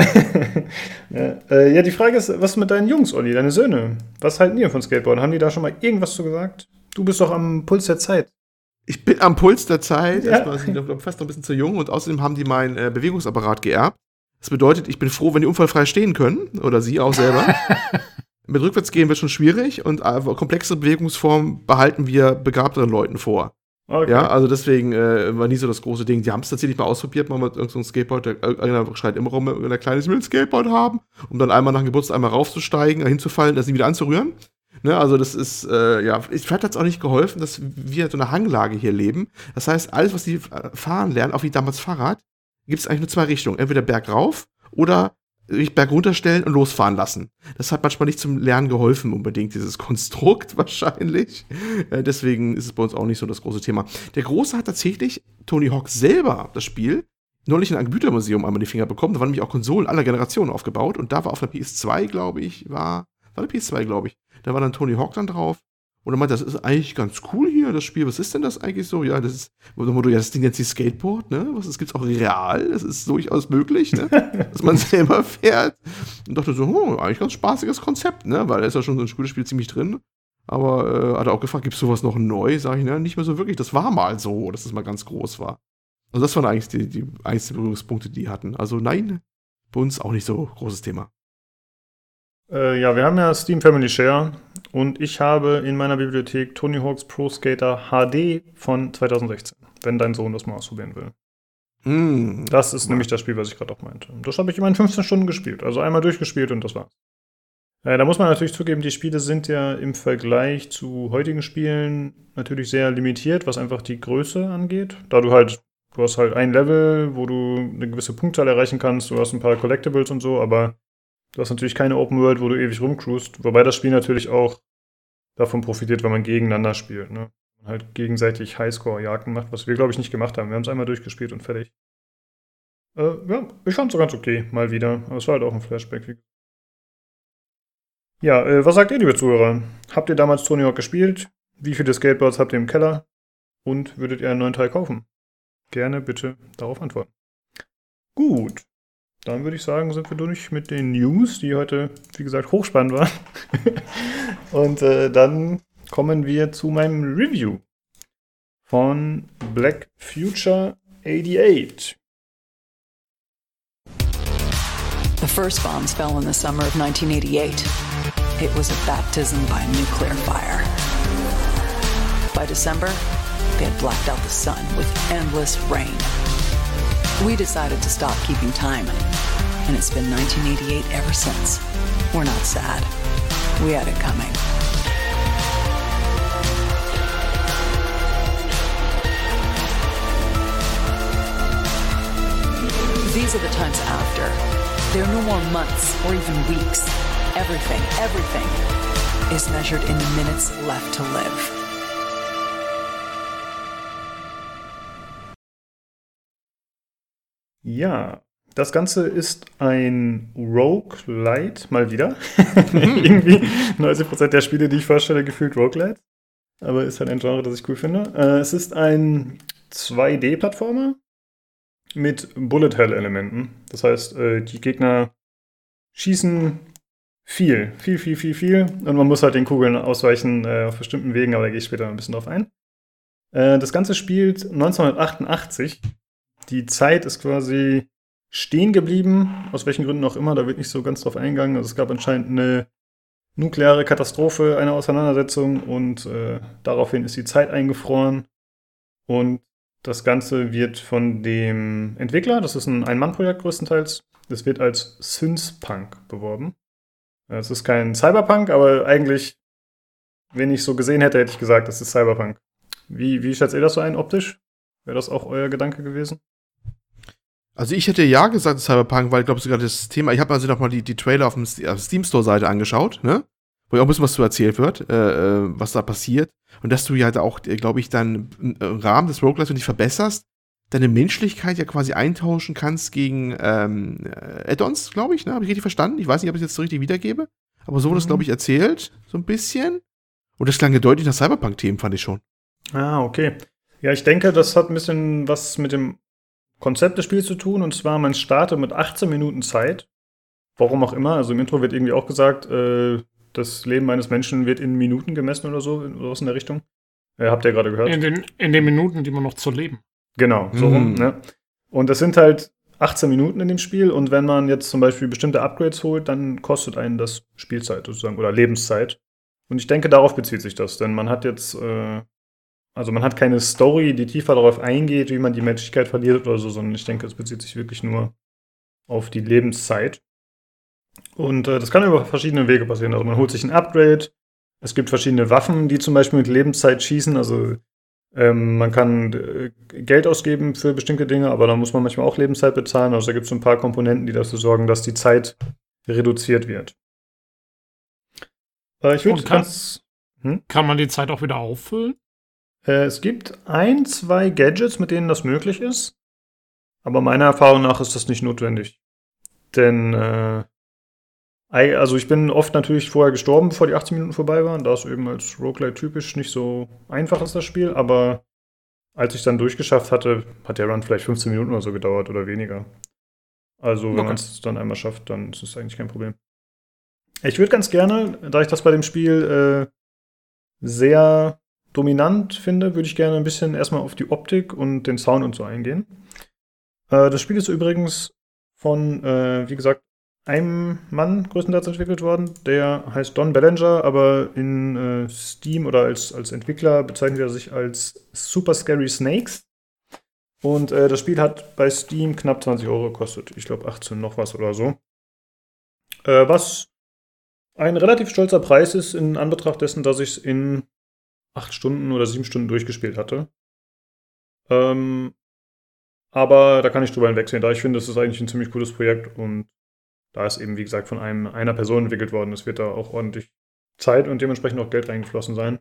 Ja, die Frage ist, was mit deinen Jungs, Olli, deine Söhne? Was halten die von Skateboarden? Haben die da schon mal irgendwas zu gesagt? Du bist doch am Puls der Zeit. Ich bin am Puls der Zeit. Ja. Erstmal sind die fast noch ein bisschen zu jung und außerdem haben die meinen Bewegungsapparat geerbt. Das bedeutet, ich bin froh, wenn die unfallfrei stehen können. Oder sie auch selber. Mit Rückwärtsgehen wird schon schwierig und komplexe Bewegungsformen behalten wir begabteren Leuten vor. Okay. Ja, also deswegen war nie so das große Ding. Die haben es tatsächlich mal ausprobiert, mal mit irgendeinem Skateboard. Einer schreit immer rum, wenn der Kleine will ein Skateboard haben, um dann einmal nach dem Geburtstag einmal raufzusteigen, hinzufallen, das nie wieder anzurühren. Ne, also das ist, vielleicht hat es auch nicht geholfen, dass wir so eine Hanglage hier leben. Das heißt, alles, was die fahren lernen, auch wie damals Fahrrad, gibt es eigentlich nur zwei Richtungen. Entweder bergauf oder sich bergunter stellen und losfahren lassen. Das hat manchmal nicht zum Lernen geholfen, unbedingt, dieses Konstrukt wahrscheinlich. Deswegen ist es bei uns auch nicht so das große Thema. Der Große hat tatsächlich Tony Hawk selber, das Spiel, neulich in einem Gütermuseum einmal die Finger bekommen. Da waren nämlich auch Konsolen aller Generationen aufgebaut. Und da war auf der PS2, glaube ich, war eine PS2, glaube ich. Da war dann Tony Hawk dann drauf. Und er meinte, das ist eigentlich ganz cool hier, das Spiel. Was ist denn das eigentlich so? Ja, das ist, das Ding nennt sich Skateboard, ne? Das gibt's auch real, das ist durchaus möglich, ne? Dass man selber fährt. Und dachte so, eigentlich ganz spaßiges Konzept, ne? Weil da ist ja schon so ein gutes Spiel ziemlich drin. Aber hat er auch gefragt, gibt's sowas noch neu? Sag ich, ne, nicht mehr so wirklich. Das war mal so, dass es mal ganz groß war. Also das waren eigentlich die einzigen Berührungspunkte, die hatten. Also nein, bei uns auch nicht so großes Thema. Ja, wir haben ja Steam Family Share und ich habe in meiner Bibliothek Tony Hawk's Pro Skater HD von 2016, wenn dein Sohn das mal ausprobieren will. Das ist nämlich das Spiel, was ich gerade auch meinte. Das habe ich immerhin 15 Stunden gespielt, also einmal durchgespielt und das war's. Da muss man natürlich zugeben, die Spiele sind ja im Vergleich zu heutigen Spielen natürlich sehr limitiert, was einfach die Größe angeht. Du hast halt ein Level, wo du eine gewisse Punktzahl erreichen kannst, du hast ein paar Collectibles und so, aber du hast natürlich keine Open World, wo du ewig rumcruist, wobei das Spiel natürlich auch davon profitiert, wenn man gegeneinander spielt, ne? Man halt gegenseitig Highscore-Jagden macht, was wir, glaube ich, nicht gemacht haben. Wir haben es einmal durchgespielt und fertig. Ja, ich fand es so ganz okay, mal wieder. Aber es war halt auch ein Flashback. Ja, was sagt ihr, liebe Zuhörer? Habt ihr damals Tony Hawk gespielt? Wie viele Skateboards habt ihr im Keller? Und würdet ihr einen neuen Teil kaufen? Gerne bitte darauf antworten. Gut, dann würde ich sagen, sind wir durch mit den News, die heute, wie gesagt, hochspannend waren. Und dann kommen wir zu meinem Review von Black Future 88. The first bombs fell in the summer of 1988. It was a baptism by nuclear fire. By December, they had blacked out the sun with endless rain. We decided to stop keeping time, and it's been 1988 ever since. We're not sad. We had it coming. These are the times after. There are no more months or even weeks. Everything is measured in the minutes left to live. Ja, das Ganze ist ein Roguelite, mal wieder. Irgendwie 90% der Spiele, die ich vorstelle, gefühlt Roguelite. Aber ist halt ein Genre, das ich cool finde. Es ist ein 2D-Plattformer mit Bullet-Hell-Elementen. Das heißt, die Gegner schießen viel. Und man muss halt den Kugeln ausweichen auf bestimmten Wegen, aber da gehe ich später ein bisschen drauf ein. Das Ganze spielt 1988. Die Zeit ist quasi stehen geblieben, aus welchen Gründen auch immer, da wird nicht so ganz drauf eingegangen. Also es gab anscheinend eine nukleare Katastrophe, eine Auseinandersetzung und daraufhin ist die Zeit eingefroren. Und das Ganze wird von dem Entwickler, das ist ein Ein-Mann-Projekt größtenteils, das wird als Synthpunk beworben. Es ist kein Cyberpunk, aber eigentlich, wenn ich so gesehen hätte, hätte ich gesagt, das ist Cyberpunk. Wie schätzt ihr das so ein, optisch? Wäre das auch euer Gedanke gewesen? Also ich hätte ja gesagt Cyberpunk, weil ich glaube sogar das Thema, ich habe also noch mal die Trailer auf der Steam Store Seite angeschaut, ne? Wo ja auch ein bisschen was zu erzählt wird, was da passiert. Und dass du ja da auch, glaube ich, dann im Rahmen des Roguelites, wenn du dich verbesserst, deine Menschlichkeit ja quasi eintauschen kannst gegen Add-ons, glaube ich, ne? Habe ich richtig verstanden? Ich weiß nicht, ob ich es jetzt so richtig wiedergebe. Aber so wurde es, glaube ich, erzählt, so ein bisschen. Und das klang ja deutlich nach Cyberpunk-Themen, fand ich schon. Ah, okay. Ja, ich denke, das hat ein bisschen was mit dem Konzept des Spiels zu tun. Und zwar, man startet mit 18 Minuten Zeit. Warum auch immer. Also im Intro wird irgendwie auch gesagt, das Leben eines Menschen wird in Minuten gemessen oder so, oder was in der Richtung. Habt ihr gerade gehört? In den Minuten, die man noch zu leben. Genau, so rum. Ne? Und das sind halt 18 Minuten in dem Spiel. Und wenn man jetzt zum Beispiel bestimmte Upgrades holt, dann kostet einen das Spielzeit sozusagen oder Lebenszeit. Und ich denke, darauf bezieht sich das. Denn man hat jetzt also man hat keine Story, die tiefer darauf eingeht, wie man die Menschlichkeit verliert oder so, sondern ich denke, es bezieht sich wirklich nur auf die Lebenszeit. Und das kann über verschiedene Wege passieren. Also man holt sich ein Upgrade, es gibt verschiedene Waffen, die zum Beispiel mit Lebenszeit schießen. Also man kann Geld ausgeben für bestimmte Dinge, aber da muss man manchmal auch Lebenszeit bezahlen. Also da gibt es ein paar Komponenten, die dafür sorgen, dass die Zeit reduziert wird. Ich würde kann man die Zeit auch wieder auffüllen? Es gibt 2 Gadgets, mit denen das möglich ist. Aber meiner Erfahrung nach ist das nicht notwendig. Denn, also ich bin oft natürlich vorher gestorben, bevor die 18 Minuten vorbei waren. Da es eben als Roguelite typisch nicht so einfach ist, das Spiel. Aber als ich dann durchgeschafft hatte, hat der Run vielleicht 15 Minuten oder so gedauert oder weniger. Also wenn man es dann einmal schafft, dann ist es eigentlich kein Problem. Ich würde ganz gerne, da ich das bei dem Spiel sehr dominant finde, würde ich gerne ein bisschen erstmal auf die Optik und den Sound und so eingehen. Das Spiel ist übrigens von, wie gesagt, einem Mann größtenteils entwickelt worden. Der heißt Don Bellinger, aber in Steam oder als Entwickler bezeichnet er sich als Super Scary Snakes. Und das Spiel hat bei Steam knapp 20 € gekostet. Ich glaube 18 noch was oder so. Was ein relativ stolzer Preis ist in Anbetracht dessen, dass ich es in 8 Stunden oder 7 Stunden durchgespielt hatte. Aber da kann ich drüber hinwegsehen, da ich finde, das ist eigentlich ein ziemlich cooles Projekt und da es eben, wie gesagt, von einer Person entwickelt worden ist, wird da auch ordentlich Zeit und dementsprechend auch Geld reingeflossen sein.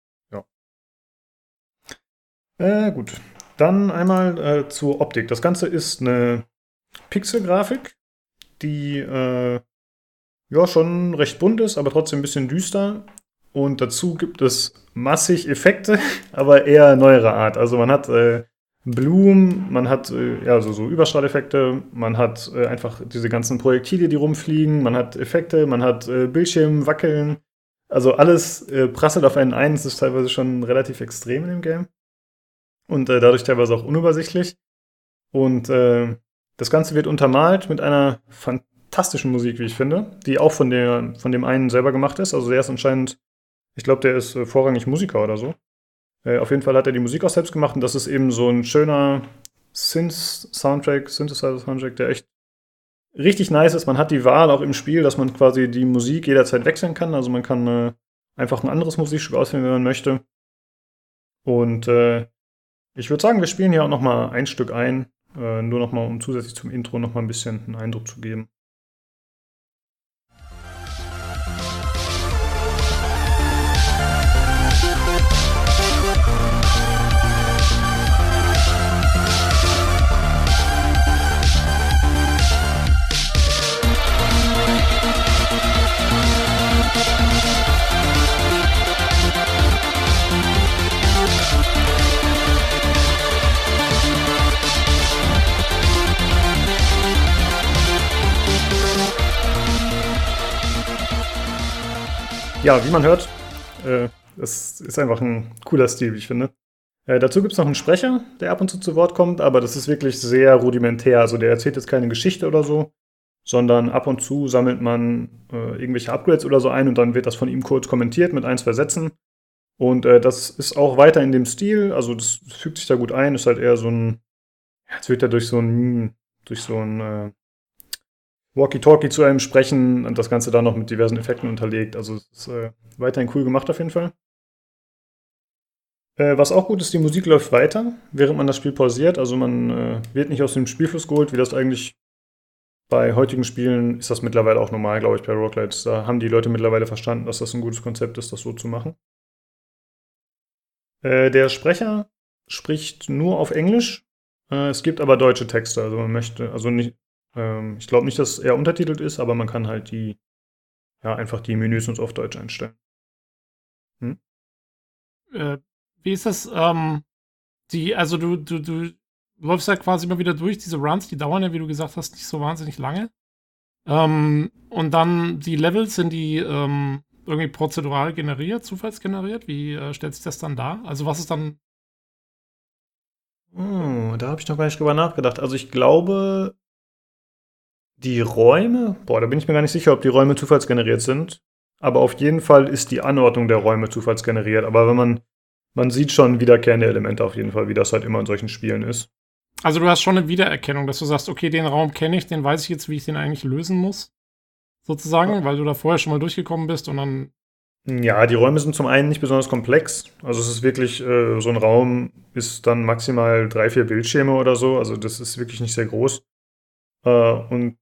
Ja. Gut. Dann einmal zur Optik. Das Ganze ist eine Pixelgrafik, die ja schon recht bunt ist, aber trotzdem ein bisschen düster. Und dazu gibt es massig Effekte, aber eher neuere Art. Also man hat Blumen, man hat ja, so Überstrahleffekte, man hat einfach diese ganzen Projektile, die rumfliegen, man hat Effekte, man hat Bildschirm wackeln. Also alles prasselt auf einen ein. Es ist teilweise schon relativ extrem in dem Game. Und dadurch teilweise auch unübersichtlich. Und das Ganze wird untermalt mit einer fantastischen Musik, wie ich finde, die auch von dem einen selber gemacht ist. Also der ist anscheinend, ich glaube, der ist vorrangig Musiker oder so. Auf jeden Fall hat er die Musik auch selbst gemacht und das ist eben so ein schöner Synthesizer-Soundtrack, der echt richtig nice ist. Man hat die Wahl auch im Spiel, dass man quasi die Musik jederzeit wechseln kann. Also man kann einfach ein anderes Musikstück auswählen, wenn man möchte. Und ich würde sagen, wir spielen hier auch noch mal ein Stück ein, nur noch mal, um zusätzlich zum Intro noch mal ein bisschen einen Eindruck zu geben. Ja, wie man hört, das ist einfach ein cooler Stil, wie ich finde. Dazu gibt es noch einen Sprecher, der ab und zu Wort kommt, aber das ist wirklich sehr rudimentär. Also der erzählt jetzt keine Geschichte oder so, sondern ab und zu sammelt man irgendwelche Upgrades oder so ein und dann wird das von ihm kurz kommentiert mit 1, 2 Sätzen. Und das ist auch weiter in dem Stil, also das fügt sich da gut ein, ist halt eher so ein, jetzt wird er durch so ein Walkie-Talkie zu einem sprechen und das Ganze dann noch mit diversen Effekten unterlegt. Also es ist weiterhin cool gemacht auf jeden Fall. Was auch gut ist, die Musik läuft weiter, während man das Spiel pausiert. Also man wird nicht aus dem Spielfluss geholt, wie das eigentlich bei heutigen Spielen ist das mittlerweile auch normal, glaube ich, bei Roguelites. Da haben die Leute mittlerweile verstanden, dass das ein gutes Konzept ist, das so zu machen. Der Sprecher spricht nur auf Englisch. Es gibt aber deutsche Texte. Also man möchte, also nicht, ich glaube nicht, dass er untertitelt ist, aber man kann halt einfach die Menüs uns auf Deutsch einstellen. Wie ist das? Also du läufst ja quasi immer wieder durch, diese Runs, die dauern ja, wie du gesagt hast, nicht so wahnsinnig lange. Und dann die Levels, sind die irgendwie prozedural generiert, zufallsgeneriert? Wie stellt sich das dann dar? Also was ist dann... Da habe ich noch gar nicht drüber nachgedacht. Also ich glaube, die Räume, da bin ich mir gar nicht sicher, ob die Räume zufallsgeneriert sind. Aber auf jeden Fall ist die Anordnung der Räume zufallsgeneriert. Aber wenn man sieht schon wiederkehrende Elemente auf jeden Fall, wie das halt immer in solchen Spielen ist. Also du hast schon eine Wiedererkennung, dass du sagst, okay, den Raum kenne ich, den weiß ich jetzt, wie ich den eigentlich lösen muss. Sozusagen, weil du da vorher schon mal durchgekommen bist und dann... Ja, die Räume sind zum einen nicht besonders komplex. Also es ist wirklich, so ein Raum ist dann maximal 3, 4 Bildschirme oder so. Also das ist wirklich nicht sehr groß. Und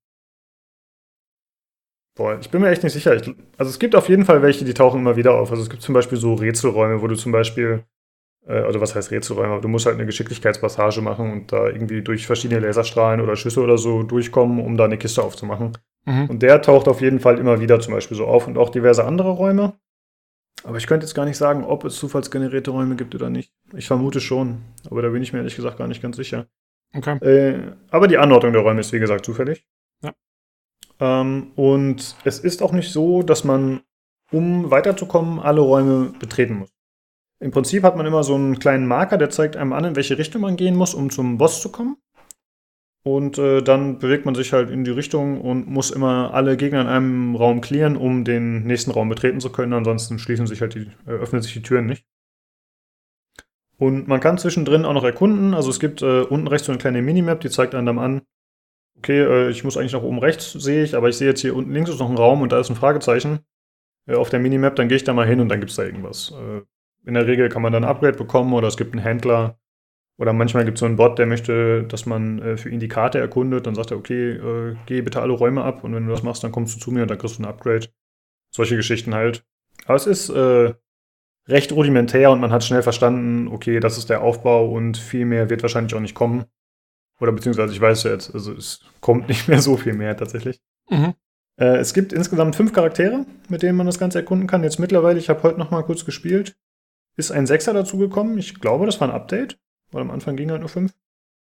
ich bin mir echt nicht sicher. Also es gibt auf jeden Fall welche, die tauchen immer wieder auf. Also es gibt zum Beispiel so Rätselräume, wo du zum Beispiel, oder was heißt Rätselräume, aber du musst halt eine Geschicklichkeitspassage machen und da irgendwie durch verschiedene Laserstrahlen oder Schüsse oder so durchkommen, um da eine Kiste aufzumachen. Mhm. Und der taucht auf jeden Fall immer wieder zum Beispiel so auf und auch diverse andere Räume. Aber ich könnte jetzt gar nicht sagen, ob es zufallsgenerierte Räume gibt oder nicht. Ich vermute schon, aber da bin ich mir ehrlich gesagt gar nicht ganz sicher. Okay. Aber die Anordnung der Räume ist, wie gesagt, zufällig. Ja. Und es ist auch nicht so, dass man, um weiterzukommen, alle Räume betreten muss. Im Prinzip hat man immer so einen kleinen Marker, der zeigt einem an, in welche Richtung man gehen muss, um zum Boss zu kommen. Und dann bewegt man sich halt in die Richtung und muss immer alle Gegner in einem Raum clearen, um den nächsten Raum betreten zu können. Ansonsten öffnen sich die Türen nicht. Und man kann zwischendrin auch noch erkunden. Also es gibt unten rechts so eine kleine Minimap, die zeigt einem dann an, okay, ich muss eigentlich nach oben rechts, sehe ich, aber ich sehe jetzt hier unten links ist noch ein Raum und da ist ein Fragezeichen. auf der Minimap, dann gehe ich da mal hin und dann gibt es da irgendwas. In der Regel kann man dann ein Upgrade bekommen oder es gibt einen Händler. Oder manchmal gibt es so einen Bot, der möchte, dass man für ihn die Karte erkundet. Dann sagt er, okay, geh bitte alle Räume ab und wenn du das machst, dann kommst du zu mir und dann kriegst du ein Upgrade. Solche Geschichten halt. Aber es ist recht rudimentär und man hat schnell verstanden, okay, das ist der Aufbau und viel mehr wird wahrscheinlich auch nicht kommen. Oder beziehungsweise ich weiß ja jetzt, also es kommt nicht mehr so viel mehr tatsächlich. Mhm. Es gibt insgesamt 5 Charaktere, mit denen man das Ganze erkunden kann. Jetzt mittlerweile, ich habe heute noch mal kurz gespielt, ist ein 6er dazugekommen. Ich glaube, das war ein Update. Weil am Anfang ging halt nur 5.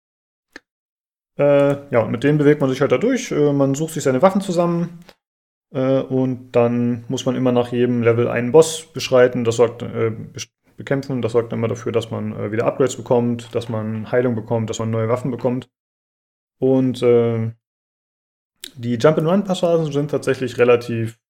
Ja, und mit denen bewegt man sich halt da durch. Man sucht sich seine Waffen zusammen. Und dann muss man immer nach jedem Level einen Boss beschreiten. Das sorgt, bekämpfen. Das sorgt immer dafür, dass man wieder Upgrades bekommt, dass man Heilung bekommt, dass man neue Waffen bekommt. Und die Jump-and-Run-Passagen sind tatsächlich relativ.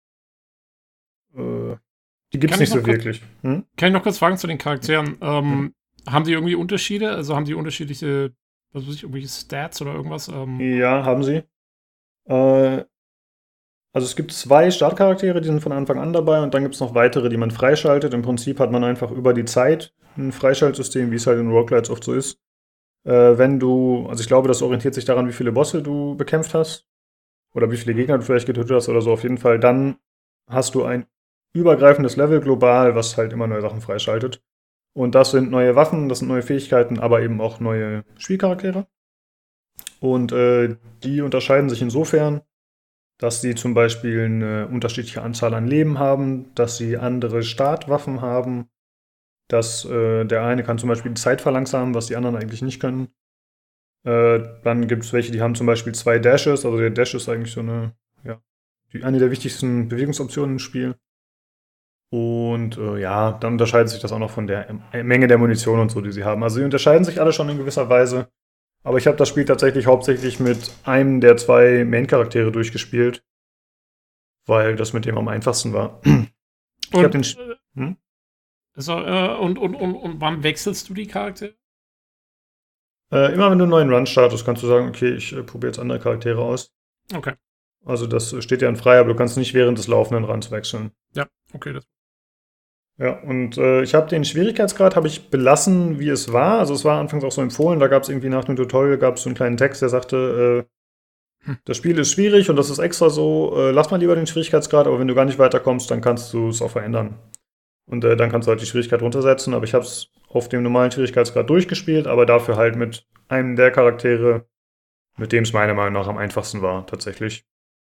Die gibt's nicht so wirklich. Kann ich noch kurz fragen zu den Charakteren? Haben die irgendwie Unterschiede? Also haben die unterschiedliche, was weiß ich, irgendwelche Stats oder irgendwas? Ja, haben sie. Also es gibt 2 Startcharaktere, die sind von Anfang an dabei und dann gibt es noch weitere, die man freischaltet. Im Prinzip hat man einfach über die Zeit ein Freischaltsystem, wie es halt in Roguelites oft so ist. Also ich glaube, das orientiert sich daran, wie viele Bosse du bekämpft hast oder wie viele Gegner du vielleicht getötet hast oder so. Auf jeden Fall, dann hast du ein übergreifendes Level global, was halt immer neue Sachen freischaltet. Und das sind neue Waffen, das sind neue Fähigkeiten, aber eben auch neue Spielcharaktere. Und die unterscheiden sich insofern, dass sie zum Beispiel eine unterschiedliche Anzahl an Leben haben, dass sie andere Startwaffen haben, dass der eine kann zum Beispiel die Zeit verlangsamen, was die anderen eigentlich nicht können. Dann gibt es welche, die haben zum Beispiel 2 Dashes, also der Dash ist eigentlich so eine der wichtigsten Bewegungsoptionen im Spiel. Und dann unterscheidet sich das auch noch von der Menge der Munition und so, die sie haben. Also sie unterscheiden sich alle schon in gewisser Weise. Aber ich habe das Spiel tatsächlich hauptsächlich mit einem der 2 Main-Charaktere durchgespielt, weil das mit dem am einfachsten war. Ich habe den. Also, und wann wechselst du die Charaktere? Immer wenn du einen neuen Run startest, kannst du sagen, okay, ich probiere jetzt andere Charaktere aus. Okay. Also das steht ja in frei, aber du kannst nicht während des laufenden Runs wechseln. Ja, okay. Ja, und ich habe den Schwierigkeitsgrad belassen, wie es war. Also es war anfangs auch so empfohlen, da gab es irgendwie nach dem Tutorial so einen kleinen Text, der sagte, das Spiel ist schwierig und das ist extra so, lass mal lieber den Schwierigkeitsgrad, aber wenn du gar nicht weiterkommst, dann kannst du es auch verändern. Und dann kannst du halt die Schwierigkeit runtersetzen, aber ich habe es auf dem normalen Schwierigkeitsgrad durchgespielt, aber dafür halt mit einem der Charaktere, mit dem es meiner Meinung nach am einfachsten war, tatsächlich.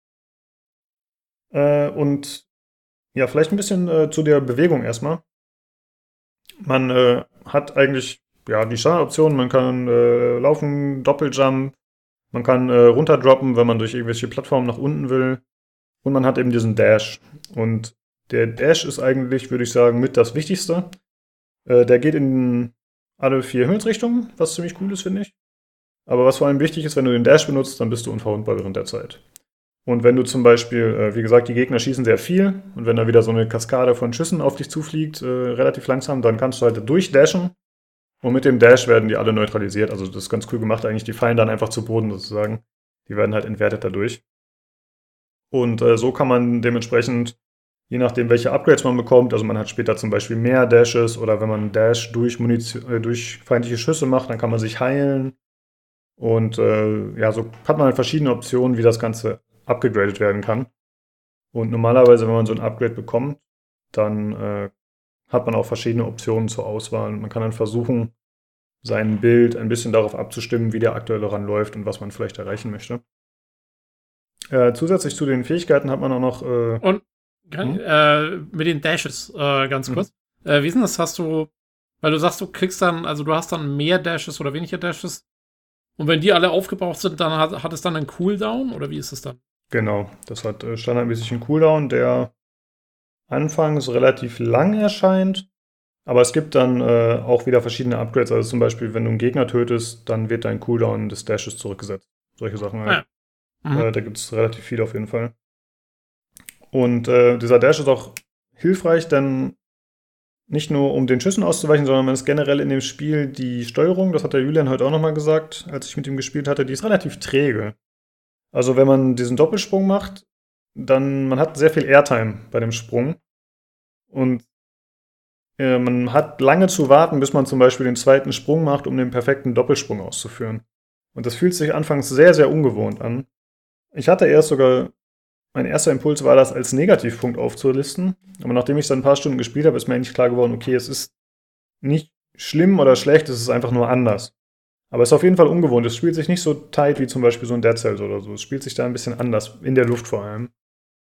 Und ja, vielleicht ein bisschen zu der Bewegung erstmal. Man hat eigentlich die Standardoptionen. Man kann laufen, Doppeljump. Man kann runterdroppen, wenn man durch irgendwelche Plattformen nach unten will. Und man hat eben diesen Dash. Und der Dash ist eigentlich, würde ich sagen, mit das Wichtigste. Der geht in alle 4 Himmelsrichtungen, was ziemlich cool ist, finde ich. Aber was vor allem wichtig ist, wenn du den Dash benutzt, dann bist du unverwundbar während der Zeit. Und wenn du zum Beispiel, wie gesagt, die Gegner schießen sehr viel und wenn da wieder so eine Kaskade von Schüssen auf dich zufliegt, relativ langsam, dann kannst du halt durchdashen und mit dem Dash werden die alle neutralisiert. Also das ist ganz cool gemacht eigentlich, die fallen dann einfach zu Boden sozusagen. Die werden halt entwertet dadurch. Und so kann man dementsprechend, je nachdem welche Upgrades man bekommt, also man hat später zum Beispiel mehr Dashes oder wenn man Dash durch feindliche Schüsse macht, dann kann man sich heilen. Und so hat man halt verschiedene Optionen, wie das Ganze abgegradet werden kann. Und normalerweise, wenn man so ein Upgrade bekommt, dann hat man auch verschiedene Optionen zur Auswahl. Und man kann dann versuchen, sein Bild ein bisschen darauf abzustimmen, wie der aktuelle Run läuft und was man vielleicht erreichen möchte. Zusätzlich zu den Fähigkeiten hat man auch noch mit den Dashes ganz kurz. Wie ist denn das? Weil du sagst, du hast dann mehr Dashes oder weniger Dashes. Und wenn die alle aufgebraucht sind, dann hat es dann einen Cooldown? Oder wie ist es dann? Genau, das hat standardmäßig einen Cooldown, der anfangs relativ lang erscheint. Aber es gibt dann auch wieder verschiedene Upgrades. Also zum Beispiel, wenn du einen Gegner tötest, dann wird dein Cooldown des Dashes zurückgesetzt. Solche Sachen halt. Da gibt es relativ viel auf jeden Fall. Und dieser Dash ist auch hilfreich, denn nicht nur um den Schüssen auszuweichen, sondern man ist generell in dem Spiel die Steuerung, das hat der Julian heute auch nochmal gesagt, als ich mit ihm gespielt hatte, die ist relativ träge. Also wenn man diesen Doppelsprung macht, dann man hat sehr viel Airtime bei dem Sprung. Und man hat lange zu warten, bis man zum Beispiel den zweiten Sprung macht, um den perfekten Doppelsprung auszuführen. Und das fühlt sich anfangs sehr, sehr ungewohnt an. Ich hatte erst sogar, mein erster Impuls war, das als Negativpunkt aufzulisten. Aber nachdem ich dann ein paar Stunden gespielt habe, ist mir eigentlich klar geworden, okay, es ist nicht schlimm oder schlecht, es ist einfach nur anders. Aber es ist auf jeden Fall ungewohnt. Es spielt sich nicht so tight wie zum Beispiel so ein Dead Cells oder so. Es spielt sich da ein bisschen anders, in der Luft vor allem.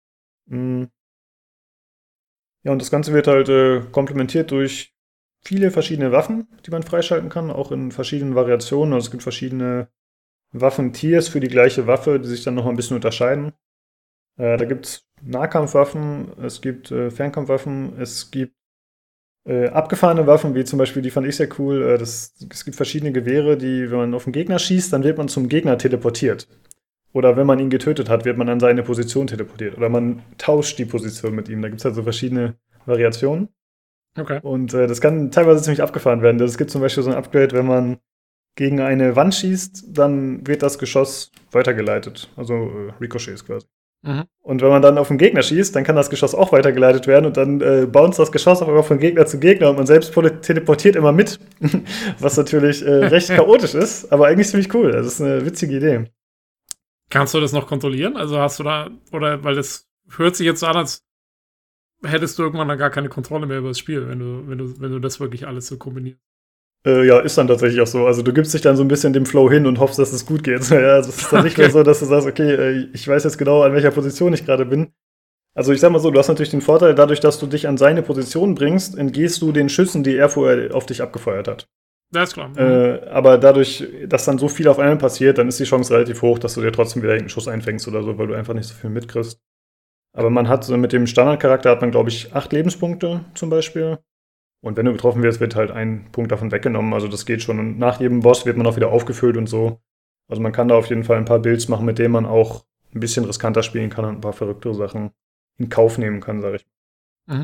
Ja, und das Ganze wird halt komplementiert durch viele verschiedene Waffen, die man freischalten kann, auch in verschiedenen Variationen. Also es gibt verschiedene Waffentiers für die gleiche Waffe, die sich dann noch ein bisschen unterscheiden. Da gibt es Nahkampfwaffen, es gibt Fernkampfwaffen, es gibt abgefahrene Waffen, wie zum Beispiel, die fand ich sehr cool. Es gibt verschiedene Gewehre, die, wenn man auf einen Gegner schießt, dann wird man zum Gegner teleportiert. Oder wenn man ihn getötet hat, wird man an seine Position teleportiert. Oder man tauscht die Position mit ihm. Da gibt es halt so verschiedene Variationen. Okay. Und das kann teilweise ziemlich abgefahren werden. Es gibt zum Beispiel so ein Upgrade, wenn man gegen eine Wand schießt, dann wird das Geschoss weitergeleitet. Also Ricochets quasi. Mhm. Und wenn man dann auf den Gegner schießt, dann kann das Geschoss auch weitergeleitet werden und dann bounce das Geschoss auch immer von Gegner zu Gegner und man selbst teleportiert immer mit. Was natürlich recht chaotisch ist, aber eigentlich ziemlich cool. Das ist eine witzige Idee. Kannst du das noch kontrollieren? Also hast du da, oder, weil das hört sich jetzt so an, als hättest du irgendwann dann gar keine Kontrolle mehr über das Spiel, wenn du das wirklich alles so kombinierst. Ja, ist dann tatsächlich auch so. Also du gibst dich dann so ein bisschen dem Flow hin und hoffst, dass es gut geht. Ja, also es ist dann nicht mehr so, dass du sagst, okay, ich weiß jetzt genau, an welcher Position ich gerade bin. Also ich sag mal so, du hast natürlich den Vorteil, dadurch, dass du dich an seine Position bringst, entgehst du den Schüssen, die er vorher auf dich abgefeuert hat. Das ist klar. Aber dadurch, dass dann so viel auf einmal passiert, dann ist die Chance relativ hoch, dass du dir trotzdem wieder einen Schuss einfängst oder so, weil du einfach nicht so viel mitkriegst. Aber man hat mit dem Standardcharakter hat man, glaube ich, 8 Lebenspunkte zum Beispiel. Und wenn du getroffen wirst, wird halt ein Punkt davon weggenommen. Also das geht schon. Und nach jedem Boss wird man auch wieder aufgefüllt und so. Also man kann da auf jeden Fall ein paar Builds machen, mit denen man auch ein bisschen riskanter spielen kann und ein paar verrücktere Sachen in Kauf nehmen kann, sag ich. Mhm.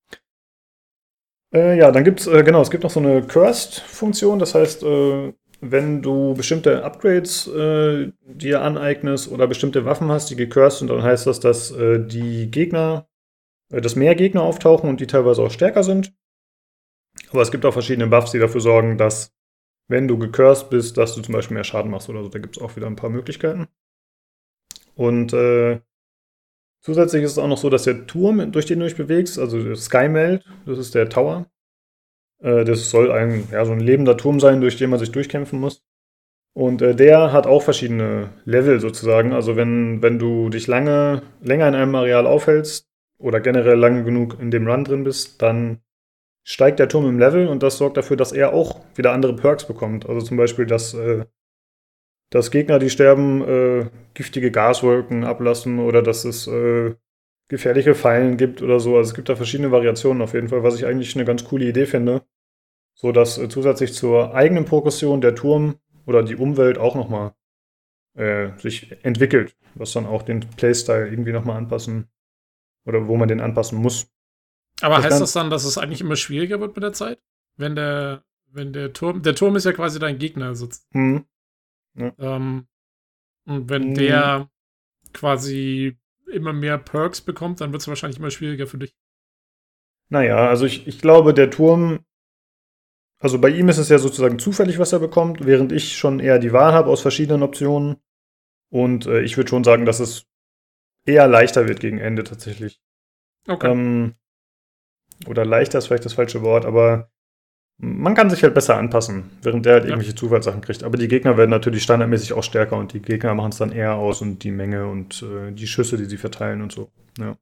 Ja, dann gibt's, es gibt noch so eine Cursed-Funktion. Das heißt, wenn du bestimmte Upgrades dir aneignest oder bestimmte Waffen hast, die gecursed sind, dann heißt das, dass die Gegner, dass mehr Gegner auftauchen und die teilweise auch stärker sind. Aber es gibt auch verschiedene Buffs, die dafür sorgen, dass, wenn du gecursed bist, dass du zum Beispiel mehr Schaden machst oder so. Da gibt es auch wieder ein paar Möglichkeiten. Und zusätzlich ist es auch noch so, dass der Turm, durch den du dich bewegst, also der Skymeld, das ist der Tower, das soll so ein lebender Turm sein, durch den man sich durchkämpfen muss. Und der hat auch verschiedene Level sozusagen. Also wenn du dich länger in einem Areal aufhältst oder generell lange genug in dem Run drin bist, dann steigt der Turm im Level und das sorgt dafür, dass er auch wieder andere Perks bekommt. Also zum Beispiel, dass Gegner, die sterben, giftige Gaswolken ablassen oder dass es gefährliche Fallen gibt oder so. Also es gibt da verschiedene Variationen auf jeden Fall, was ich eigentlich eine ganz coole Idee finde. So dass zusätzlich zur eigenen Progression der Turm oder die Umwelt auch nochmal sich entwickelt, was dann auch den Playstyle irgendwie nochmal anpassen oder wo man den anpassen muss. Aber heißt das dann, dass es eigentlich immer schwieriger wird mit der Zeit? Wenn der Turm ist ja quasi dein Gegner sozusagen. Ja. Und wenn der quasi immer mehr Perks bekommt, dann wird es wahrscheinlich immer schwieriger für dich. Naja, also ich glaube, der Turm, also bei ihm ist es ja sozusagen zufällig, was er bekommt, während ich schon eher die Wahl habe aus verschiedenen Optionen. Und ich würde schon sagen, dass es eher leichter wird gegen Ende tatsächlich. Okay. Oder leichter ist vielleicht das falsche Wort, aber man kann sich halt besser anpassen, während der halt irgendwelche Zufallssachen kriegt. Aber die Gegner werden natürlich standardmäßig auch stärker und die Gegner machen es dann eher aus und die Menge und die Schüsse, die sie verteilen und so. Ja.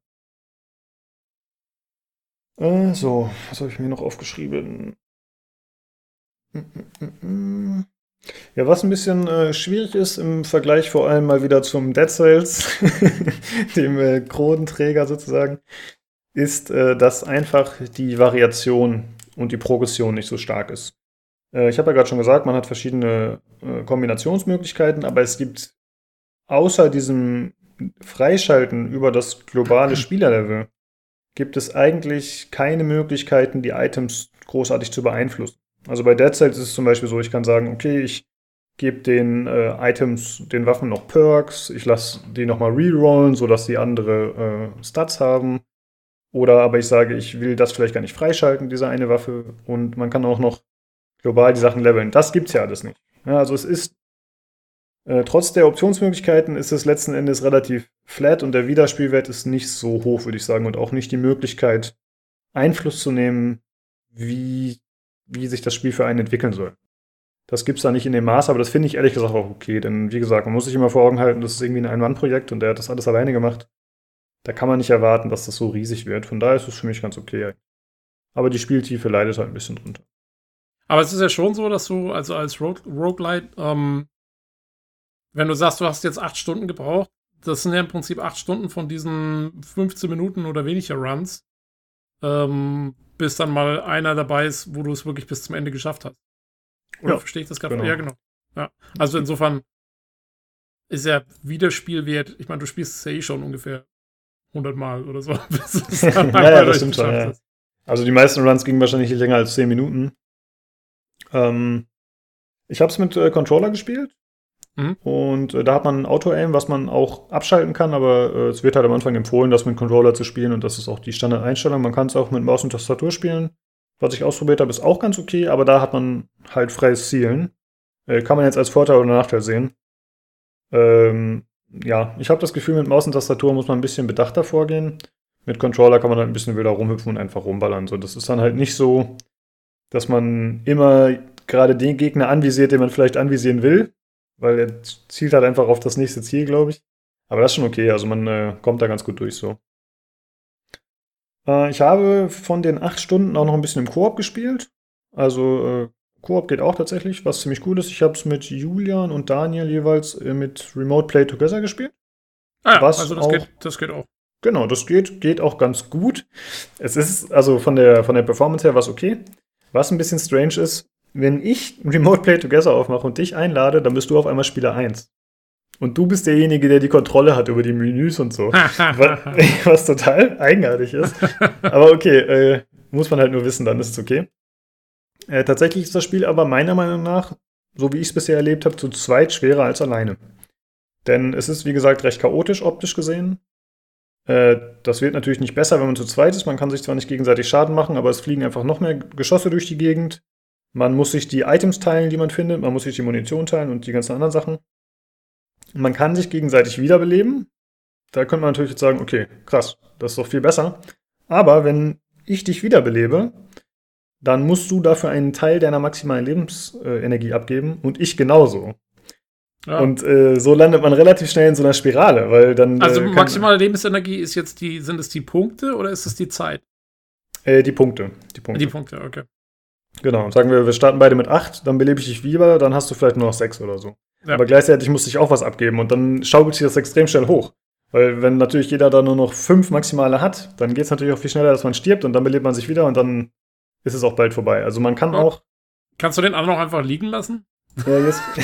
So, was habe ich mir noch aufgeschrieben? Ja, was ein bisschen schwierig ist im Vergleich vor allem mal wieder zum Dead Cells, dem Kronenträger sozusagen, ist, dass einfach die Variation und die Progression nicht so stark ist. Ich habe ja gerade schon gesagt, man hat verschiedene Kombinationsmöglichkeiten, aber es gibt außer diesem Freischalten über das globale Spielerlevel, gibt es eigentlich keine Möglichkeiten, die Items großartig zu beeinflussen. Also bei Dead Cells ist es zum Beispiel so, ich kann sagen, okay, ich gebe den Items, den Waffen noch Perks, ich lasse die nochmal rerollen, sodass die andere Stats haben. Oder aber ich sage, ich will das vielleicht gar nicht freischalten, diese eine Waffe. Und man kann auch noch global die Sachen leveln. Das gibt's ja alles nicht. Ja, also es ist, trotz der Optionsmöglichkeiten ist es letzten Endes relativ flat und der Wiederspielwert ist nicht so hoch, würde ich sagen. Und auch nicht die Möglichkeit, Einfluss zu nehmen, wie sich das Spiel für einen entwickeln soll. Das gibt's da nicht in dem Maß, aber das finde ich ehrlich gesagt auch okay. Denn wie gesagt, man muss sich immer vor Augen halten, das ist irgendwie ein Ein-Mann-Projekt und der hat das alles alleine gemacht. Da kann man nicht erwarten, dass das so riesig wird. Von daher ist es für mich ganz okay. Aber die Spieltiefe leidet halt ein bisschen drunter. Aber es ist ja schon so, dass du, also als Roguelite, wenn du sagst, du hast jetzt 8 Stunden gebraucht, das sind ja im Prinzip 8 Stunden von diesen 15 Minuten oder weniger Runs, bis dann mal einer dabei ist, wo du es wirklich bis zum Ende geschafft hast. Oder verstehe ich das gerade? Genau. Ja, genau. Ja. Also insofern ist ja Wiederspielwert, ich meine, du spielst es ja eh schon ungefähr 100 Mal oder so. Ja, das stimmt schon. Ja. Also die meisten Runs gingen wahrscheinlich nicht länger als 10 Minuten. Ich habe es mit Controller gespielt. Und da hat man ein Auto-Aim, was man auch abschalten kann, aber es wird halt am Anfang empfohlen, das mit Controller zu spielen und das ist auch die Standardeinstellung. Man kann es auch mit Maus und Tastatur spielen. Was ich ausprobiert habe, ist auch ganz okay, aber da hat man halt freies Zielen. Kann man jetzt als Vorteil oder Nachteil sehen. Ja, ich habe das Gefühl, mit Maus und Tastatur muss man ein bisschen bedachter vorgehen. Mit Controller kann man halt ein bisschen wilder rumhüpfen und einfach rumballern. So, das ist dann halt nicht so, dass man immer gerade den Gegner anvisiert, den man vielleicht anvisieren will. Weil er zielt halt einfach auf das nächste Ziel, glaube ich. Aber das ist schon okay, also man kommt da ganz gut durch so. Ich habe von den 8 Stunden auch noch ein bisschen im Koop gespielt. Also Koop geht auch tatsächlich, was ziemlich cool ist. Ich habe es mit Julian und Daniel jeweils mit Remote Play Together gespielt. Ah ja, also das geht auch. Genau, das geht auch ganz gut. Es ist, also von der Performance her was okay. Was ein bisschen strange ist, wenn ich Remote Play Together aufmache und dich einlade, dann bist du auf einmal Spieler 1. Und du bist derjenige, der die Kontrolle hat über die Menüs und so. was total eigenartig ist. Aber okay, muss man halt nur wissen, dann ist es okay. Tatsächlich ist das Spiel aber meiner Meinung nach, so wie ich es bisher erlebt habe, zu zweit schwerer als alleine. Denn es ist, wie gesagt, recht chaotisch optisch gesehen. Das wird natürlich nicht besser, wenn man zu zweit ist. Man kann sich zwar nicht gegenseitig Schaden machen, aber es fliegen einfach noch mehr Geschosse durch die Gegend. Man muss sich die Items teilen, die man findet. Man muss sich die Munition teilen und die ganzen anderen Sachen. Man kann sich gegenseitig wiederbeleben. Da könnte man natürlich jetzt sagen, okay, krass, das ist doch viel besser. Aber wenn ich dich wiederbelebe, dann musst du dafür einen Teil deiner maximalen Lebensenergie abgeben und ich genauso. Ja. Und so landet man relativ schnell in so einer Spirale, weil dann. Also maximale Lebensenergie ist jetzt sind es die Punkte oder ist es die Zeit? Die Punkte. Die Punkte, okay. Genau, sagen wir starten beide mit 8, dann belebe ich dich wieder, dann hast du vielleicht nur noch 6 oder so. Ja. Aber gleichzeitig musste ich auch was abgeben und dann schaukelt sich das extrem schnell hoch. Weil wenn natürlich jeder da nur noch 5 Maximale hat, dann geht es natürlich auch viel schneller, dass man stirbt und dann belebt man sich wieder und dann ist es auch bald vorbei. Also man kann auch. Kannst du den anderen auch einfach liegen lassen? Ja,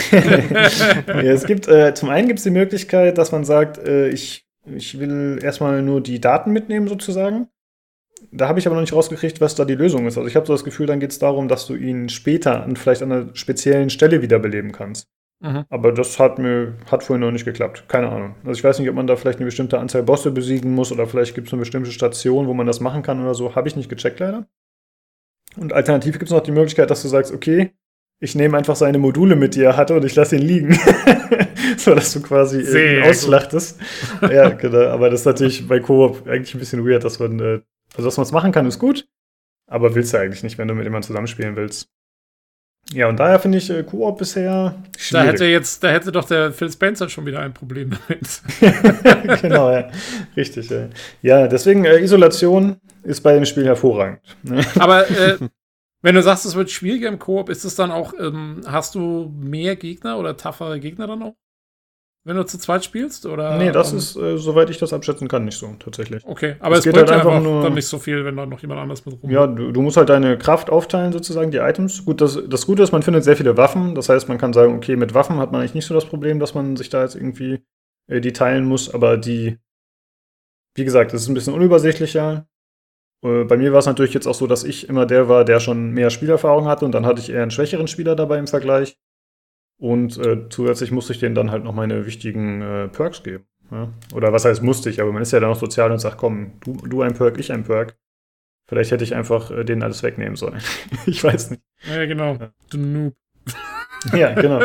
es gibt, zum einen gibt es die Möglichkeit, dass man sagt, ich will erstmal nur die Daten mitnehmen sozusagen. Da habe ich aber noch nicht rausgekriegt, was da die Lösung ist. Also ich habe so das Gefühl, dann geht es darum, dass du ihn später vielleicht an einer speziellen Stelle wiederbeleben kannst. Mhm. Aber das hat vorhin noch nicht geklappt. Keine Ahnung. Also ich weiß nicht, ob man da vielleicht eine bestimmte Anzahl Bosse besiegen muss oder vielleicht gibt es eine bestimmte Station, wo man das machen kann oder so. Habe ich nicht gecheckt leider. Und alternativ gibt es noch die Möglichkeit, dass du sagst, okay, ich nehme einfach seine Module mit, die er hatte und ich lasse ihn liegen. So, dass du quasi ausschlachtest. Ja, genau. Aber das ist natürlich bei Koop eigentlich ein bisschen weird, dass man dass man es machen kann, ist gut. Aber willst du eigentlich nicht, wenn du mit jemandem zusammenspielen willst. Ja, und daher finde ich Koop bisher schwierig. Da hätte doch der Phil Spencer schon wieder ein Problem damit. Genau, ja. Richtig, ja. Ja, deswegen Isolation ist bei dem Spiel hervorragend. Aber wenn du sagst, es wird schwieriger im Koop, ist es dann auch, hast du mehr Gegner oder toughere Gegner dann auch? Wenn du zu zweit spielst? Oder, nee, das ist, soweit ich das abschätzen kann, nicht so, tatsächlich. Okay, aber es bringt halt einfach nur dann nicht so viel, wenn da noch jemand anders mit rum. Ja, du musst halt deine Kraft aufteilen, sozusagen, die Items. Gut, das Gute ist, man findet sehr viele Waffen. Das heißt, man kann sagen, okay, mit Waffen hat man eigentlich nicht so das Problem, dass man sich da jetzt irgendwie die teilen muss. Aber wie gesagt, das ist ein bisschen unübersichtlicher. Bei mir war es natürlich jetzt auch so, dass ich immer der war, der schon mehr Spielerfahrung hatte. Und dann hatte ich eher einen schwächeren Spieler dabei im Vergleich. Und zusätzlich musste ich denen dann halt noch meine wichtigen Perks geben. Ja? Oder was heißt musste ich, aber man ist ja dann auch sozial und sagt, komm, du ein Perk, ich ein Perk. Vielleicht hätte ich einfach denen alles wegnehmen sollen. Ich weiß nicht. Ja, genau. Ja. Du Noob. Ja, genau.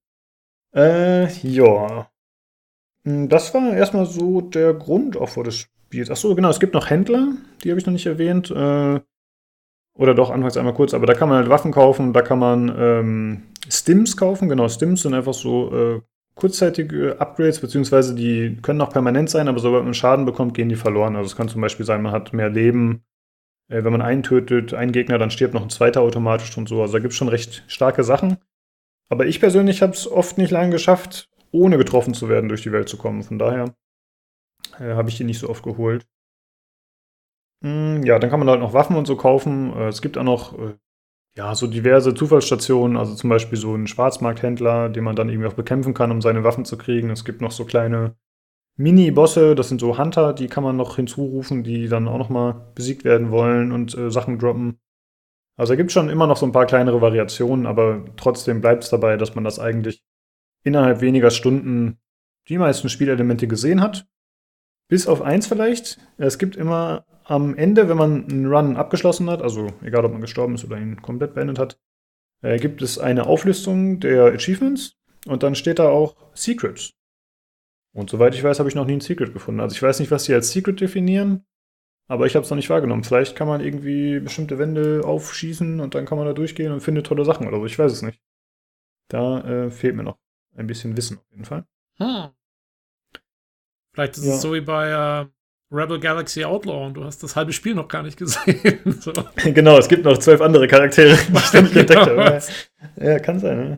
Ja. Das war erstmal so der Grund auch vor des Spiels. Achso, genau, es gibt noch Händler, die habe ich noch nicht erwähnt. Oder doch, anfangs einmal kurz, aber da kann man halt Waffen kaufen, da kann man Stims kaufen. Genau, Stims sind einfach so kurzzeitige Upgrades, beziehungsweise die können auch permanent sein, aber sobald man Schaden bekommt, gehen die verloren. Also es kann zum Beispiel sein, man hat mehr Leben. Wenn man einen tötet, einen Gegner, dann stirbt noch ein zweiter automatisch und so. Also da gibt es schon recht starke Sachen. Aber ich persönlich habe es oft nicht lange geschafft, ohne getroffen zu werden, durch die Welt zu kommen. Von daher habe ich die nicht so oft geholt. Ja, dann kann man halt noch Waffen und so kaufen. Es gibt auch noch ja, so diverse Zufallsstationen, also zum Beispiel so einen Schwarzmarkthändler, den man dann irgendwie auch bekämpfen kann, um seine Waffen zu kriegen. Es gibt noch so kleine Mini-Bosse, das sind so Hunter, die kann man noch hinzurufen, die dann auch noch mal besiegt werden wollen und Sachen droppen. Also da gibt es schon immer noch so ein paar kleinere Variationen, aber trotzdem bleibt es dabei, dass man das eigentlich innerhalb weniger Stunden die meisten Spielelemente gesehen hat. Bis auf eins vielleicht. Es gibt immer am Ende, wenn man einen Run abgeschlossen hat, also egal ob man gestorben ist oder ihn komplett beendet hat, gibt es eine Auflistung der Achievements und dann steht da auch Secrets. Und soweit ich weiß, habe ich noch nie ein Secret gefunden. Also ich weiß nicht, was sie als Secret definieren, aber ich habe es noch nicht wahrgenommen. Vielleicht kann man irgendwie bestimmte Wände aufschießen und dann kann man da durchgehen und findet tolle Sachen oder so. Ich weiß es nicht. Da fehlt mir noch ein bisschen Wissen auf jeden Fall. Vielleicht ist es so wie bei Rebel Galaxy Outlaw und du hast das halbe Spiel noch gar nicht gesehen. So. Genau, es gibt noch 12 andere Charaktere, die ich noch nicht entdeckt habe. Ja, kann sein.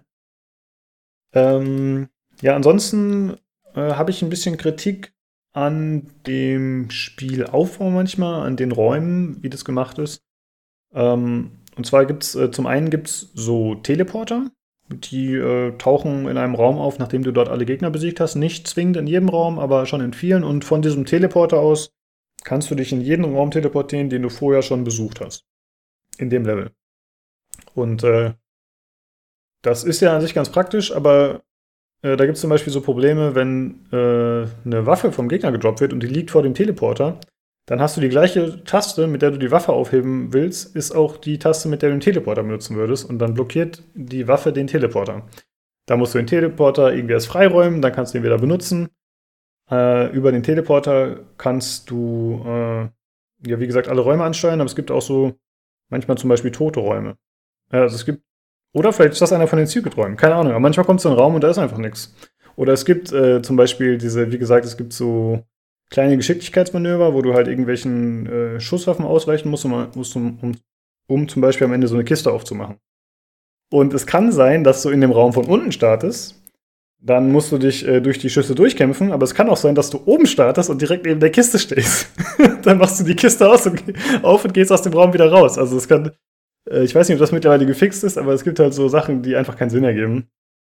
Ne? Ja, ansonsten habe ich ein bisschen Kritik an dem Spielaufbau manchmal, an den Räumen, wie das gemacht ist. Und zwar gibt es zum einen gibt's so Teleporter, die tauchen in einem Raum auf, nachdem du dort alle Gegner besiegt hast. Nicht zwingend in jedem Raum, aber schon in vielen. Und von diesem Teleporter aus kannst du dich in jeden Raum teleportieren, den du vorher schon besucht hast. In dem Level. Und das ist ja an sich ganz praktisch, aber da gibt es zum Beispiel so Probleme, wenn eine Waffe vom Gegner gedroppt wird und die liegt vor dem Teleporter, dann hast du die gleiche Taste, mit der du die Waffe aufheben willst, ist auch die Taste, mit der du den Teleporter benutzen würdest und dann blockiert die Waffe den Teleporter. Da musst du den Teleporter irgendwie erst freiräumen, dann kannst du ihn wieder benutzen. Über den Teleporter kannst du, ja wie gesagt, alle Räume ansteuern, aber es gibt auch so manchmal zum Beispiel tote Räume. Also es gibt oder vielleicht ist das einer von den Secret-Räumen. Keine Ahnung. Aber manchmal kommst du in einen Raum und da ist einfach nichts. Oder es gibt zum Beispiel wie gesagt, es gibt so kleine Geschicklichkeitsmanöver, wo du halt irgendwelchen Schusswaffen ausweichen musst, um zum Beispiel am Ende so eine Kiste aufzumachen. Und es kann sein, dass du in dem Raum von unten startest. Dann musst du dich durch die Schüsse durchkämpfen. Aber es kann auch sein, dass du oben startest und direkt neben der Kiste stehst. Dann machst du die Kiste auf und gehst aus dem Raum wieder raus. Also es kann ich weiß nicht, ob das mittlerweile gefixt ist, aber es gibt halt so Sachen, die einfach keinen Sinn ergeben.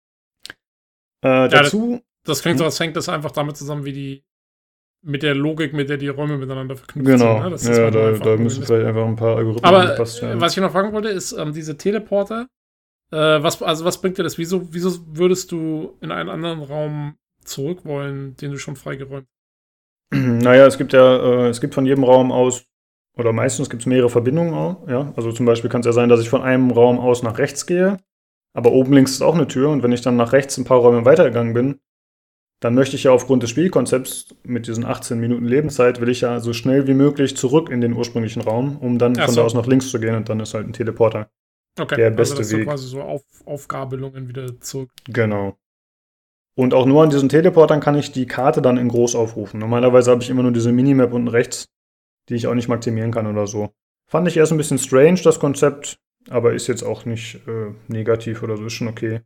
Dazu. Das klingt so, als hängt das einfach damit zusammen, mit der Logik, mit der die Räume miteinander verknüpft sind. Genau. Ne? Das ja, da müssen vielleicht einfach ein paar Algorithmen angepasst werden. Aber was ich noch fragen wollte, ist diese Teleporter. Was bringt dir das? Wieso würdest du in einen anderen Raum zurück wollen, den du schon freigeräumt hast? Naja, es gibt von jedem Raum aus oder meistens gibt es mehrere Verbindungen auch, ja. Also zum Beispiel kann es ja sein, dass ich von einem Raum aus nach rechts gehe, aber oben links ist auch eine Tür und wenn ich dann nach rechts ein paar Räume weitergegangen bin, dann möchte ich ja aufgrund des Spielkonzepts mit diesen 18 Minuten Lebenszeit, will ich ja so schnell wie möglich zurück in den ursprünglichen Raum, um dann von da aus nach links zu gehen und dann ist halt ein Teleporter der beste also das Weg. Also quasi so Aufgabelungen wieder zurück. Genau. Und auch nur an diesen Teleportern kann ich die Karte dann in groß aufrufen. Normalerweise habe ich immer nur diese Minimap unten rechts, die ich auch nicht maximieren kann oder so. Fand ich erst ein bisschen strange, das Konzept, aber ist jetzt auch nicht negativ oder so, ist schon okay.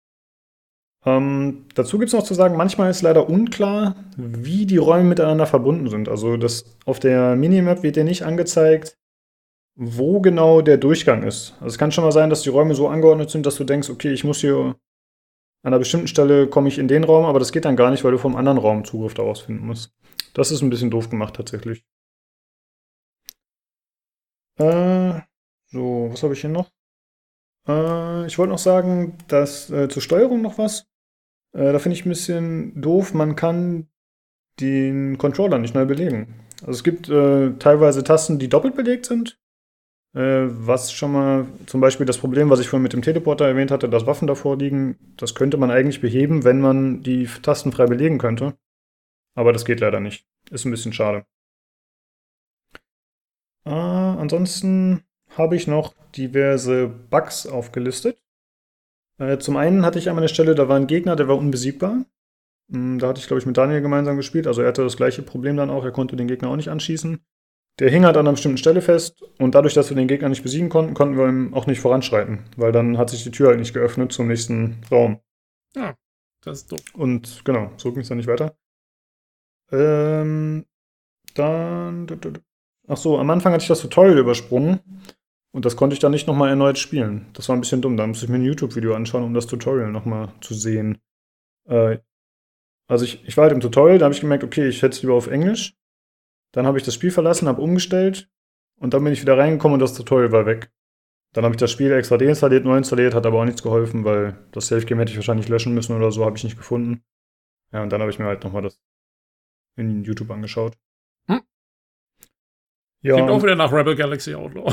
Dazu gibt es noch zu sagen, manchmal ist leider unklar, wie die Räume miteinander verbunden sind. Also auf der Minimap wird dir nicht angezeigt, wo genau der Durchgang ist. Also es kann schon mal sein, dass die Räume so angeordnet sind, dass du denkst, okay, ich muss hier an einer bestimmten Stelle komme ich in den Raum, aber das geht dann gar nicht, weil du vom anderen Raum Zugriff daraus finden musst. Das ist ein bisschen doof gemacht tatsächlich. So, was habe ich hier noch? Ich wollte noch sagen, dass zur Steuerung noch was. Da finde ich ein bisschen doof. Man kann den Controller nicht neu belegen. Also es gibt teilweise Tasten, die doppelt belegt sind. Was schon mal zum Beispiel das Problem, was ich vorhin mit dem Teleporter erwähnt hatte, dass Waffen davor liegen, das könnte man eigentlich beheben, wenn man die Tasten frei belegen könnte. Aber das geht leider nicht. Ist ein bisschen schade. Ansonsten habe ich noch diverse Bugs aufgelistet. Zum einen hatte ich einmal eine Stelle, da war ein Gegner, der war unbesiegbar. Da hatte ich, glaube ich, mit Daniel gemeinsam gespielt. Also er hatte das gleiche Problem dann auch. Er konnte den Gegner auch nicht anschießen. Der hing halt an einer bestimmten Stelle fest. Und dadurch, dass wir den Gegner nicht besiegen konnten, konnten wir ihm auch nicht voranschreiten. Weil dann hat sich die Tür halt nicht geöffnet zum nächsten Raum. Ja, das ist doof. Und genau, so ging es dann nicht weiter. Dann. Ach so, am Anfang hatte ich das Tutorial übersprungen. Und das konnte ich dann nicht nochmal erneut spielen. Das war ein bisschen dumm. Da musste ich mir ein YouTube-Video anschauen, um das Tutorial nochmal zu sehen. Also ich war halt im Tutorial, da habe ich gemerkt, okay, ich hätte es lieber auf Englisch. Dann habe ich das Spiel verlassen, habe umgestellt. Und dann bin ich wieder reingekommen und das Tutorial war weg. Dann habe ich das Spiel extra deinstalliert, neu installiert, hat aber auch nichts geholfen, weil das Safe-Game hätte ich wahrscheinlich löschen müssen oder so, habe ich nicht gefunden. Ja, und dann habe ich mir halt nochmal das in YouTube angeschaut. Ja, Klingt auch wieder nach Rebel Galaxy Outlaw.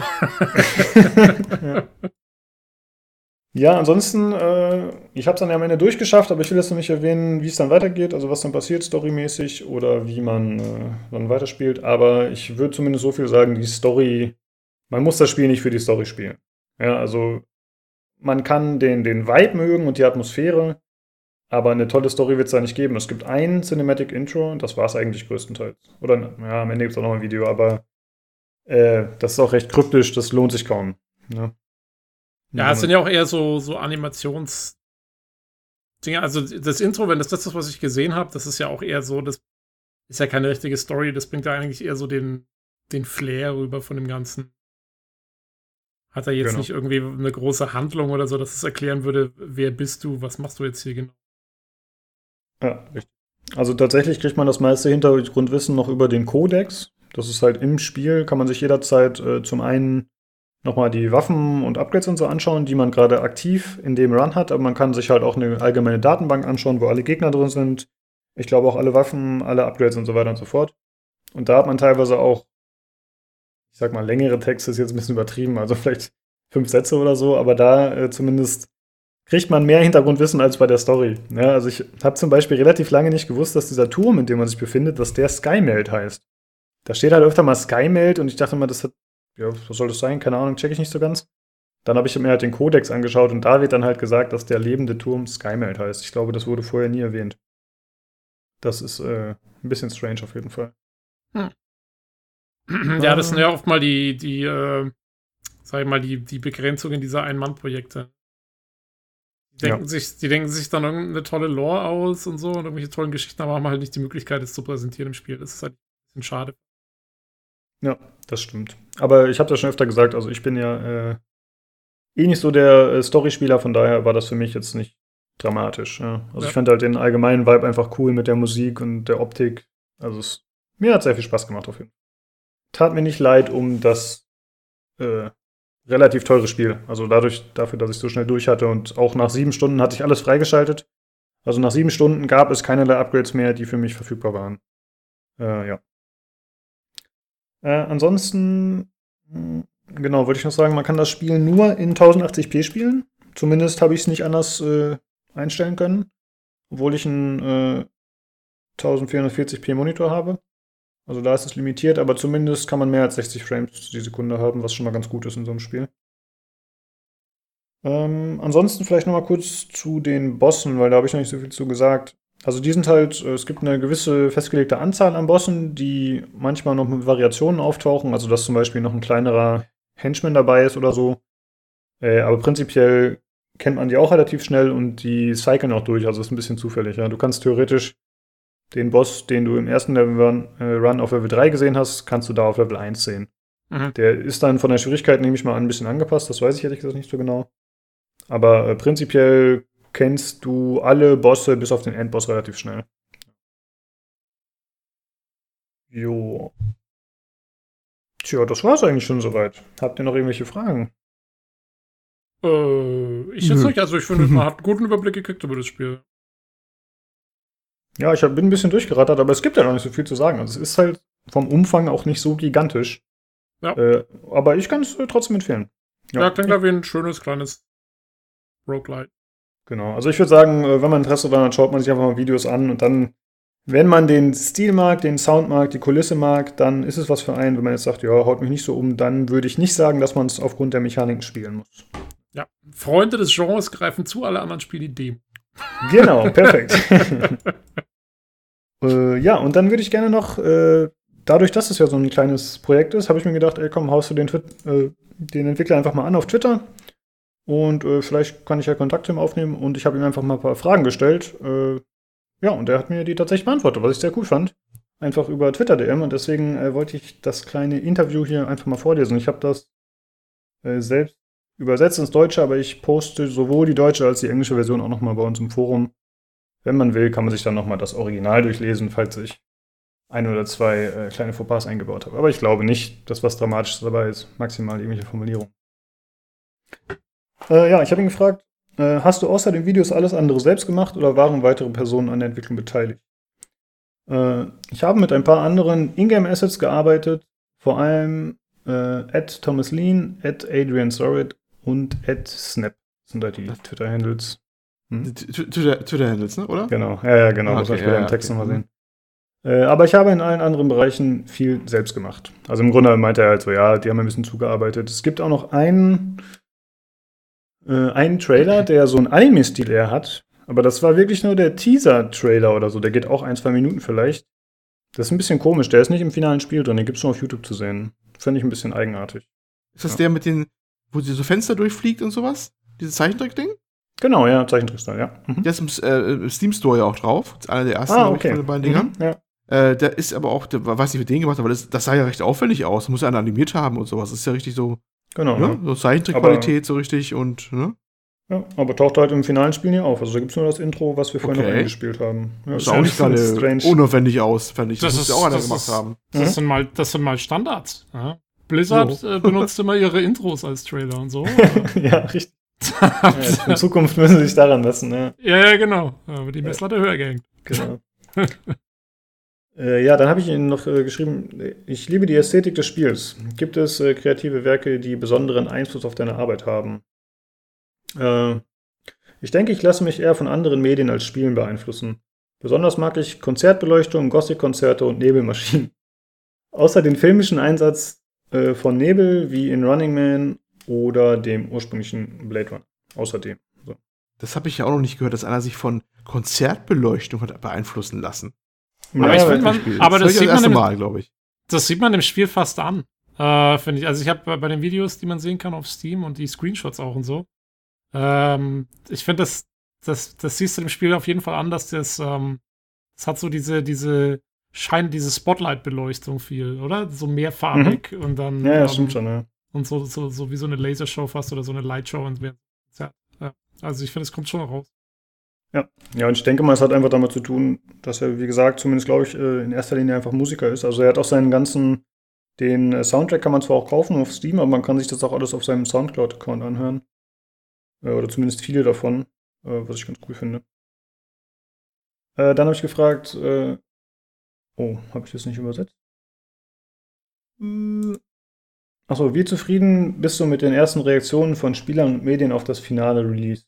Ja, ansonsten, ich habe es dann ja am Ende durchgeschafft, aber ich will jetzt noch nicht erwähnen, wie es dann weitergeht, also was dann passiert storymäßig oder wie man dann weiterspielt. Aber ich würde zumindest so viel sagen, die Story, man muss das Spiel nicht für die Story spielen. Ja, also man kann den Vibe mögen und die Atmosphäre, aber eine tolle Story wird es da nicht geben. Es gibt ein Cinematic Intro und das war es eigentlich größtenteils. Oder ja, am Ende gibt es auch noch ein Video, aber das ist auch recht kryptisch, das lohnt sich kaum. Ne? Ja, es sind ja auch eher so Animations-Dinge. Also das Intro, wenn das ist, was ich gesehen habe, das ist ja auch eher so, das ist ja keine richtige Story, das bringt ja eigentlich eher so den Flair rüber von dem Ganzen. Hat er jetzt nicht irgendwie eine große Handlung oder so, dass es erklären würde, wer bist du, was machst du jetzt hier genau? Ja, richtig. Also tatsächlich kriegt man das meiste Hintergrundwissen noch über den Codex. Das ist halt im Spiel, kann man sich jederzeit zum einen nochmal die Waffen und Upgrades und so anschauen, die man gerade aktiv in dem Run hat, aber man kann sich halt auch eine allgemeine Datenbank anschauen, wo alle Gegner drin sind. Ich glaube auch alle Waffen, alle Upgrades und so weiter und so fort. Und da hat man teilweise auch, ich sag mal, längere Texte, ist jetzt ein bisschen übertrieben, also vielleicht 5 Sätze oder so, aber da zumindest kriegt man mehr Hintergrundwissen als bei der Story. Ja, also ich habe zum Beispiel relativ lange nicht gewusst, dass dieser Turm, in dem man sich befindet, dass der Skymeld heißt. Da steht halt öfter mal Skymeld und ich dachte immer, das hat, ja, was soll das sein? Keine Ahnung, check ich nicht so ganz. Dann habe ich mir halt den Codex angeschaut und da wird dann halt gesagt, dass der lebende Turm Skymeld heißt. Ich glaube, das wurde vorher nie erwähnt. Das ist ein bisschen strange auf jeden Fall. Ja, das sind ja oft mal sag ich mal, die Begrenzungen dieser Ein-Mann-Projekte. Die denken sich dann irgendeine tolle Lore aus und so und irgendwelche tollen Geschichten, aber haben halt nicht die Möglichkeit, es zu präsentieren im Spiel. Das ist halt ein bisschen schade. Ja, das stimmt. Aber ich habe das schon öfter gesagt, also ich bin ja nicht so der Storyspieler, von daher war das für mich jetzt nicht dramatisch. Ja. Also ich fand halt den allgemeinen Vibe einfach cool mit der Musik und der Optik. Also mir hat sehr viel Spaß gemacht auf jeden Fall. Tat mir nicht leid um das relativ teure Spiel. Also dafür, dass ich so schnell durch hatte und auch nach 7 Stunden hatte ich alles freigeschaltet. Also nach 7 Stunden gab es keinerlei Upgrades mehr, die für mich verfügbar waren. Ja. Ansonsten, genau, wollte ich noch sagen, man kann das Spiel nur in 1080p spielen. Zumindest habe ich es nicht anders einstellen können, obwohl ich einen 1440p Monitor habe. Also da ist es limitiert, aber zumindest kann man mehr als 60 Frames die Sekunde haben, was schon mal ganz gut ist in so einem Spiel. Ansonsten vielleicht noch mal kurz zu den Bossen, weil da habe ich noch nicht so viel zu gesagt. Also die sind halt, es gibt eine gewisse festgelegte Anzahl an Bossen, die manchmal noch mit Variationen auftauchen, also dass zum Beispiel noch ein kleinerer Henchman dabei ist oder so. Aber prinzipiell kennt man die auch relativ schnell und die cyclen auch durch, also ist ein bisschen zufällig. Ja. Du kannst theoretisch den Boss, den du im ersten Run auf Level 3 gesehen hast, kannst du da auf Level 1 sehen. Mhm. Der ist dann von der Schwierigkeit, nehme ich mal an, ein bisschen angepasst, das weiß ich ehrlich gesagt nicht so genau. Aber prinzipiell kennst du alle Bosse bis auf den Endboss relativ schnell. Jo. Tja, das war's eigentlich schon soweit. Habt ihr noch irgendwelche Fragen? Ich jetzt nicht. Also ich finde, man hat einen guten Überblick gekriegt über das Spiel. Ja, bin ein bisschen durchgerattert, aber es gibt ja noch nicht so viel zu sagen. Also es ist halt vom Umfang auch nicht so gigantisch. Ja. Aber ich kann es trotzdem empfehlen. Ja, klingt wie ein schönes, kleines Roguelite. Genau. Also ich würde sagen, wenn man Interesse daran hat, schaut man sich einfach mal Videos an und dann, wenn man den Stil mag, den Sound mag, die Kulisse mag, dann ist es was für einen. Wenn man jetzt sagt, ja, haut mich nicht so um, dann würde ich nicht sagen, dass man es aufgrund der Mechaniken spielen muss. Ja, Freunde des Genres greifen zu, alle anderen spielen die Demo. Genau, perfekt. Ja, und dann würde ich gerne noch, dadurch, dass es ja so ein kleines Projekt ist, habe ich mir gedacht, ey, komm, haust du den Entwickler einfach mal an auf Twitter und vielleicht kann ich ja Kontakt zu ihm aufnehmen und ich habe ihm einfach mal ein paar Fragen gestellt. Ja, und er hat mir die tatsächlich beantwortet, was ich sehr cool fand. Einfach über Twitter-DM und deswegen wollte ich das kleine Interview hier einfach mal vorlesen. Ich habe das selbst übersetzt ins Deutsche, aber ich poste sowohl die deutsche als die englische Version auch nochmal bei uns im Forum. Wenn man will, kann man sich dann nochmal das Original durchlesen, falls ich ein oder zwei kleine Fauxpas eingebaut habe. Aber ich glaube nicht, dass was Dramatisches dabei ist. Maximal irgendwelche Formulierungen. Ja, ich habe ihn gefragt, hast du außer den Videos alles andere selbst gemacht oder waren weitere Personen an der Entwicklung beteiligt? Ich habe mit ein paar anderen Ingame-Assets gearbeitet, vor allem @ThomasLean, @AdrianSorrit und @Snap sind da die Twitter-Handles. Twitter-Handles, ne, oder? Genau, ja, genau. Okay, muss man später im Text nochmal sehen. Aber ich habe in allen anderen Bereichen viel selbst gemacht. Also im Grunde meinte er halt so, ja, die haben ein bisschen zugearbeitet. Es gibt auch noch einen Trailer, der so einen Anime-Stil eher hat. Aber das war wirklich nur der Teaser-Trailer oder so. Der geht auch 1-2 Minuten vielleicht. Das ist ein bisschen komisch. Der ist nicht im finalen Spiel drin. Den gibt es nur auf YouTube zu sehen. Fände ich ein bisschen eigenartig. Ist das der mit den, wo sie so Fenster durchfliegt und sowas? Dieses Zeichentrick-Ding? Genau, ja, Zeichentrickstyle, ja. Mhm. Der ist im Steam Store ja auch drauf. Das ist einer der ersten, okay. von den beiden Dingern. Ja. Der ist aber auch, weiß nicht, wie den gemacht hat, aber das sah ja recht aufwendig aus. Muss ja einer animiert haben und sowas. Das ist ja richtig so, Genau, ne? So Zeichentrickqualität so richtig und, ne? Ja, aber taucht halt im finalen Spiel nie auf. Also da gibt es nur das Intro, was wir vorhin noch eingespielt haben. Ja, das sah auch nicht gerade unaufwendig aus, fand ich. Das muss ja auch einer gemacht haben. Das sind mal Standards. Ja? Blizzard benutzt immer ihre Intros als Trailer und so. Ja, richtig. In Zukunft müssen sie sich daran messen, ja. Ja, genau. Aber die Messlatte höher gehängt. Genau. Ja, dann habe ich Ihnen noch geschrieben, ich liebe die Ästhetik des Spiels. Gibt es kreative Werke, die besonderen Einfluss auf deine Arbeit haben? Ich denke, ich lasse mich eher von anderen Medien als Spielen beeinflussen. Besonders mag ich Konzertbeleuchtung, Gothic-Konzerte und Nebelmaschinen. Außer den filmischen Einsatz von Nebel, wie in Running Man oder dem ursprünglichen Blade Runner. Außerdem. So. Das habe ich ja auch noch nicht gehört, dass einer sich von Konzertbeleuchtung hat beeinflussen lassen. Aber ja, das sieht man Mal, glaube ich. Das sieht man im Spiel fast an, finde ich. Also ich habe bei den Videos, die man sehen kann auf Steam und die Screenshots auch und so, ich finde, das siehst du im Spiel auf jeden Fall an, dass das hat so diese Spotlight-Beleuchtung viel, oder? So mehrfarbig und dann ja, stimmt schon, ja. Und so wie so eine Lasershow fast oder so eine Lightshow und ja. Also ich finde, es kommt schon raus. Ja, und ich denke mal, es hat einfach damit zu tun, dass er, wie gesagt, zumindest glaube ich, in erster Linie einfach Musiker ist. Also er hat auch den Soundtrack kann man zwar auch kaufen auf Steam, aber man kann sich das auch alles auf seinem Soundcloud-Account anhören. Oder zumindest viele davon, was ich ganz cool finde. Dann habe ich gefragt, habe ich das nicht übersetzt? Achso, wie zufrieden bist du mit den ersten Reaktionen von Spielern und Medien auf das finale Release?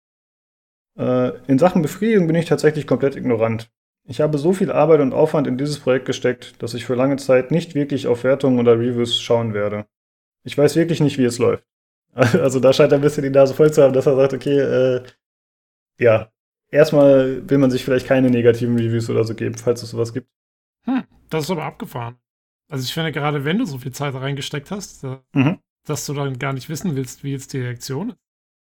In Sachen Befriedigung bin ich tatsächlich komplett ignorant. Ich habe so viel Arbeit und Aufwand in dieses Projekt gesteckt, dass ich für lange Zeit nicht wirklich auf Wertungen oder Reviews schauen werde. Ich weiß wirklich nicht, wie es läuft. Also da scheint er ein bisschen die Nase voll zu haben, dass er sagt, okay, ja, erstmal will man sich vielleicht keine negativen Reviews oder so geben, falls es sowas gibt. Das ist aber abgefahren. Also ich finde, gerade wenn du so viel Zeit reingesteckt hast, dass du dann gar nicht wissen willst, wie jetzt die Reaktion ist.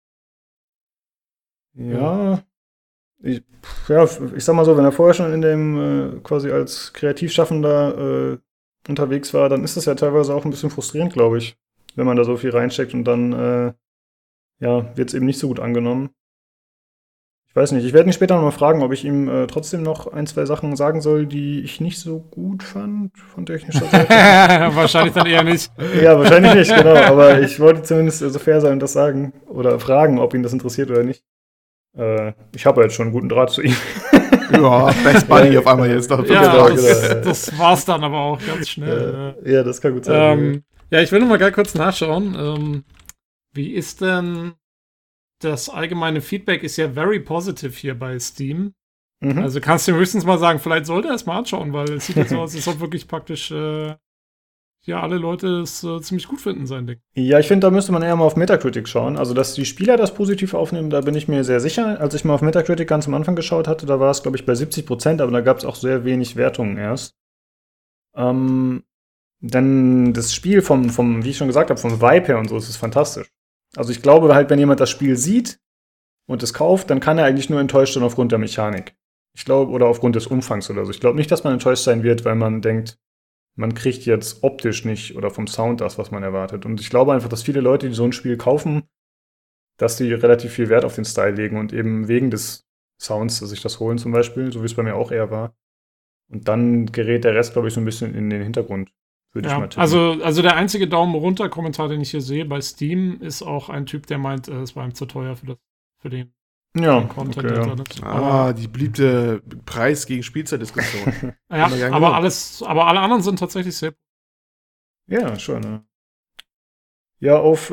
Ja, ich sag mal so, wenn er vorher schon in dem quasi als Kreativschaffender unterwegs war, dann ist das ja teilweise auch ein bisschen frustrierend, glaube ich, wenn man da so viel reinsteckt und dann wird es eben nicht so gut angenommen. Ich weiß nicht, ich werde ihn später nochmal fragen, ob ich ihm trotzdem noch 1, 2 Sachen sagen soll, die ich nicht so gut fand, von technischer Seite. Wahrscheinlich dann eher nicht. Ja, wahrscheinlich nicht, genau, aber ich wollte zumindest so fair sein und das sagen oder fragen, ob ihn das interessiert oder nicht. Ich habe ja jetzt schon einen guten Draht zu ihm. Ja, Best Buddy auf einmal jetzt. Ja, das war's dann aber auch ganz schnell. Ja, das kann gut sein. Ja, ich will noch mal ganz kurz nachschauen. Wie ist denn das allgemeine Feedback? Ist ja very positive hier bei Steam. Mhm. Also kannst du mir höchstens mal sagen, vielleicht sollte er es mal anschauen, weil es sieht jetzt so aus, als ob wirklich praktisch alle Leute es ziemlich gut finden, sein Ding. Ja, ich finde, da müsste man eher mal auf Metacritic schauen. Also, dass die Spieler das positiv aufnehmen, da bin ich mir sehr sicher. Als ich mal auf Metacritic ganz am Anfang geschaut hatte, da war es, glaube ich, bei 70%, aber da gab es auch sehr wenig Wertungen erst. Denn das Spiel vom, wie ich schon gesagt habe, vom Vibe her und so, ist es fantastisch. Also ich glaube halt, wenn jemand das Spiel sieht und es kauft, dann kann er eigentlich nur enttäuscht sein aufgrund der Mechanik. Ich glaube, oder aufgrund des Umfangs oder so. Ich glaube nicht, dass man enttäuscht sein wird, weil man denkt, man kriegt jetzt optisch nicht oder vom Sound das, was man erwartet. Und ich glaube einfach, dass viele Leute, die so ein Spiel kaufen, dass die relativ viel Wert auf den Style legen und eben wegen des Sounds sich das holen zum Beispiel, so wie es bei mir auch eher war. Und dann gerät der Rest, glaube ich, so ein bisschen in den Hintergrund, würde ich mal tippen. Also der einzige Daumen runter Kommentar, den ich hier sehe bei Steam, ist auch ein Typ, der meint, es war ihm zu teuer für den Content. Okay, die beliebte Preis gegen Spielzeitdiskussion. Ja, aber alle anderen sind tatsächlich sehr. Ja, schon. Ne? Ja, auf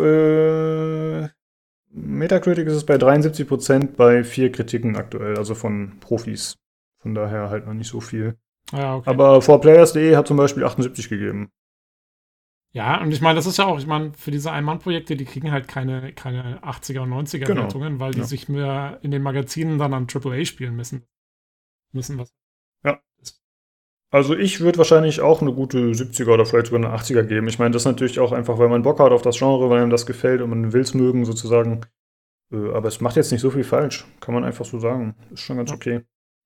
Metacritic ist es bei 73% bei 4 Kritiken aktuell, also von Profis. Von daher halt noch nicht so viel. Ja, okay. Aber 4players.de hat zum Beispiel 78 gegeben. Ja, und ich meine, das ist ja auch, für diese Ein-Mann-Projekte, die kriegen halt keine 80er und 90er Wertungen, weil die sich mehr in den Magazinen dann an AAA spielen müssen was. Ja. Also ich würde wahrscheinlich auch eine gute 70er oder vielleicht sogar eine 80er geben. Ich meine, das ist natürlich auch einfach, weil man Bock hat auf das Genre, weil einem das gefällt und man will es mögen sozusagen. Aber es macht jetzt nicht so viel falsch, kann man einfach so sagen. Ist schon ganz okay.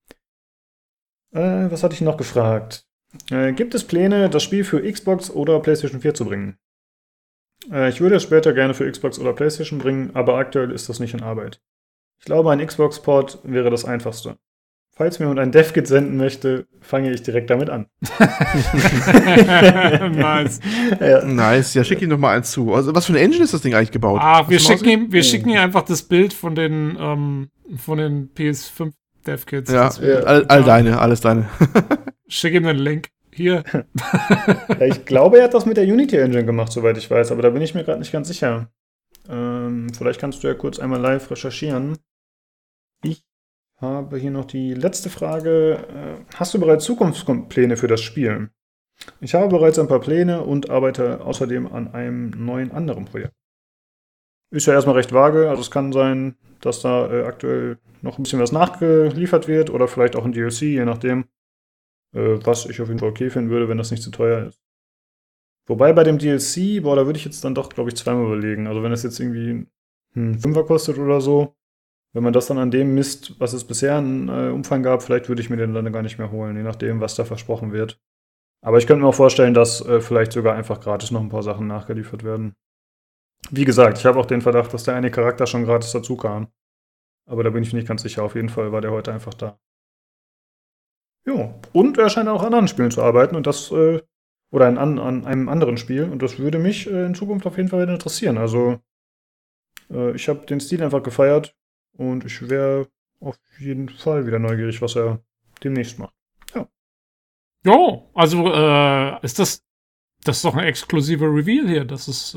Was hatte ich noch gefragt? Gibt es Pläne, das Spiel für Xbox oder PlayStation 4 zu bringen? Ich würde es später gerne für Xbox oder PlayStation bringen, aber aktuell ist das nicht in Arbeit. Ich glaube, ein Xbox-Port wäre das einfachste. Falls mir jemand ein Dev-Kit senden möchte, fange ich direkt damit an. Nice. Ja. Nice, ja, schick ihm doch mal eins zu. Also, was für eine Engine ist das Ding eigentlich gebaut? Wir schicken ihm einfach das Bild von den PS5 Dev-Kits. Ja, alles deine. Schick ihm den Link. Hier. Ja, ich glaube, er hat das mit der Unity Engine gemacht, soweit ich weiß, aber da bin ich mir gerade nicht ganz sicher. Vielleicht kannst du ja kurz einmal live recherchieren. Ich habe hier noch die letzte Frage. Hast du bereits Zukunftspläne für das Spiel? Ich habe bereits ein paar Pläne und arbeite außerdem an einem neuen anderen Projekt. Ist ja erstmal recht vage, also es kann sein, dass da aktuell noch ein bisschen was nachgeliefert wird oder vielleicht auch ein DLC, je nachdem. Was ich auf jeden Fall okay finden würde, wenn das nicht zu teuer ist. Wobei bei dem DLC, da würde ich jetzt dann doch, glaube ich, zweimal überlegen. Also wenn es jetzt irgendwie ein Fünfer kostet oder so, wenn man das dann an dem misst, was es bisher an Umfang gab, vielleicht würde ich mir den dann gar nicht mehr holen, je nachdem, was da versprochen wird. Aber ich könnte mir auch vorstellen, dass vielleicht sogar einfach gratis noch ein paar Sachen nachgeliefert werden. Wie gesagt, ich habe auch den Verdacht, dass der eine Charakter schon gratis dazu kam. Aber da bin ich nicht ganz sicher. Auf jeden Fall war der heute einfach da. Jo, und er scheint auch an anderen Spielen zu arbeiten und das, oder an einem anderen Spiel und das würde mich in Zukunft auf jeden Fall interessieren. Also, ich habe den Stil einfach gefeiert und ich wäre auf jeden Fall wieder neugierig, was er demnächst macht. Ja. Jo, also, ist das ist doch ein exklusiver Reveal hier, das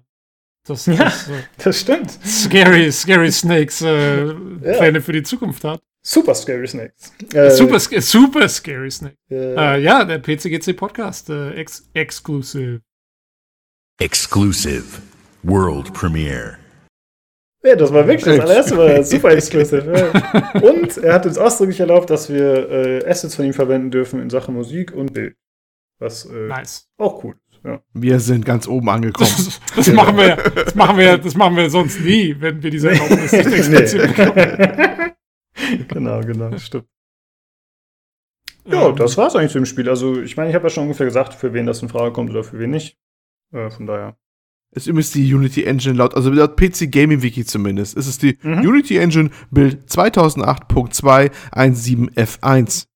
stimmt. Scary Snakes Pläne für die Zukunft hat. Super Scary Snakes. Super Scary Snakes. Ja, der PCGC Podcast. Exclusive. Exclusive. World Premiere. Ja, das war wirklich das allererste Mal. Super exclusive. Und er hat uns ausdrücklich erlaubt, dass wir Assets von ihm verwenden dürfen in Sachen Musik und Bild. Was nice. Auch cool ist. Ja. Wir sind ganz oben angekommen. Das machen wir sonst nie, wenn wir diese Erlaubnis nicht explizit bekommen. Genau, stimmt. Ja, das war's eigentlich zu dem Spiel. Also, ich meine, ich habe ja schon ungefähr gesagt, für wen das in Frage kommt oder für wen nicht. Von daher. Ist übrigens die Unity Engine laut PC Gaming Wiki zumindest. Ist es die Unity Engine Build 2008.217F1.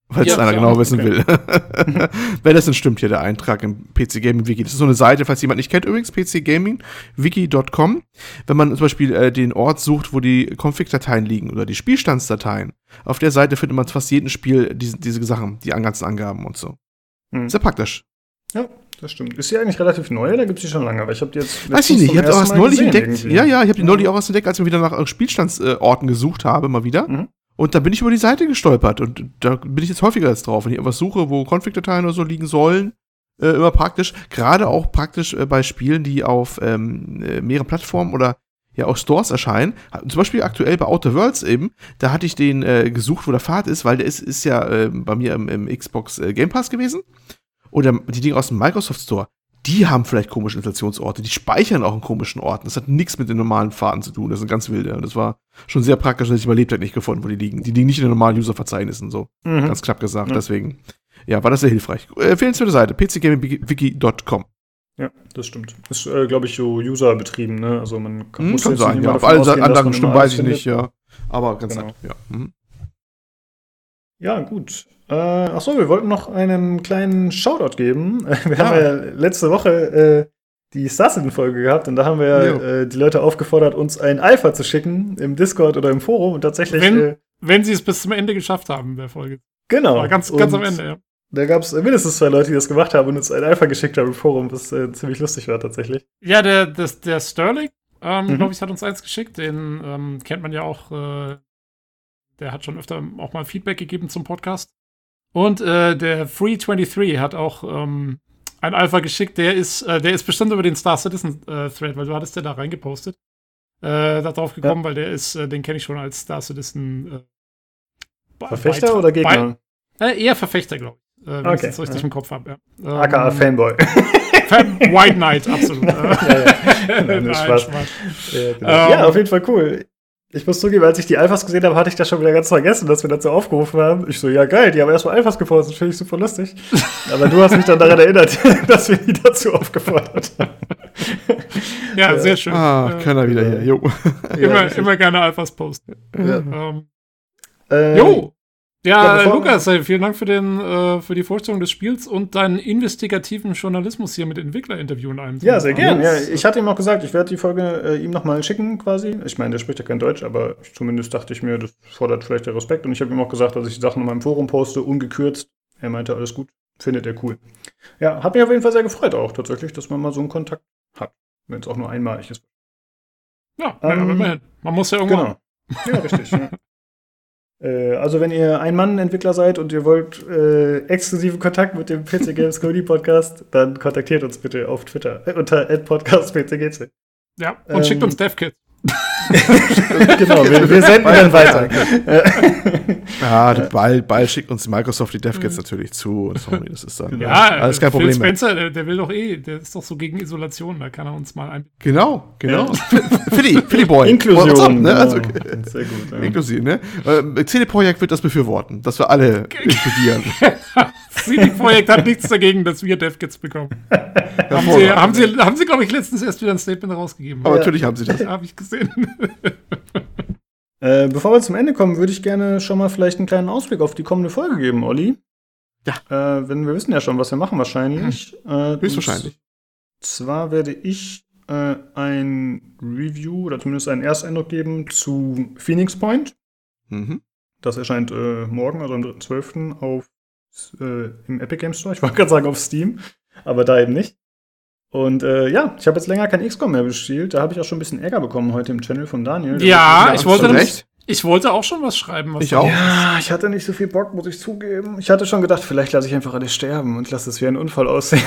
falls einer genau wissen will. Wenn das denn stimmt, hier der Eintrag im PC Gaming Wiki. Das ist so eine Seite, falls jemand nicht kennt, übrigens, pcgamingwiki.com. Wenn man zum Beispiel den Ort sucht, wo die Config-Dateien liegen oder die Spielstandsdateien, auf der Seite findet man fast jedem Spiel diese Sachen, die ganzen Angaben und so. Sehr praktisch. Ja, das stimmt. Ist die eigentlich relativ neu oder gibt es die schon lange? Aber ich habe die jetzt. Weiß ich nicht, ich habe auch erst neulich entdeckt. Irgendwie. Ja, ich habe die neulich auch erst entdeckt, als ich wieder nach Spielstandsorten gesucht habe, mal wieder. Mhm. Und da bin ich über die Seite gestolpert und da bin ich jetzt häufiger jetzt drauf. Wenn ich irgendwas suche, wo Config-Dateien oder so liegen sollen, immer praktisch. Gerade auch praktisch bei Spielen, die auf mehreren Plattformen oder ja auch Stores erscheinen. Zum Beispiel aktuell bei Outer Worlds eben, da hatte ich den gesucht, wo der Pfad ist, weil der ist ja bei mir im Xbox Game Pass gewesen. Oder die Dinge aus dem Microsoft Store, die haben vielleicht komische Installationsorte, die speichern auch in komischen Orten. Das hat nichts mit den normalen Pfaden zu tun, das sind ganz wilde. Und das war schon sehr praktisch, dass ich überlebt habe, nicht gefunden, wo die liegen. Die liegen nicht in den normalen User-Verzeichnissen, so. Ganz knapp gesagt, deswegen. Ja, war das sehr hilfreich. Empfehlenswerte Seite, pcgamingwiki.com. Ja, das stimmt. Ist, glaube ich, so User-betrieben, ne? Also man muss kann sein, ja. Auf allen anderen Stimmen weiß ich nicht, ja. Aber ganz nett, ja. Ja, gut. Achso, wir wollten noch einen kleinen Shoutout geben. Wir haben ja letzte Woche die Star-Citizen-Folge gehabt und da haben wir die Leute aufgefordert, uns ein Alpha zu schicken im Discord oder im Forum und tatsächlich. Wenn sie es bis zum Ende geschafft haben, der Folge. Genau. Aber ganz am Ende, ja. Da gab es mindestens 2 Leute, die das gemacht haben und uns ein Alpha geschickt haben im Forum, was ziemlich lustig war tatsächlich. Ja, der Sterling, glaube ich, hat uns eins geschickt. Den kennt man ja auch. Der hat schon öfter auch mal Feedback gegeben zum Podcast. Und der Free23 hat auch ein Alpha geschickt. Der ist bestimmt über den Star Citizen Thread, weil du hattest ja da reingepostet. Da drauf gekommen, weil den kenne ich schon als Star Citizen Verfechter oder Gegner? Eher Verfechter, glaube ich. Wenn ich das richtig im Kopf habe. Ja. AKA Fanboy. White Knight, absolut. Nein, Spaß. Ja, genau. Ja, auf jeden Fall cool. Ich muss zugeben, als ich die Alphas gesehen habe, hatte ich das schon wieder ganz vergessen, dass wir dazu aufgerufen haben. Ich so, ja geil, die haben erstmal Alphas gepostet, finde ich super lustig. Aber du hast mich dann daran erinnert, dass wir die dazu aufgefordert haben. Ja, sehr schön. Keiner wieder hier, jo. Immer gerne Alphas posten. Ja. Jo! Ja, Lukas, vielen Dank für die Vorstellung des Spiels und deinen investigativen Journalismus hier mit Entwicklerinterviewen ein. Ja, sehr gerne. Ja, ich hatte ihm auch gesagt, ich werde die Folge ihm nochmal schicken quasi. Ich meine, der spricht ja kein Deutsch, aber zumindest dachte ich mir, das fordert vielleicht der Respekt. Und ich habe ihm auch gesagt, dass ich die Sachen in meinem Forum poste, ungekürzt. Er meinte, alles gut, findet er cool. Ja, hat mich auf jeden Fall sehr gefreut auch tatsächlich, dass man mal so einen Kontakt hat, wenn es auch nur einmalig ist. Ja, aber immerhin. Man muss ja irgendwann. Genau. Ja, richtig. Ja. Also wenn ihr Ein-Mann-Entwickler seid und ihr wollt exklusiven Kontakt mit dem PC Games Cody Podcast, dann kontaktiert uns bitte auf Twitter unter @podcastpcgc. Ja, und schickt uns DevKit. Genau, wir senden dann weiter. Bald schickt uns Microsoft die DevKits natürlich zu. Und Sony, das ist dann alles kein Problem. Phil Spencer, der will doch der ist doch so gegen Isolation, da kann er uns mal ein. Genau. Philly Boy. Inklusion. Ne? Also, sehr gut. Ja. Inklusion, ne? CD Projekt wird das befürworten, dass wir alle inkludieren. CD Projekt hat nichts dagegen, dass wir DevKits bekommen. haben sie, glaube ich, letztens erst wieder ein Statement rausgegeben. Aber natürlich haben sie das. Habe ich gesehen. Bevor wir zum Ende kommen, würde ich gerne schon mal vielleicht einen kleinen Ausblick auf die kommende Folge geben, Olli. Ja. Denn wir wissen ja schon, was wir machen wahrscheinlich. Höchstwahrscheinlich. Zwar werde ich ein Review oder zumindest einen Ersteindruck geben zu Phoenix Point. Mhm. Das erscheint morgen, also am 3.12. Im Epic Games Store. Ich wollte gerade sagen auf Steam, aber da eben nicht. Und ich habe jetzt länger kein XCOM mehr bespielt. Da habe ich auch schon ein bisschen Ärger bekommen heute im Channel von Daniel. Ja, ich wollte auch schon was schreiben. Ich auch. Ja, ich hatte nicht so viel Bock, muss ich zugeben. Ich hatte schon gedacht, vielleicht lasse ich einfach alle sterben und lasse es wie ein Unfall aussehen.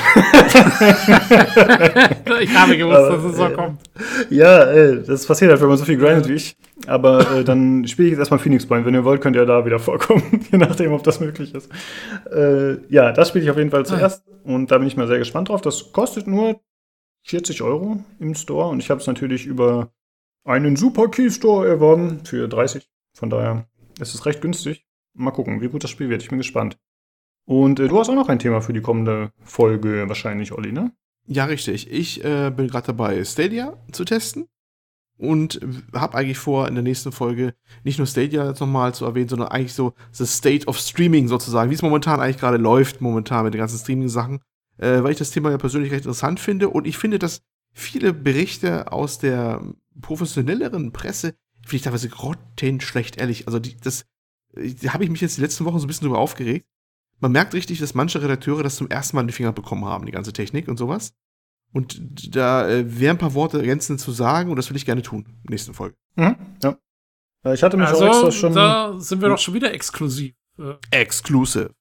Ich habe gewusst, dass es so kommt. Ja, das passiert halt, wenn man so viel grindet wie ich. Aber dann spiele ich jetzt erstmal Phoenix Point. Wenn ihr wollt, könnt ihr da wieder vorkommen. Je nachdem, ob das möglich ist. Das spiele ich auf jeden Fall zuerst. Und da bin ich mal sehr gespannt drauf. Das kostet nur 40 € im Store. Und ich habe es natürlich über einen Super Key Store erworben für 30. Von daher ist es recht günstig. Mal gucken, wie gut das Spiel wird. Ich bin gespannt. Und du hast auch noch ein Thema für die kommende Folge wahrscheinlich, Olli, ne? Ja, richtig. Ich bin gerade dabei, Stadia zu testen. und habe eigentlich vor, in der nächsten Folge nicht nur Stadia jetzt nochmal zu erwähnen, sondern eigentlich so the State of Streaming sozusagen, wie es momentan eigentlich gerade läuft, momentan mit den ganzen Streaming-Sachen, weil ich das Thema ja persönlich recht interessant finde und ich finde, dass viele Berichte aus der professionelleren Presse, finde ich teilweise grottenschlecht, ehrlich, also da habe ich mich jetzt die letzten Wochen so ein bisschen drüber aufgeregt. Man merkt richtig, dass manche Redakteure das zum ersten Mal in die Finger bekommen haben, die ganze Technik und sowas. Und da wären ein paar Worte ergänzend zu sagen und das will ich gerne tun, in der nächsten Folge. Ja. Ich hatte mich Also, auch extra schon. da sind wir doch schon wieder exklusiv. Exclusive.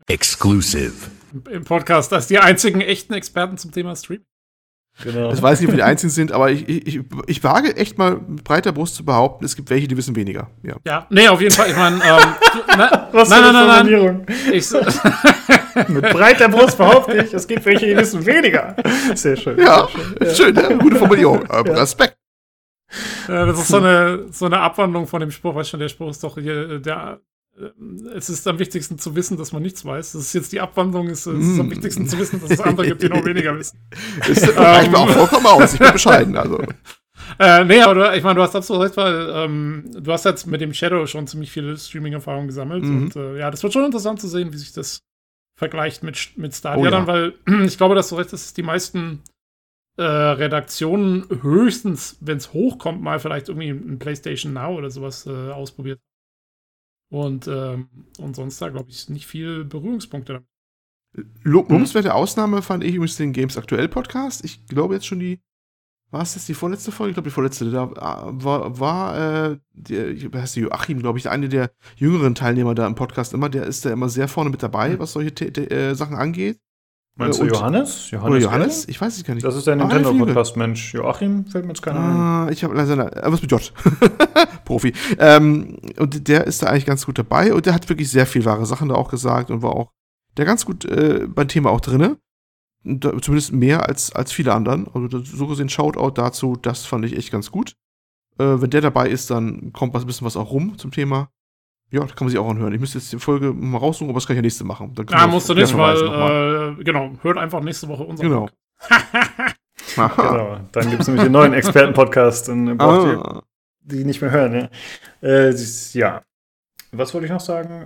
Im Podcast als die einzigen echten Experten zum Thema Stream. Genau. Ich weiß nicht, ob wir die Einzigen sind, aber ich wage echt mal mit breiter Brust zu behaupten, es gibt welche, die wissen weniger. Ja, nee, auf jeden Fall. Ich meine, Was für eine Formulierung. Ich Mit breiter Brust behaupte ich, es gibt welche, die wissen weniger. Sehr schön. Ja, schön, ne? Gute Formulierung. Respekt. das ist so eine Abwandlung von dem Spruch, weißt du, der Spruch ist doch hier, es ist am wichtigsten zu wissen, dass man nichts weiß. Das ist jetzt die Abwandlung, es ist am wichtigsten zu wissen, dass es andere gibt, die noch weniger wissen. Das reicht mir auch vollkommen aus, ich bin bescheiden, also. Nee, aber ich meine, du hast absolut recht, weil du hast jetzt mit dem Shadow schon ziemlich viele Streaming-Erfahrungen gesammelt und das wird schon interessant zu sehen, wie sich das vergleicht mit Stadia dann, weil ich glaube, dass du recht hast, dass die meisten Redaktionen höchstens, wenn es hochkommt, mal vielleicht irgendwie ein PlayStation Now oder sowas ausprobiert. Und sonst da, glaube ich, nicht viel Berührungspunkte damit. Lobenswerte Ausnahme fand ich übrigens den Games Aktuell Podcast. Ich glaube jetzt schon war es jetzt die vorletzte Folge? Ich glaube, die vorletzte. Da war der heißt Joachim, glaube ich, eine der jüngeren Teilnehmer da im Podcast immer. Der ist da immer sehr vorne mit dabei, was solche Sachen angeht. Meinst du Johannes? Oder Johannes? Ich weiß es gar nicht. Das ist der Nintendo-Podcast-Mensch. Joachim fällt mir jetzt keiner ein. Ich habe leider was mit J. Profi. Und der ist da eigentlich ganz gut dabei und der hat wirklich sehr viel wahre Sachen da auch gesagt und war auch der ganz gut beim Thema auch drinne. Zumindest mehr als viele anderen. Also so gesehen, Shoutout dazu, das fand ich echt ganz gut. Wenn der dabei ist, dann kommt ein bisschen was auch rum zum Thema. Ja, da kann man sich auch anhören. Ich müsste jetzt die Folge mal raussuchen, aber das kann ich ja nächste machen. Musst du nicht, weil, hört einfach nächste Woche unseren Podcast. Genau, dann gibt es nämlich den neuen Experten-Podcast. Dann braucht ihr die nicht mehr hören. Ja. Was wollte ich noch sagen?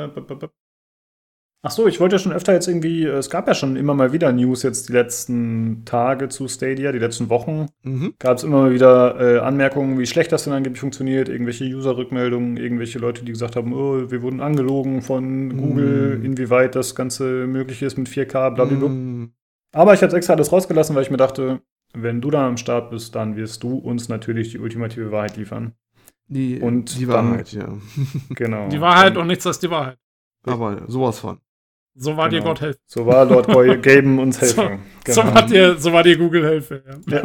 Achso, ich wollte ja schon öfter jetzt irgendwie, es gab ja schon immer mal wieder News jetzt die letzten Tage zu Stadia, die letzten Wochen. Gab es immer mal wieder Anmerkungen, wie schlecht das denn angeblich funktioniert, irgendwelche User-Rückmeldungen, irgendwelche Leute, die gesagt haben, oh, wir wurden angelogen von Google, inwieweit das Ganze möglich ist mit 4K, blablabla. Aber ich habe es extra alles rausgelassen, weil ich mir dachte, wenn du da am Start bist, dann wirst du uns natürlich die ultimative Wahrheit liefern. Die Wahrheit, ja. Genau. Die Wahrheit und nichts als die Wahrheit. Aber sowas von. So war dir Gott helfen. So war Lord Gaben uns helfen. So war dir Google helfen.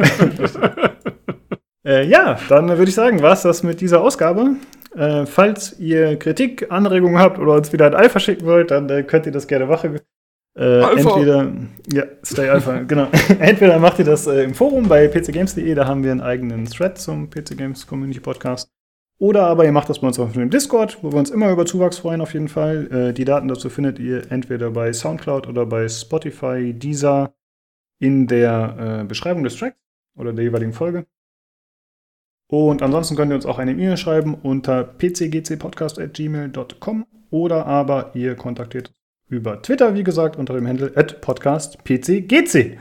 Ja, dann würde ich sagen, war es das mit dieser Ausgabe. Falls ihr Kritik, Anregungen habt oder uns wieder ein Alpha schicken wollt, dann könnt ihr das gerne machen. Entweder, Stay Alpha, genau. Entweder macht ihr das im Forum bei pcgames.de, da haben wir einen eigenen Thread zum PC Games Community Podcast. Oder aber ihr macht das bei uns auf dem Discord, wo wir uns immer über Zuwachs freuen auf jeden Fall. Die Daten dazu findet ihr entweder bei Soundcloud oder bei Spotify, Deezer in der Beschreibung des Tracks oder der jeweiligen Folge. Und ansonsten könnt ihr uns auch eine E-Mail schreiben unter pcgcpodcast@gmail.com oder aber ihr kontaktiert uns über Twitter, wie gesagt, unter dem Handle @podcastpcgc.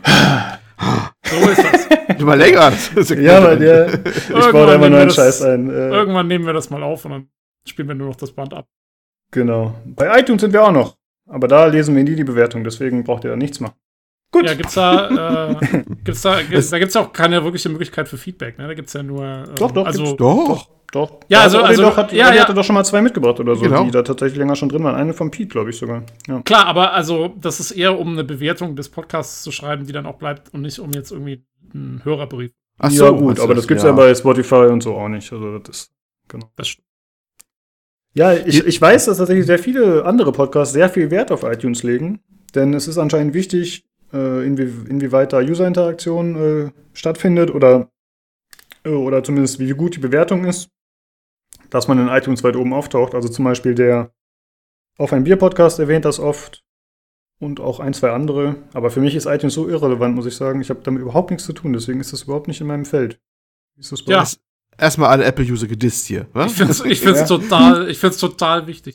So ist das. Überlegert. Ja, weil ich baue da immer neuen Scheiß ein. Irgendwann nehmen wir das mal auf und dann spielen wir nur noch das Band ab. Genau. Bei iTunes sind wir auch noch. Aber da lesen wir nie die Bewertung, deswegen braucht ihr da nichts machen. Gut. Ja, da gibt's auch keine wirkliche Möglichkeit für Feedback, ne? Da gibt's ja nur. Doch. Ja, Adi hatte doch schon mal 2 mitgebracht oder so, genau, die da tatsächlich länger schon drin waren. Eine von Pete, glaube ich sogar. Ja. Klar, aber also das ist eher, um eine Bewertung des Podcasts zu schreiben, die dann auch bleibt und nicht um jetzt irgendwie einen Hörerbrief. Ach so, ja, gut, aber das gibt's ja bei Spotify und so auch nicht. Also das ist, genau. Das stimmt. Ja, ich weiß, dass tatsächlich sehr viele andere Podcasts sehr viel Wert auf iTunes legen, denn es ist anscheinend wichtig, inwieweit da User-Interaktion stattfindet oder zumindest wie gut die Bewertung ist, dass man in iTunes weit oben auftaucht. Also zum Beispiel der Auf ein Bier-Podcast erwähnt das oft und auch 1, 2 andere. Aber für mich ist iTunes so irrelevant, muss ich sagen. Ich habe damit überhaupt nichts zu tun, deswegen ist das überhaupt nicht in meinem Feld. Ist das Ja. Erstmal alle Apple-User gedisst hier. Wa? Ich find's total wichtig.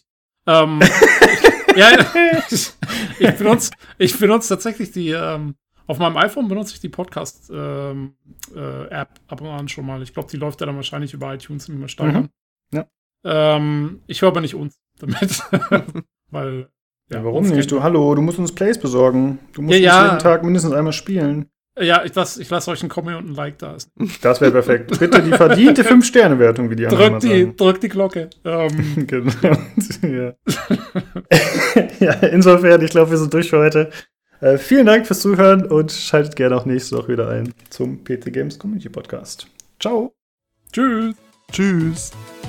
Ich benutze tatsächlich die, auf meinem iPhone benutze ich die Podcast-App ab und an schon mal. Ich glaube, die läuft ja dann wahrscheinlich über iTunes immer steigern. Ja. Ich höre aber nicht uns damit. Weil, ja, warum nicht? Du musst uns Plays besorgen. Du musst uns Ja. jeden Tag mindestens einmal spielen. Ja, ich lass euch einen Comment und ein Like da. Das wäre perfekt. Bitte die verdiente 5-Sterne-Wertung, wie die anderen immer sagen. Drück die Glocke. Genau. Ja. Ja, insofern, ich glaube, wir sind durch für heute. Vielen Dank fürs Zuhören und schaltet gerne auch nächste Woche wieder ein zum PC Games Community Podcast. Ciao. Tschüss. Tschüss.